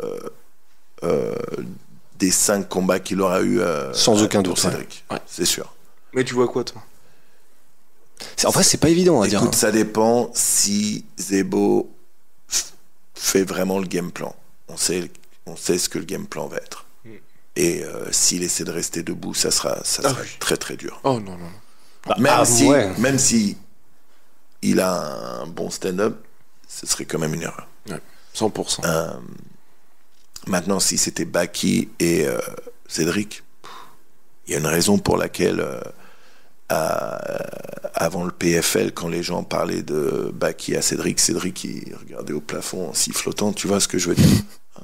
des 5 combats qu'il aura eu sans aucun doute, Cédric. Ouais. C'est sûr. Mais tu vois quoi, toi? En vrai, c'est pas évident à dire. Écoute, ça dépend si Zebo fait vraiment le game plan. On sait ce que le game plan va être. Et s'il essaie de rester debout, ça sera très très dur. Oh non. Même si il a un bon stand-up, ce serait quand même une erreur. Ouais, 100%. Maintenant, si c'était Baki et Cédric, il y a une raison pour laquelle avant le PFL, quand les gens parlaient de Baki à Cédric, il regardait au plafond en sifflotant. Tu vois ce que je veux dire?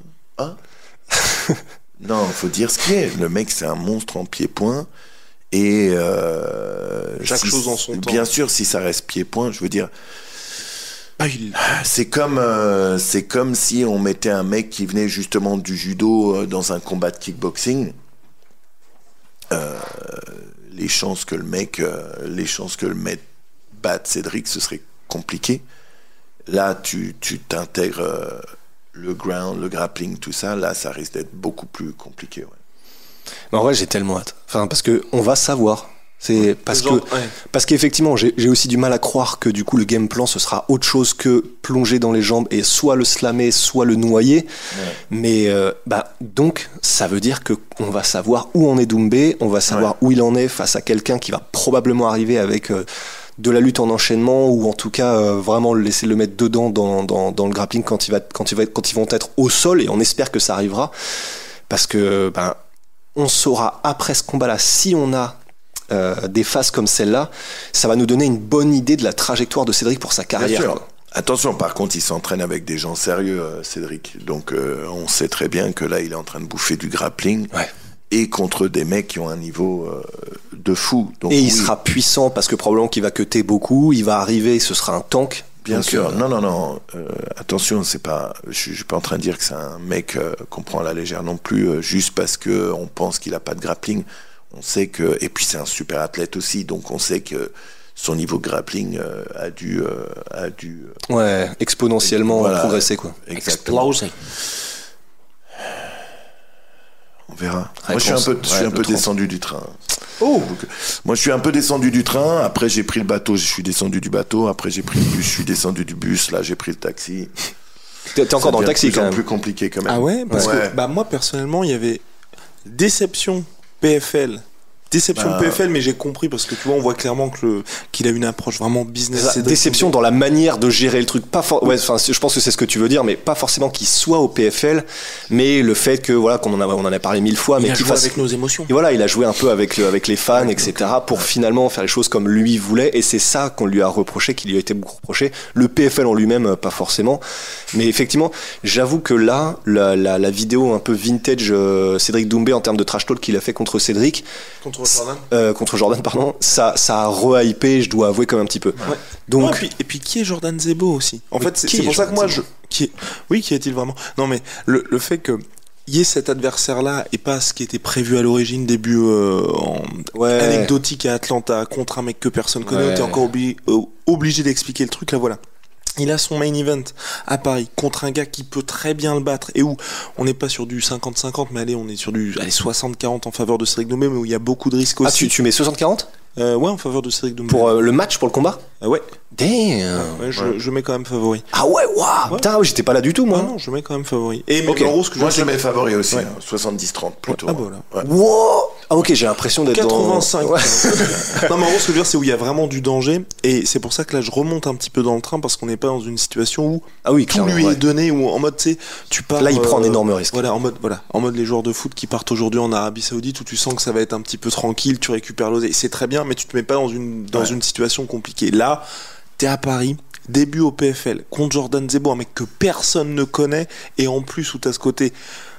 Non, il faut dire ce qui est. Le mec, c'est un monstre en pied-point. Et chaque chose en son temps. Bien sûr, si ça reste pied-point, je veux dire, c'est comme si on mettait un mec qui venait justement du judo dans un combat de kickboxing. Les chances que le mec batte Cédric, ce serait compliqué. Là, tu t'intègres le ground, le grappling, tout ça. Là, ça risque d'être beaucoup plus compliqué. Ouais. Mais en vrai, j'ai tellement hâte. Enfin, parce que on va savoir. C'est parce qu'effectivement, j'ai aussi du mal à croire que du coup le game plan ce sera autre chose que plonger dans les jambes et soit le slammer, soit le noyer. Ouais. Mais donc ça veut dire que on va savoir où en est Doumbé, on va savoir où il en est face à quelqu'un qui va probablement arriver avec de la lutte en enchaînement ou en tout cas vraiment laisser le mettre dedans dans le grappling quand ils vont être au sol, et on espère que ça arrivera parce que on saura après ce combat-là si on a des phases comme celle-là, ça va nous donner une bonne idée de la trajectoire de Cédric pour sa carrière. Bien sûr. Attention, par contre, il s'entraîne avec des gens sérieux, Cédric. Donc, on sait très bien que là, il est en train de bouffer du grappling et contre des mecs qui ont un niveau de fou. Donc, et il sera puissant parce que probablement qu'il va cutter beaucoup. Il va arriver, ce sera un tank. Bien sûr. Non. Attention, je suis pas en train de dire que c'est un mec qu'on prend à la légère non plus, juste parce que on pense qu'il a pas de grappling. On sait que, et puis c'est un super athlète aussi, donc on sait que son niveau de grappling a dû exponentiellement progresser, quoi. Exactement. On verra. Moi, je suis un peu descendu du train. Donc, moi, je suis un peu descendu du train. Après, j'ai pris le bateau. Je suis descendu du bateau. Après, j'ai pris le bus. Je suis descendu du bus. Là, j'ai pris le taxi. T'es encore dans le taxi quand même. C'est plus compliqué quand même. Ah ouais, parce que moi personnellement, il y avait déception PFL, mais j'ai compris parce que tu vois, on voit clairement qu'il a une approche vraiment business. Déception dans la manière de gérer le truc. Je pense que c'est ce que tu veux dire, mais pas forcément qu'il soit au PFL, mais le fait que qu'on en a parlé 1000 fois, mais qu'il fasse avec nos émotions. Et voilà, il a joué un peu avec les fans, etc. pour finalement faire les choses comme lui voulait, et c'est ça qu'on lui a reproché, qu'il lui a été beaucoup reproché. Le PFL en lui-même, pas forcément, mais effectivement, j'avoue que là, la vidéo un peu vintage Cédric Doumbé en termes de trash talk qu'il a fait contre Cédric. Contre Jordan, pardon, ça a re-hypé, je dois avouer, comme un petit peu. Ouais. Donc, et puis qui est Jordan Zebo aussi? En fait, c'est pour ça que moi, qui est-il vraiment? Non, mais le fait que y ait cet adversaire-là et pas ce qui était prévu à l'origine, début anecdotique à Atlanta contre un mec que personne connaît, t'es encore obligé d'expliquer le truc, là voilà. Il a son main event à Paris contre un gars qui peut très bien le battre et où on n'est pas sur du 50-50, mais on est sur du 60-40 en faveur de Cédric Doumbé, mais où il y a beaucoup de risques aussi. Tu mets 60-40 ? Ouais, en faveur de Cédric Doumbé. Pour le match, pour le combat ? Ouais. Damn. Je mets quand même favori. Ah ouais, waouh. Putain, j'étais pas là du tout, moi. Non, je mets quand même favori. Et moi, je mets favori aussi, 70-30 plutôt. Ah voilà. Wow. Ah ok, j'ai l'impression d'être 85. Non, mais en gros, ce que je veux dire, c'est où il y a vraiment du danger, et c'est pour ça que là, je remonte un petit peu dans le train parce qu'on n'est pas dans une situation où tout lui est donné, où en mode, tu sais, tu pars. Là, il prend un énorme risque. Voilà, en mode les joueurs de foot qui partent aujourd'hui en Arabie Saoudite, où tu sens que ça va être un petit peu tranquille, tu récupères l'oseille, c'est très bien, mais tu te mets pas dans une situation compliquée. Là, t'es à Paris, début au PFL contre Jordan Zebo, un mec que personne ne connaît, et en plus où t'as ce côté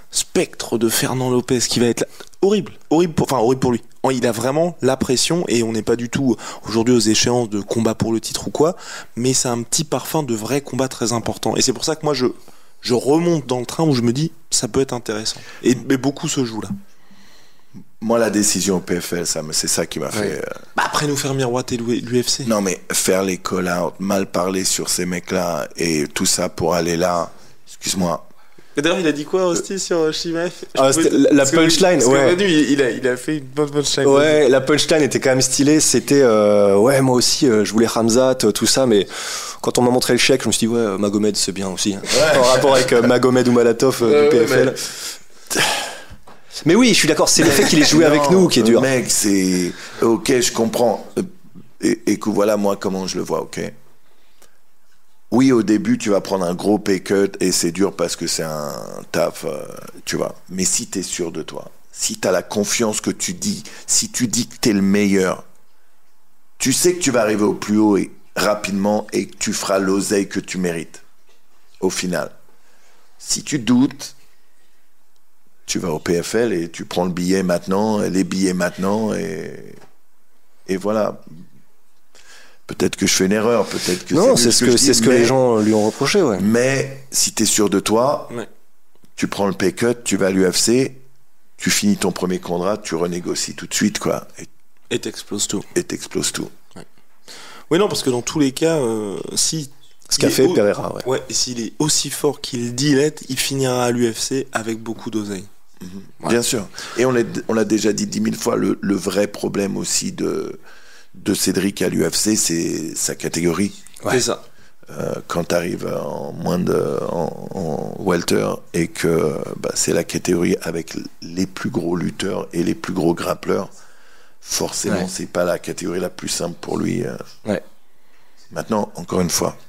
spectre de Fernand Lopez qui va être là. Horrible pour lui. Il a vraiment la pression et on n'est pas du tout aujourd'hui aux échéances de combat pour le titre ou quoi, mais c'est un petit parfum de vrai combat très important. Et c'est pour ça que moi je remonte dans le train où je me dis ça peut être intéressant. Mais beaucoup se joue là. Moi, la décision au PFL, c'est ça qui m'a fait... Après nous faire miroiter l'UFC. Non, mais faire les call-out, mal parler sur ces mecs-là et tout ça pour aller là, excuse-moi. D'ailleurs, il a dit quoi, Hostie, sur Chimaev? La punchline, ouais. Il a fait une bonne punchline. Ouais, la punchline était quand même stylée. C'était, ouais, moi aussi, je voulais Khamzat, tout ça, mais quand on m'a montré le chèque, je me suis dit, ouais, Magomed, c'est bien aussi. Ouais. En rapport avec Magomed ou Malatov du PFL. Mais oui, je suis d'accord, c'est le fait qu'il ait joué avec nous qui est dur. Mec, c'est... Ok, je comprends. Et que voilà, moi, comment je le vois, ok. Oui, au début, tu vas prendre un gros pay cut et c'est dur parce que c'est un taf, tu vois. Mais si t'es sûr de toi, si t'as la confiance que tu dis, si tu dis que t'es le meilleur, tu sais que tu vas arriver au plus haut et rapidement et que tu feras l'oseille que tu mérites, au final. Si tu doutes, tu vas au PFL et tu prends le billet maintenant, les billets maintenant et voilà. Peut-être que je fais une erreur, peut-être que non, c'est ce que les gens lui ont reproché, ouais. Mais si t'es sûr de toi, tu prends le pay cut, tu vas à l'UFC, tu finis ton premier contrat, tu renégocies tout de suite, quoi. Et t'exploses tout. Ouais. Oui, non, parce que dans tous les cas, si ce qu'a fait Pereira, ouais. Ouais, et s'il est aussi fort qu'il dit l'être, il finira à l'UFC avec beaucoup d'oseille. Ouais. Bien sûr. Et on l'a déjà dit 10 000 fois, le vrai problème aussi de Cédric à l'UFC, c'est sa catégorie. Ouais. C'est ça. Quand tu arrives en welter et que c'est la catégorie avec les plus gros lutteurs et les plus gros grappleurs, forcément, c'est pas la catégorie la plus simple pour lui. Ouais. Maintenant, encore une fois,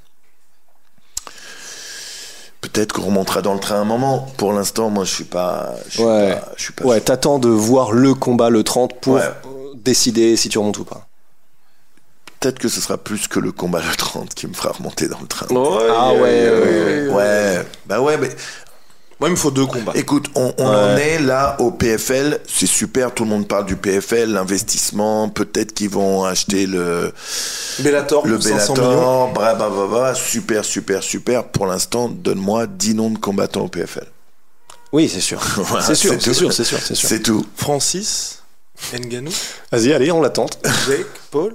peut-être qu'on remontera dans le train un moment. Pour l'instant, moi, je suis pas. Ouais, t'attends de voir le combat le 30 pour décider si tu remontes ou pas. Peut-être que ce sera plus que le combat le 30 qui me fera remonter dans le train. Ouais. Bah ouais, mais... Moi, il me faut 2 combats. Écoute, on en est là au PFL. C'est super, tout le monde parle du PFL, l'investissement. Peut-être qu'ils vont acheter le Bellator, super. Pour l'instant, donne-moi 10 noms de combattants au PFL. Oui, c'est sûr. Voilà, c'est sûr. C'est tout. Francis Ngannou. Vas-y, allez, on l'attend. Jake Paul.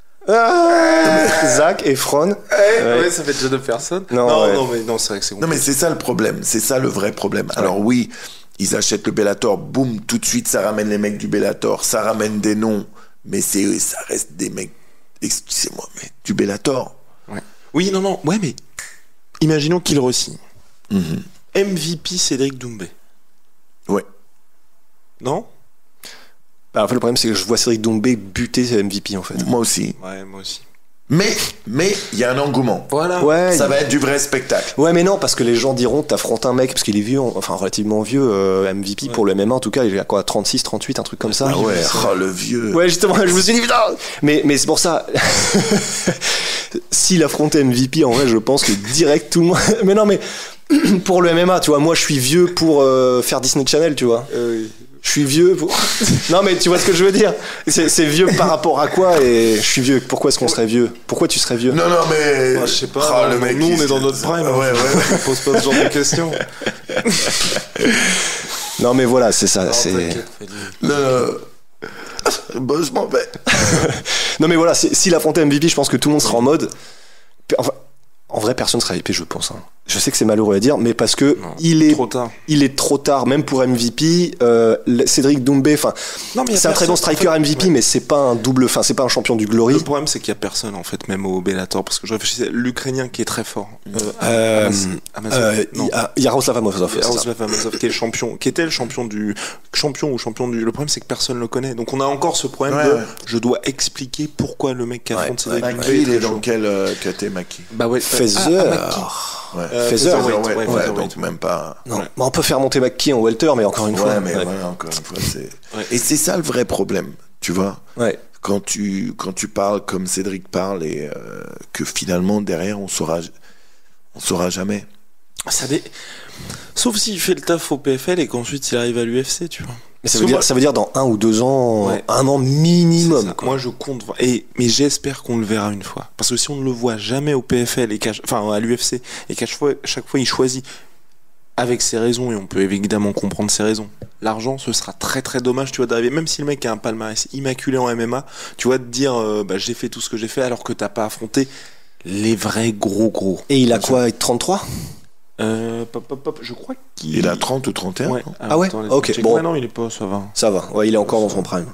Zach, Efron. Ouais, ça fait déjà 2 personnes. Non, c'est vrai que c'est compliqué. Non, mais c'est ça le problème. C'est ça le vrai problème. Alors oui, ils achètent le Bellator, boum, tout de suite, ça ramène les mecs du Bellator, ça ramène des noms, mais ça reste des mecs, excusez-moi, mais du Bellator. Ouais. Oui, non, ouais, mais imaginons qu'il re-signe. MVP Cédric Doumbé. Ouais. Non? En fait, le problème, c'est que je vois Cédric Doumbé buter MVP, en fait. Moi aussi. Ouais, moi aussi. Mais il y a un engouement. Voilà. Ouais, ça va être du vrai spectacle. Ouais, mais non, parce que les gens diront, t'affrontes un mec, parce qu'il est vieux, enfin relativement vieux, MVP pour le MMA en tout cas, il a quoi, 36, 38, un truc comme ça. Ah ouais, le vieux. Ouais, justement, je me suis dit, putain. Mais c'est pour ça. S'il affrontait MVP, en vrai, je pense que direct tout le monde. Mais non, mais pour le MMA, tu vois, moi je suis vieux pour faire Disney Channel, tu vois. Je suis vieux pour... Non mais tu vois ce que je veux dire, c'est vieux par rapport à quoi, et je suis vieux, pourquoi est-ce qu'on serait vieux? Pourquoi tu serais vieux? Non mais... Je sais pas, le mec, nous on est dans notre prime, ouais. On pose pas ce genre de questions. Non mais voilà, c'est ça, c'est... Je m'en vais. Non mais voilà, s'il affrontait MVP, je pense que tout le monde serait en mode... Enfin, en vrai, personne ne serait hypé, je pense. Je sais que c'est malheureux à dire, mais parce que il est trop tard, même pour MVP. Cédric Doumbé, c'est un très bon striker MVP, mais c'est pas un double, c'est pas un champion du Glory. Le problème, c'est qu'il y a personne en fait, même au Bellator, parce que je réfléchissais, l'Ukrainien qui est très fort. Yaroslav Amosov. Yaroslav Amosov, qui était le champion du. Le problème, c'est que personne le connaît. Donc on a encore ce problème de. Je dois expliquer pourquoi le mec qui affronte Cédric Doumbé. Il est dans quel caté Maki? Bah ouais. Featherweight, donc même pas. Non, mais on peut faire monter McKee en welter, mais encore une fois. Encore une fois, c'est. Et c'est ça le vrai problème, tu vois. Ouais. Quand tu parles comme Cédric parle et que finalement derrière on saura jamais. Sauf s'il fait le taf au PFL et qu'ensuite il arrive à l'UFC, tu vois. Mais ça veut dire dans 1 ou 2 ans, 1 an minimum. Quoi. Moi je compte mais j'espère qu'on le verra une fois. Parce que si on ne le voit jamais au PFL à l'UFC et qu'à chaque fois il choisit avec ses raisons, et on peut évidemment comprendre ses raisons, l'argent, ce sera très très dommage, tu vois, d'arriver, même si le mec a un palmarès immaculé en MMA, tu vois, de dire j'ai fait tout ce que j'ai fait alors que t'as pas affronté les vrais gros. Et il a quoi, 33 je crois qu'il a 30 ou 31. Ouais. Ah ouais. Ok. Bon. Ouais, non, il est pas. Ça va. Ça va. Ouais, il est encore dans son prime.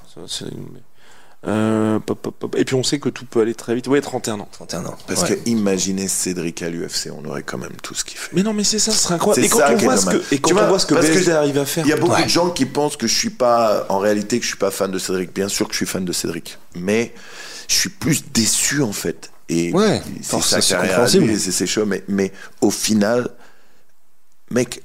Et puis on sait que tout peut aller très vite. Ouais, 31 ans. 31 ans. Parce que imaginez Cédric à l'UFC, on aurait quand même tout ce qu'il fait. Mais non, mais c'est ça, ce serait incroyable. Et quand on voit ce que BSD arrive à faire. Il y a beaucoup de gens qui pensent que je suis pas fan de Cédric. Bien sûr que je suis fan de Cédric, mais je suis plus déçu en fait. Et c'est sa carrière à lui, c'est ses choix. Mais au final, mec,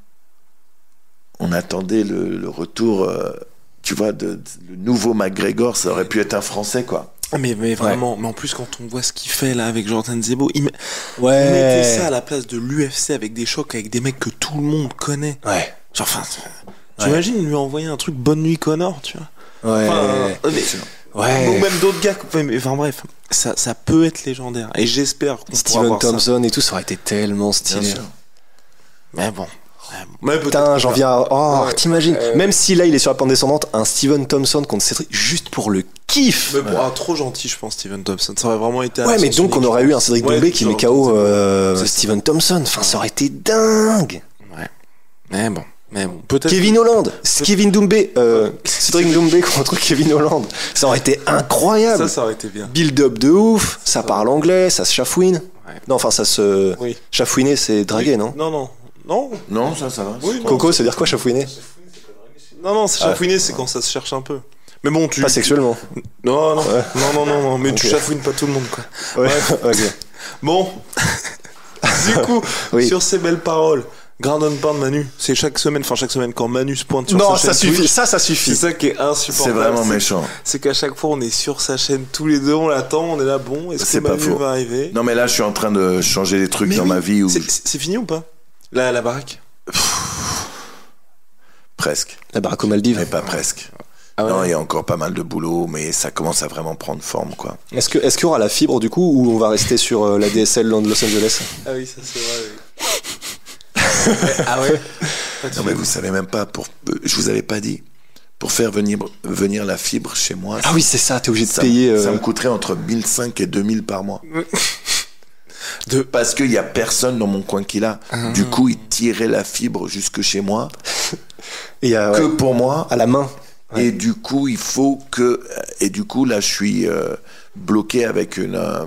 on attendait le retour, tu vois, le nouveau McGregor, ça aurait pu être un Français, quoi. Mais vraiment, mais en plus quand on voit ce qu'il fait là avec Jordan Zebo, il mettait ça à la place de l'UFC avec des chocs avec des mecs que tout le monde connaît. Ouais. Genre, t'imagines lui envoyer un truc Bonne Nuit Connor, tu vois. Ouais. Ou même d'autres gars. Enfin bref, ça peut être légendaire. Et j'espère qu'on Steven Thompson et tout, ça aurait été tellement stylé. Mais bon. Putain, j'en viens à... t'imagines, même si là il est sur la pente descendante, un Steven Thompson contre Cédric juste pour le kiff. Mais trop gentil, je pense, Steven Thompson. Ça aurait vraiment été. Ouais, mais donc on aurait eu un Cédric Doumbé qui met KO Steven Thompson. Enfin, ça aurait été dingue. Ouais. Mais bon, peut-être. Kevin Holland, Kevin Doumbé, Cédric Doumbé contre Kevin Holland. Ça aurait été incroyable. Ça aurait été bien. Build-up de ouf. Ça parle anglais, ça se chafouine. Ouais. Non, enfin, ça se. Oui. Chafouiner, c'est draguer, non ? Non, ça va. Oui, Coco, ça veut dire quoi, chafouiner ? Non, c'est chafouiner, c'est quand ça se cherche un peu. Mais bon, pas sexuellement. Non, mais tu chafouines pas tout le monde, quoi. Ouais, ok. Bon, du coup, sur ces belles paroles, Ground and Pound Manu, c'est chaque semaine quand Manu se pointe sur sa chaîne Twitch. Ça suffit. C'est ça qui est insupportable. C'est vraiment méchant. C'est qu'à chaque fois, on est sur sa chaîne tous les deux, on l'attend, on est là, bon, est-ce que Manu va arriver ? Non, mais là, je suis en train de changer des trucs dans ma vie. C'est fini ou pas ? La baraque ? Presque. La baraque aux Maldives ? Mais pas presque. Ah ouais. Non, il y a encore pas mal de boulot, mais ça commence à vraiment prendre forme, quoi. Est-ce qu'il y aura la fibre, du coup, ou on va rester sur la DSL de Los Angeles ? Ah oui, ça c'est vrai, oui. Ah ouais ? Non, mais vous savez même pas, je vous avais pas dit, pour faire venir la fibre chez moi... Ah oui, c'est ça, t'es obligé de payer... Ça me coûterait entre 1500 et 2000 par mois. Parce qu'il y a personne dans mon coin qui l'a. Du coup, il tirait la fibre jusque chez moi. Et que pour moi. À la main. Ouais. Et du coup, il faut que... Et du coup, là, je suis bloqué avec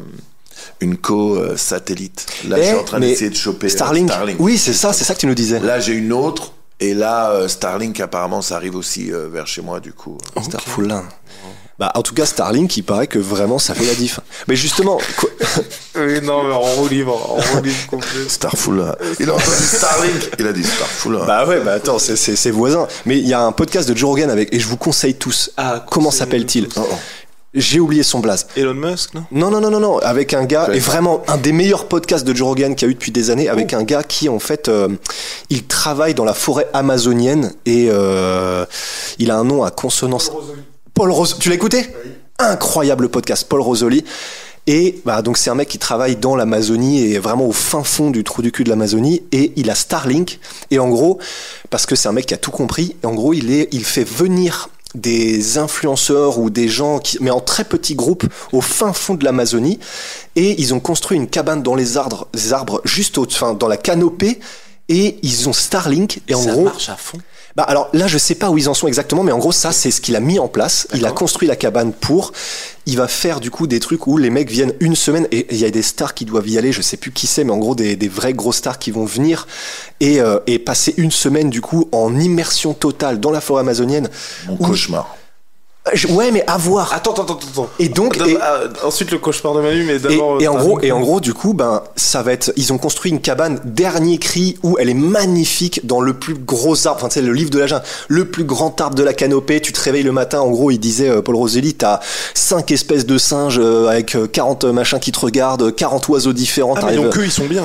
une co-satellite. Là, je suis en train d'essayer de choper Starlink. Oui, c'est ça que tu nous disais. Là, j'ai une autre. Et là, Starlink, apparemment, ça arrive aussi vers chez moi, du coup. Starful. Bah, en tout cas, Starlink, il paraît que vraiment ça fait la diff. Mais justement. Oui, non, mais en roue libre complet. Starful. Il a entendu Starlink. Il a dit Starful. Bah ouais, bah attends, c'est voisin. Mais il y a un podcast de Joe Rogan avec, et je vous conseille tous. Comment s'appelle-t-il ? J'ai oublié son blaze. Elon Musk, non ? Non. Avec un gars, et vraiment un des meilleurs podcasts de Joe Rogan qu'il y a eu depuis des années, avec un gars qui, en fait, il travaille dans la forêt amazonienne et il a un nom à consonance. Paul Rosoli. Tu l'as écouté ? Oui. Incroyable podcast, Paul Rosoli. Et donc c'est un mec qui travaille dans l'Amazonie et vraiment au fin fond du trou du cul de l'Amazonie, et il a Starlink. Et en gros, parce que c'est un mec qui a tout compris, en gros il fait venir des influenceurs ou des gens mais en très petits groupes au fin fond de l'Amazonie, et ils ont construit une cabane dans les arbres juste dans la canopée, et ils ont Starlink, et en gros ça marche à fond. Bah alors là, je sais pas où ils en sont exactement, mais en gros, ça, c'est ce qu'il a mis en place. D'accord. Il a construit la cabane il va faire du coup des trucs où les mecs viennent une semaine, et il y a des stars qui doivent y aller, je sais plus qui c'est, mais en gros des vrais gros stars qui vont venir et passer une semaine du coup en immersion totale dans la forêt amazonienne. Mon cauchemar. Ouais, mais à voir. Attends. Et donc, ensuite le cauchemar de Manu, mais d'abord. Et en gros, du coup, ça va être. Ils ont construit une cabane dernier cri où elle est magnifique dans le plus gros arbre. Enfin, tu sais, le livre de la jungle, le plus grand arbre de la canopée. Tu te réveilles le matin. En gros, il disait Paul Rosoli, t'as 5 espèces de singes avec 40 machins qui te regardent, 40 oiseaux différents. Ah, mais donc eux, ils sont bien alors.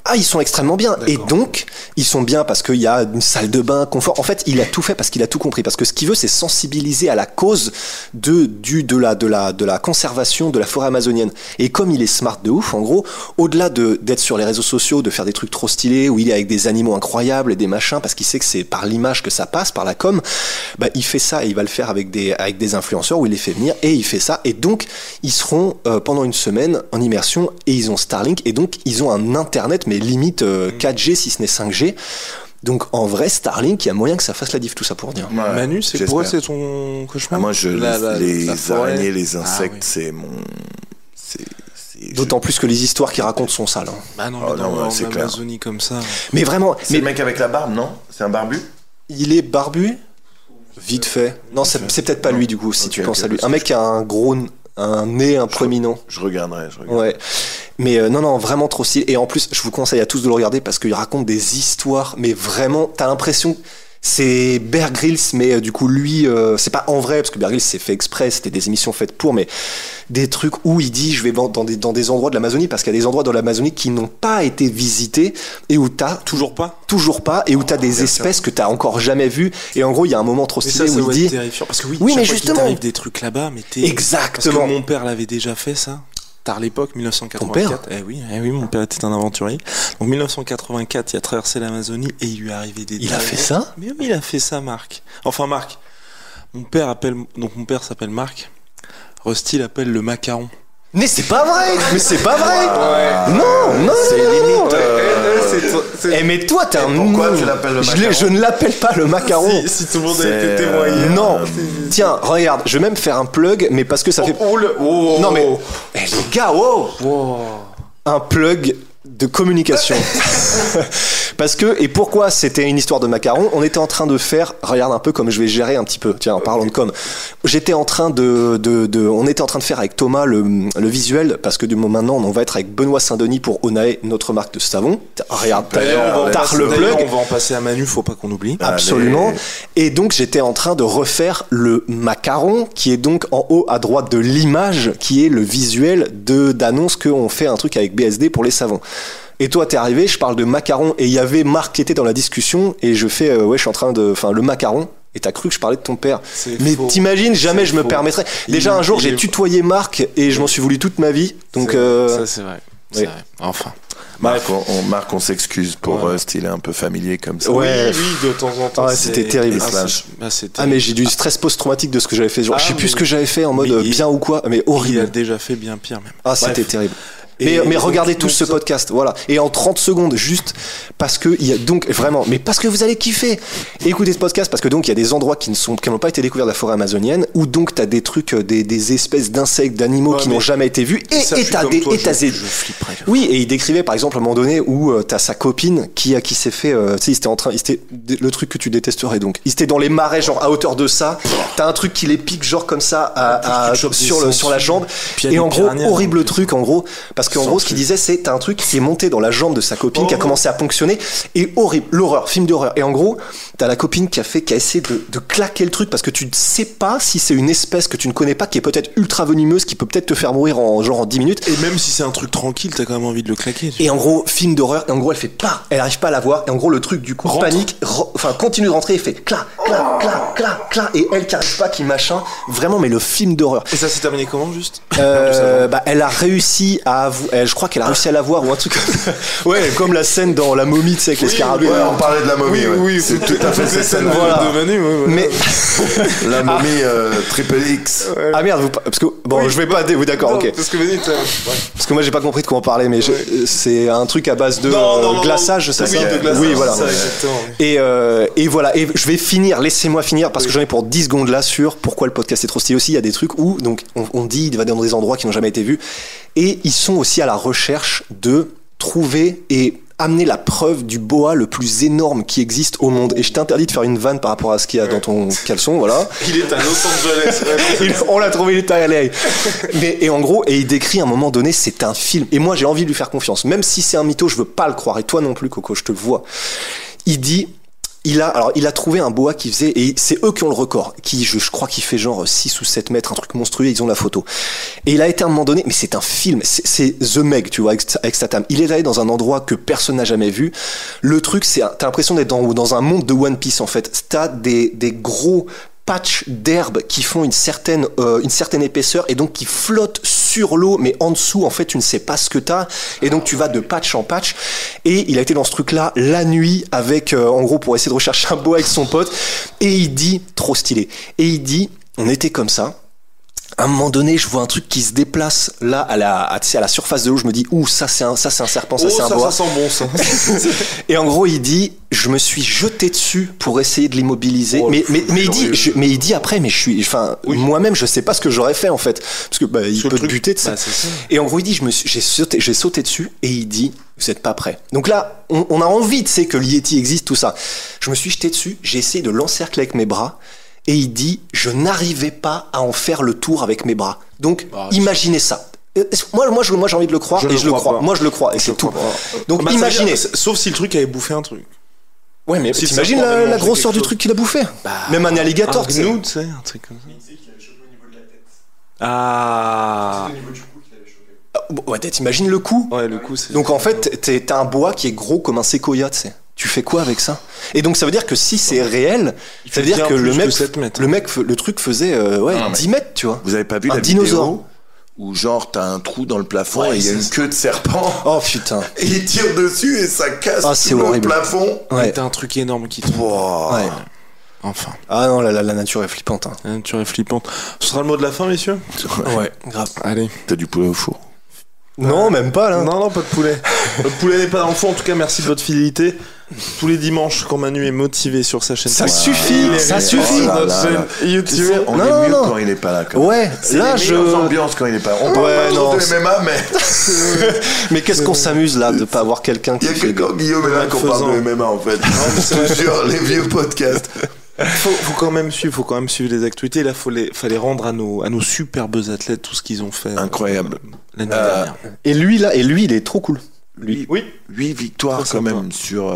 Ah, ils sont extrêmement bien. D'accord. Et donc, ils sont bien parce qu'il y a une salle de bain, confort. En fait, il a tout fait parce qu'il a tout compris. Parce que ce qu'il veut, c'est sensibiliser à la cause de la conservation de la forêt amazonienne. Et comme il est smart de ouf, en gros, au-delà d'être sur les réseaux sociaux, de faire des trucs trop stylés, où il est avec des animaux incroyables et des machins, parce qu'il sait que c'est par l'image que ça passe, par la com, bah, il fait ça et il va le faire avec des influenceurs où il les fait venir et il fait ça. Et donc, ils seront pendant une semaine en immersion et ils ont Starlink et donc ils ont un internet mais limite 4G si ce n'est 5G. Donc en vrai Starlink, il y a moyen que ça fasse la diff, tout ça pour dire. Ouais, Manu, c'est pour eux, c'est ton cauchemar. Moi les araignées, les insectes, c'est mon d'autant plus que les histoires qu'il raconte sont sales. Hein. Bah non, en Amazonie comme ça. Mais vraiment, c'est le mec avec la barbe, non? C'est un barbu? Il est barbu? Vite fait. Non, c'est peut-être pas lui du coup, si tu penses à lui. Un mec qui a un nez proéminent. Je regarderai. Ouais. Mais non, vraiment trop stylé. Et en plus, je vous conseille à tous de le regarder parce qu'il raconte des histoires, mais vraiment, t'as l'impression... C'est Bear Grylls, mais du coup lui, c'est pas en vrai parce que Bear Grylls c'est fait exprès, c'était des émissions faites pour, mais des trucs où il dit je vais dans des endroits de l'Amazonie parce qu'il y a des endroits dans l'Amazonie qui n'ont pas été visités et où t'as toujours pas et où t'as des espèces que t'as encore jamais vues et en gros il y a un moment trop stylé où il dit terrifiant parce que oui mais justement t'arrive des trucs là-bas mais exactement parce que mon père l'avait déjà fait ça. Tard l'époque, 1984. Eh oui, mon père était un aventurier. Donc 1984, il a traversé l'Amazonie et il lui est arrivé des. Il a fait ça ? Mais oui, il a fait ça, Marc. Enfin, Marc. Mon père s'appelle Marc. Rusty l'appelle le macaron. Mais c'est pas vrai. Ouais. Non. C'est limite. Mais toi, t'es un. Pourquoi tu l'appelles le macaron? Je ne l'appelle pas le macaron. Si tout le monde a été témoigné. Non. Tiens, regarde, je vais même faire un plug, mais parce que ça fait. Non mais. Les gars, un plug de communication. Parce que, et pourquoi c'était une histoire de macaron, on était en train de faire, regarde un peu comme je vais gérer un petit peu, tiens, en parlant de com. J'étais en train on était en train de faire avec Thomas le visuel, parce que maintenant, on va être avec Benoît Saint-Denis pour Onae, notre marque de savon. Regarde, t'as le plug. On va en passer à Manu, faut pas qu'on oublie. Absolument. Et donc, j'étais en train de refaire le macaron, qui est donc en haut à droite de l'image, qui est le visuel d'annonce qu'on fait un truc avec BSD pour les savons. Et toi, t'es arrivé, je parle de macaron, et il y avait Marc qui était dans la discussion, et je fais, je suis en train le macaron, et t'as cru que je parlais de ton père. Mais t'imagines, jamais je me permettrais. Déjà, un jour, j'ai tutoyé Marc, et je m'en suis voulu toute ma vie, donc... Ça, c'est vrai. C'est vrai. Enfin... Marc, on s'excuse pour Rust, il est un peu familier comme ça. Ouais. Oui, de temps en temps. Ouais, c'était terrible. Mais j'ai du stress post-traumatique de ce que j'avais fait. Je sais plus ce que j'avais fait en mode bien ou quoi, mais horrible. Il a déjà fait bien pire même. Ah, c'était terrible. Mais regardez tous ce podcast, voilà. Et en 30 secondes, juste parce que il y a donc vraiment, mais parce que vous allez kiffer. Écoutez ce podcast parce que donc il y a des endroits qui n'ont pas été découverts de la forêt amazonienne, où donc t'as des trucs, des espèces d'insectes, d'animaux qui n'ont jamais été vus. Et t'as des, oui, et il décrivait par exemple à un moment donné où t'as sa copine qui s'est fait, tu sais, le truc que tu détesterais donc. Il était dans les marais, genre à hauteur de ça. T'as un truc qui les pique genre comme ça sur la jambe. Et en gros, horrible truc en gros. Parce qu'en gros, ce qu'il disait, c'est t'as un truc qui est monté dans la jambe de sa copine, qui a commencé à ponctionner, et horrible, l'horreur, film d'horreur. Et en gros, t'as la copine qui a essayé de claquer le truc parce que tu ne sais pas si c'est une espèce que tu ne connais pas, qui est peut-être ultra venimeuse, qui peut peut-être te faire mourir en 10 minutes. Et même si c'est un truc tranquille, t'as quand même envie de le claquer. Et en gros, film d'horreur, et en gros, elle fait pas, elle arrive pas à la voir, et en gros, le truc du coup panique, continue de rentrer, et fait clac, et elle qui arrive pas, qui machin, vraiment, mais le film d'horreur. Et ça s'est terminé comment juste? Elle a réussi à je crois qu'elle a réussi à la voir ou un truc ouais, comme la scène dans La Momie, tu sais, avec les scarabées. Ouais, on parlait de La Momie. Oui, c'est tout à fait cette scène de Manu. Mais La Momie Triple X. Ah merde, parce que je vais pas d'accord, ok. Parce que moi j'ai pas compris de quoi on parlait, mais c'est un truc à base de glaçage, c'est ça? Oui, voilà. Et voilà, et je vais finir, laissez-moi finir parce que j'en ai pour 10 secondes là sur pourquoi le podcast est trop stylé aussi. Il y a des trucs où donc on dit il va dans des endroits qui n'ont jamais été vus, et ils sont aussi à la recherche de trouver et amener la preuve du boa le plus énorme qui existe au monde. Et je t'interdis de faire une vanne par rapport à ce qu'il y a dans ton caleçon, voilà. Il est à Los Angeles. On l'a trouvé, il est à LA. Et en gros, il décrit à un moment donné, c'est un film. Et moi, j'ai envie de lui faire confiance. Même si c'est un mytho, je veux pas le croire. Et toi non plus, Coco, je te le vois. Il dit, il a trouvé un boa qui faisait, et c'est eux qui ont le record, qui je crois qu'il fait genre 6 ou 7 mètres, un truc monstrueux, ils ont la photo. Et il a été à un moment donné, mais c'est un film, c'est The Meg, tu vois, avec Statham. Il est allé dans un endroit que personne n'a jamais vu. Le truc, t'as l'impression d'être dans un monde de One Piece en fait. T'as des gros patchs d'herbe qui font une certaine épaisseur et donc qui flottent sur l'eau, mais en dessous, en fait, tu ne sais pas ce que t'as. Et donc, tu vas de patch en patch. Et il a été dans ce truc-là la nuit avec, en gros, pour essayer de rechercher un boa avec son pote. Et il dit, trop stylé. Et il dit, on était comme ça. À un moment donné, je vois un truc qui se déplace là à la surface de l'eau. Je me dis, ça c'est un serpent, ça c'est un boa. Ça sent bon ça. Et en gros, il dit, je me suis jeté dessus pour essayer de l'immobiliser. Mais il dit après, moi-même, je sais pas ce que j'aurais fait en fait, parce que il peut te buter de ça. Et en gros, il dit, j'ai sauté dessus, et il dit, vous êtes pas prêts. Donc là, on a envie, tu sais, que l'Yeti existe, tout ça. Je me suis jeté dessus, j'ai essayé de l'encercler avec mes bras. Et il dit, je n'arrivais pas à en faire le tour avec mes bras. Donc, imaginez ça. Moi, j'ai envie de le croire, et je le crois. Moi, je le crois, et c'est tout. Donc, imaginez. Sauf si le truc avait bouffé un truc. Ouais, mais t'imagines la grosseur du truc qu'il a bouffé. Même un alligator, tu sais. Un truc comme ça. Il disait qu'il avait chopé au niveau de la tête. Ah. C'est au niveau du cou qu'il avait chopé. Ouais, t'imagines le cou. Ouais, le cou, c'est... Donc, en fait, t'as un boa qui est gros comme un séquoia, tu sais. Tu fais quoi avec ça? Et donc ça veut dire que si c'est réel, ça veut dire que le truc faisait 10 mètres, tu vois. Vous avez pas vu la vidéo où genre t'as un trou dans le plafond et il y a une queue de serpent. Oh putain. Et il tire dessus et ça casse tout le plafond. Ouais. T'as un truc énorme qui tombe. Ouais. Enfin. Ah non, la nature est flippante. Hein. La nature est flippante. Ce sera le mot de la fin, messieurs? Ouais, grave. Allez. T'as du poulet au four? Non, même pas là. Non, pas de poulet. Le poulet n'est pas dans le fond. En tout cas, merci de votre fidélité. Tous les dimanches, quand Manu est motivé sur sa chaîne. Ça suffit. YouTube. On est mieux quand il est pas là. Ouais. Là, ambiance quand il est pas là. On parle pas trop de MMA, mais. Mais qu'est-ce qu'on s'amuse là de pas avoir quelqu'un qui. Il y a que quand Guillaume est là qu'on parle de MMA en fait. Je te jure, les vieux podcasts. Faut quand même suivre les actualités. Là, fallait rendre à nos superbes athlètes tout ce qu'ils ont fait. Incroyable. L'année dernière. Et lui, il est trop cool. Lui, 8 victoires quand même sur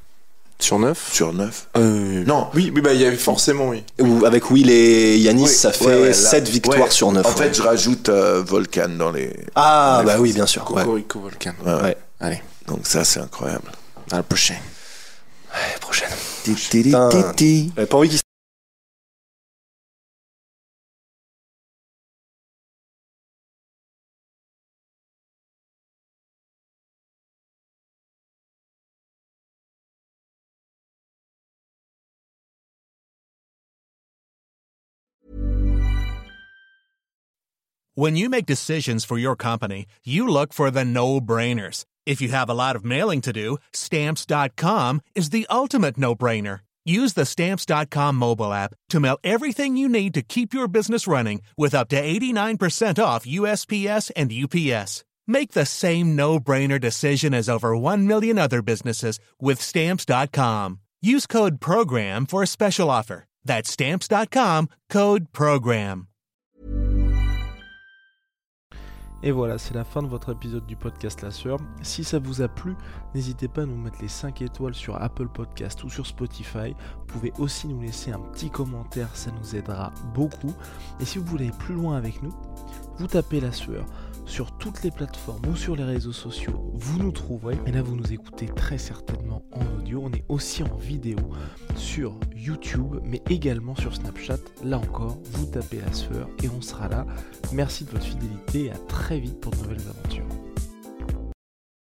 9. Sur 9. Non. Oui, il y avait forcément, oui. Avec Will et Yanis, ça fait 7 victoires sur 9. En fait, je rajoute Volkan dans les. Ah, bah oui, bien sûr. Cocorico Volkan. Ouais. Allez. Donc ça, c'est incroyable. À la prochaine. Ouais, prochaine. Pas envie qu'il... When you make decisions for your company, you look for the no-brainers. If you have a lot of mailing to do, Stamps.com is the ultimate no-brainer. Use the Stamps.com mobile app to mail everything you need to keep your business running with up to 89% off USPS and UPS. Make the same no-brainer decision as over 1 million other businesses with Stamps.com. Use code PROGRAM for a special offer. That's Stamps.com, code PROGRAM. Et voilà, c'est la fin de votre épisode du podcast La Sueur. Si ça vous a plu, n'hésitez pas à nous mettre les 5 étoiles sur Apple Podcast ou sur Spotify. Vous pouvez aussi nous laisser un petit commentaire, ça nous aidera beaucoup. Et si vous voulez aller plus loin avec nous, vous tapez La Sueur sur toutes les plateformes ou sur les réseaux sociaux, vous nous trouverez. Et là, vous nous écoutez très certainement en audio. On est aussi en vidéo sur YouTube, mais également sur Snapchat. Là encore, vous tapez La Sueur et on sera là. Merci de votre fidélité et à très vite pour de nouvelles aventures.